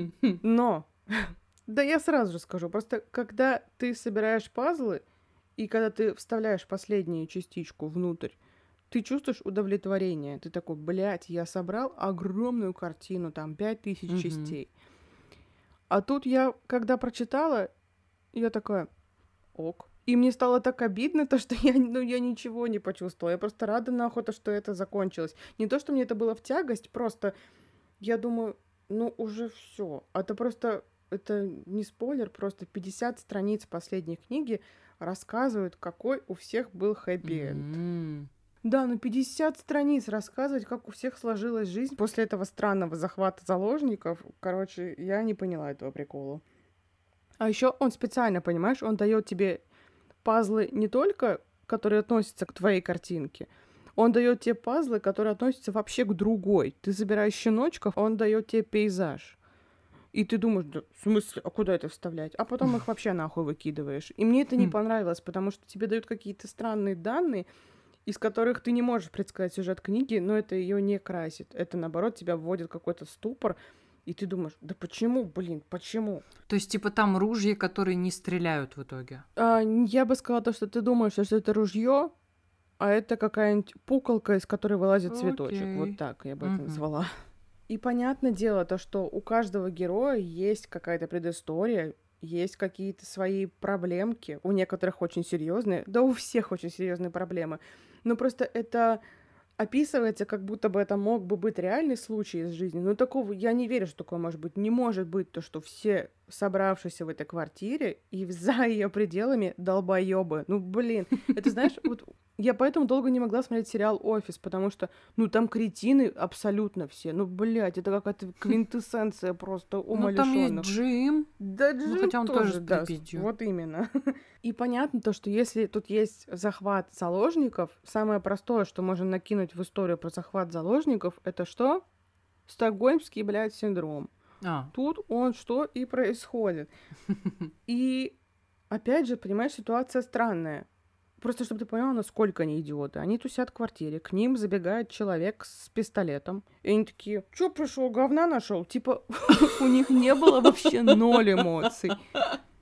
S1: Но, да я сразу же скажу, просто когда ты собираешь пазлы, и когда ты вставляешь последнюю частичку внутрь, ты чувствуешь удовлетворение. Ты такой, блядь, я собрал огромную картину, там, пять тысяч mm-hmm. частей. А тут я, когда прочитала, я такая, ок. И мне стало так обидно, то, что я, ну, я ничего не почувствовала. Я просто рада нахуй, то, что это закончилось. Не то, что мне это было в тягость, просто я думаю, ну, уже все. Это просто, это не спойлер, просто пятьдесят страниц последней книги рассказывают, какой у всех был хэппи-энд. Mm-hmm. Да, ну пятьдесят страниц рассказывать, как у всех сложилась жизнь после этого странного захвата заложников. Короче, я не поняла этого прикола. А еще он специально, понимаешь, он дает тебе пазлы не только, которые относятся к твоей картинке, он дает тебе пазлы, которые относятся вообще к другой. Ты забираешь щеночков, он дает тебе пейзаж. И ты думаешь, да, в смысле, а куда это вставлять? А потом их вообще нахуй выкидываешь. И мне это не понравилось, потому что тебе дают какие-то странные данные, из которых ты не можешь предсказать сюжет книги, но это ее не красит. Это, наоборот, тебя вводит в какой-то ступор, и ты думаешь, да почему, блин, почему?
S2: То есть, типа, там ружья, которые не стреляют в итоге?
S1: А, я бы сказала то, что ты думаешь, что это ружье, а это какая-нибудь пуколка, из которой вылазит okay. цветочек. Вот так я бы uh-huh. это назвала. И понятное дело, то, что у каждого героя есть какая-то предыстория, есть какие-то свои проблемки. У некоторых очень серьезные, да у всех очень серьезные проблемы. Но просто это описывается, как будто бы это мог бы быть реальный случай из жизни. Но такого я не верю, что такое может быть. Не может быть то, что все собравшиеся в этой квартире и за ее пределами долбоебы. Ну, блин, это знаешь, вот я поэтому долго не могла смотреть сериал «Офис», потому что, ну, там кретины абсолютно все. Ну, блядь, это какая-то квинтэссенция просто умалишённых.
S2: Ну, там есть Джим.
S1: Да, Джим
S2: ну, хотя он
S1: тоже,
S2: тоже
S1: да,
S2: припиздил.
S1: вот именно. И понятно то, что если тут есть захват заложников, самое простое, что можно накинуть в историю про захват заложников, это что? Стокгольмский, блядь, синдром.
S2: А.
S1: Тут он что и происходит. И, опять же, понимаешь, ситуация странная. Просто чтобы ты поняла, насколько они идиоты. Они тусят в квартире, к ним забегает человек с пистолетом. И они такие, чё пришел, говна нашел? Типа, у них не было вообще ноль эмоций.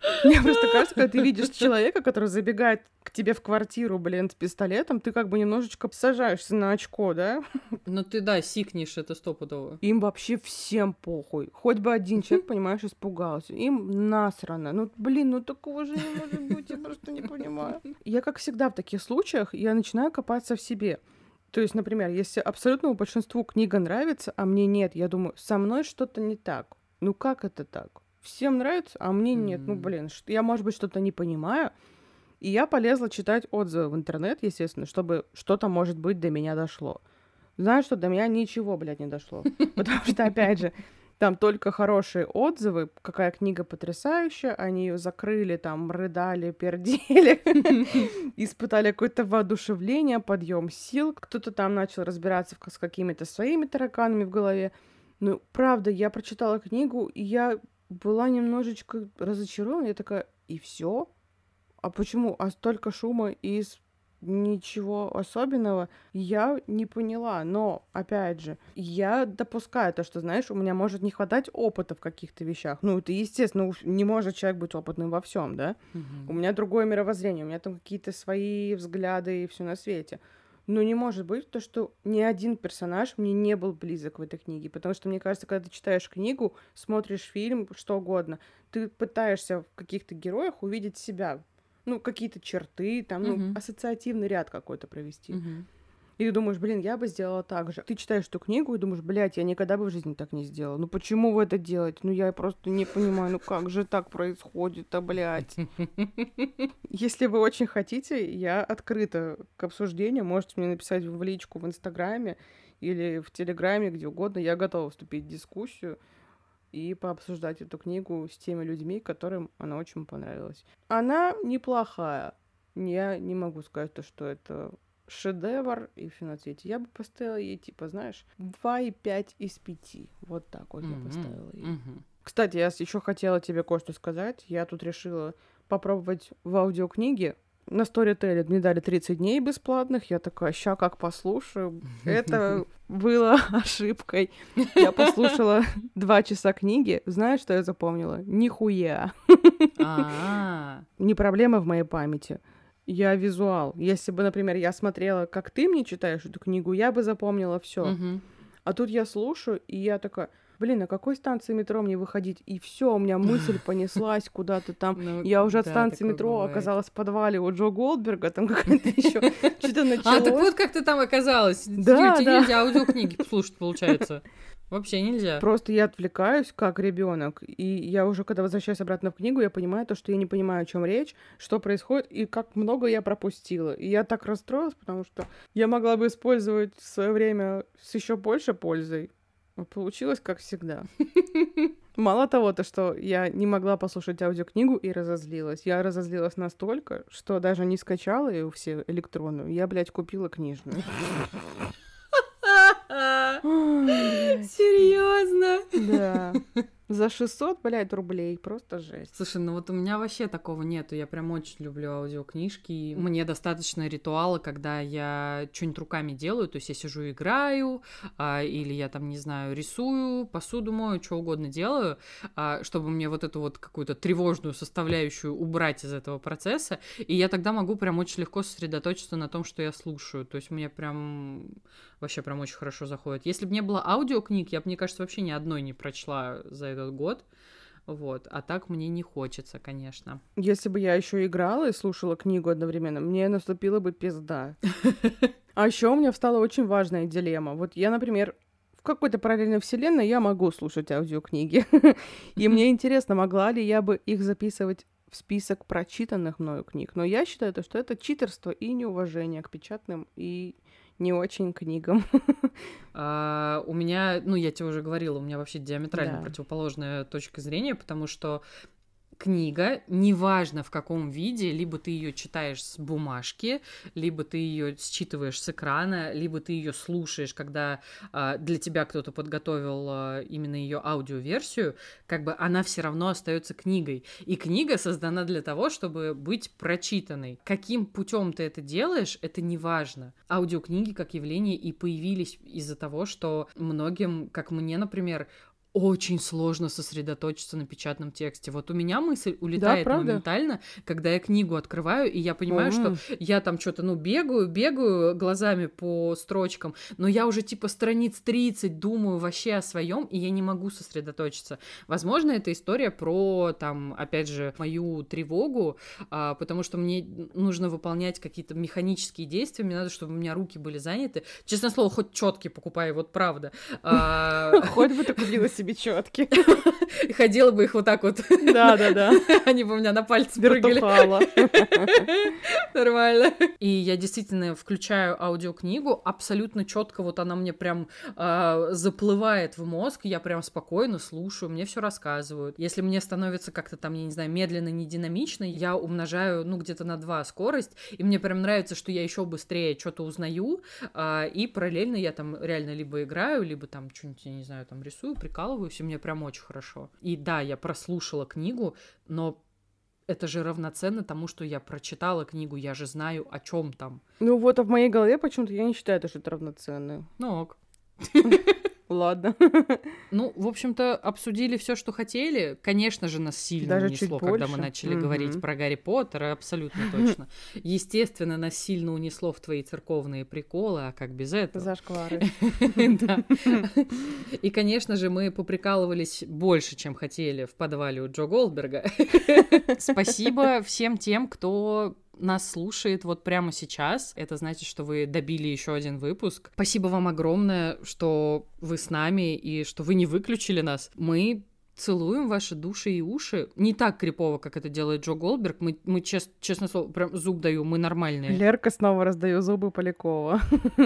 S1: Мне просто кажется, когда ты видишь человека, который забегает к тебе в квартиру, блин, с пистолетом, ты как бы немножечко сажаешься на очко, да?
S2: Ну ты, да, сикнешь, это стопудово.
S1: Им вообще всем похуй. Хоть бы один человек, понимаешь, испугался. Им насрано. Ну, блин, ну такого же не может быть, я просто не понимаю. Я, как всегда в таких случаях, я начинаю копаться в себе. То есть, например, если абсолютному большинству книга нравится, а мне нет, я думаю, со мной что-то не так. Ну как это так? Всем нравится, а мне нет. Ну, блин, ш- я, может быть, что-то не понимаю. И я полезла читать отзывы в интернет, естественно, чтобы что-то, может быть, до меня дошло. Знаешь, что до меня ничего, блядь, не дошло. Потому что, опять же, там только хорошие отзывы, какая книга потрясающая, они ее закрыли, там, рыдали, пердели, испытали какое-то воодушевление, подъем сил, кто-то там начал разбираться в- с какими-то своими тараканами в голове. Ну, правда, я прочитала книгу, и я была немножечко разочарована. Я такая, и все? А почему? А столько шума из ничего особенного? Я не поняла. Но, опять же, я допускаю то, что, знаешь, у меня может не хватать опыта в каких-то вещах. Ну, это естественно, уж не может человек быть опытным во всем, да? У меня другое мировоззрение, у меня там какие-то свои взгляды и все на свете. Но не может быть то, что ни один персонаж мне не был близок в этой книге. Потому что, мне кажется, когда ты читаешь книгу, смотришь фильм, что угодно, ты пытаешься в каких-то героях увидеть себя. Ну, какие-то черты, там, ну,
S2: Мгм.
S1: ассоциативный ряд какой-то провести.
S2: Мгм.
S1: И ты думаешь, блин, я бы сделала так же. Ты читаешь эту книгу и думаешь, блядь, я никогда бы в жизни так не сделала. Ну почему вы это делаете? Ну я просто не понимаю, ну как же так происходит-то, блядь? Если вы очень хотите, я открыта к обсуждению. Можете мне написать в личку в Инстаграме или в Телеграме, где угодно. Я готова вступить в дискуссию и пообсуждать эту книгу с теми людьми, которым она очень понравилась. Она неплохая. Я не могу сказать то, что это шедевр и все на свете. Я бы поставила ей, типа, знаешь, два и пять из пяти. Вот так вот я
S2: Мгм.
S1: поставила ей.
S2: Мгм.
S1: Кстати, я еще хотела тебе кое-что сказать. Я тут решила попробовать в аудиокниге. На Storytel мне дали тридцать дней бесплатных. Я такая, ща как послушаю. Это было ошибкой. Я послушала два часа книги. Знаешь, что я запомнила? Нихуя.
S2: А,
S1: Не проблема в моей памяти. Я визуал. Если бы, например, я смотрела, как ты мне читаешь эту книгу, я бы запомнила все.
S2: мгм.
S1: А тут я слушаю, и я такая, блин, на какой станции метро мне выходить? И все, у меня мысль понеслась куда-то там.
S2: Ну,
S1: Я уже от
S2: да,
S1: станции
S2: такое
S1: метро
S2: бывает.
S1: оказалась в подвале у Джо Голдберга, там какая-то еще что-то началось.
S2: А, так вот как ты там оказалась.
S1: Да,
S2: Тебе
S1: да.
S2: нельзя аудиокниги слушать, получается. Вообще нельзя.
S1: Просто я отвлекаюсь, как ребенок, и я уже, когда возвращаюсь обратно в книгу, я понимаю то, что я не понимаю, о чем речь, что происходит, и как много я пропустила. И я так расстроилась, потому что я могла бы использовать свое время с еще больше пользой. А получилось, как всегда. Мало того, то, что я не могла послушать аудиокнигу и разозлилась. Я разозлилась настолько, что даже не скачала ее все электронную. Я, блядь, купила книжную.
S2: Серьезно?
S1: Да. За шестьсот, блядь, рублей. Просто жесть.
S2: Слушай, ну вот у меня вообще такого нету. Я прям очень люблю аудиокнижки. И мне достаточно ритуала, когда я что-нибудь руками делаю. То есть я сижу играю, а, или я там, не знаю, рисую, посуду мою, что угодно делаю, а, чтобы мне вот эту вот какую-то тревожную составляющую убрать из этого процесса. И я тогда могу прям очень легко сосредоточиться на том, что я слушаю. То есть мне прям вообще прям очень хорошо заходит. Если бы не было аудиокниг, я бы, мне кажется, вообще ни одной не прочла за этот год. Вот. А так мне не хочется, конечно.
S1: Если бы я еще играла и слушала книгу одновременно, мне наступила бы пизда. А еще у меня встала очень важная дилемма. Вот я, например, в какой-то параллельной вселенной я могу слушать аудиокниги. И мне интересно, могла ли я бы их записывать в список прочитанных мною книг. Но я считаю, что это читерство и неуважение к печатным и не очень книгам.
S2: А, у меня, ну, я тебе уже говорила, у меня вообще диаметрально
S1: Да.
S2: противоположная точка зрения, потому что книга, неважно в каком виде, либо ты ее читаешь с бумажки, либо ты ее считываешь с экрана, либо ты ее слушаешь, когда а, для тебя кто-то подготовил а, именно ее аудиоверсию, как бы она все равно остается книгой. И книга создана для того, чтобы быть прочитанной. Каким путем ты это делаешь, это не важно. Аудиокниги как явление и появились из-за того, что многим, как мне, например, очень сложно сосредоточиться на печатном тексте. Вот у меня мысль улетает
S1: Да,
S2: моментально, когда я книгу открываю, и я понимаю, mm-hmm. что я там что-то, ну, бегаю, бегаю глазами по строчкам, но я уже типа страниц тридцать думаю вообще о своем, и я не могу сосредоточиться. Возможно, это история про, там, опять же, мою тревогу, а, потому что мне нужно выполнять какие-то механические действия, мне надо, чтобы у меня руки были заняты. Честное слово, хоть четки покупаю, вот правда.
S1: Хоть бы ты купила себе четки.
S2: Ходила бы их вот так вот.
S1: Да-да-да.
S2: Они бы у меня на пальцы прыгали. Нормально. И я действительно включаю аудиокнигу, абсолютно четко вот она мне прям э, заплывает в мозг, я прям спокойно слушаю, мне все рассказывают. Если мне становится как-то там, я не знаю, медленно, не динамично, я умножаю, ну, где-то на два скорость, и мне прям нравится, что я еще быстрее что-то узнаю, э, и параллельно я там реально либо играю, либо там что-нибудь, я не знаю, там рисую, прикалываюсь, и мне прям очень хорошо. И да, я прослушала книгу, но это же равноценно тому, что я прочитала книгу, я же знаю, о чем там.
S1: Ну вот, а в моей голове почему-то я не считаю, что это равноценно.
S2: Ну ок.
S1: Ладно.
S2: Ну, в общем-то, обсудили все, что хотели. Конечно же, нас сильно
S1: Даже
S2: унесло,
S1: чуть
S2: когда
S1: больше.
S2: мы начали
S1: Мгм.
S2: говорить про Гарри Поттера, абсолютно точно. Естественно, нас сильно унесло в твои церковные приколы, а как без этого?
S1: Зашквары.
S2: Да. И, конечно же, мы поприкалывались больше, чем хотели в подвале у Джо Голдберга. Спасибо всем тем, кто нас слушает вот прямо сейчас. Это значит, что вы добили еще один выпуск. Спасибо вам огромное, что вы с нами и что вы не выключили нас. Мы целуем ваши души и уши. Не так крипово, как это делает Джо Голдберг. Мы, мы чест, честно слово, прям зуб даю, мы нормальные.
S1: Лерка снова раздаю зубы Полякова.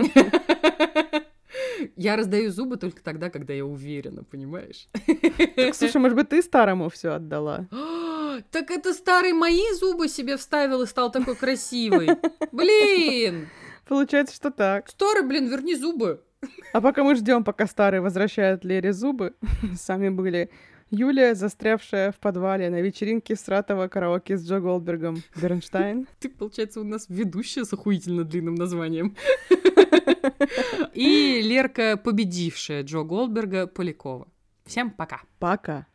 S2: Я раздаю зубы только тогда, когда я уверена, понимаешь?
S1: Так, слушай, может быть, ты старому все отдала?
S2: Так это старый мои зубы себе вставил и стал такой красивый. Блин!
S1: Получается, что так.
S2: Старый, блин, верни зубы.
S1: А пока мы ждем, пока старый возвращает Лере зубы, с вами были Юлия, застрявшая в подвале на вечеринке сратого караоке с Джо Голдбергом. Бернштайн.
S2: Ты, получается, у нас ведущая с охуительно длинным названием. И Лерка, победившая Джо Голдберга, Полякова. Всем пока.
S1: Пока.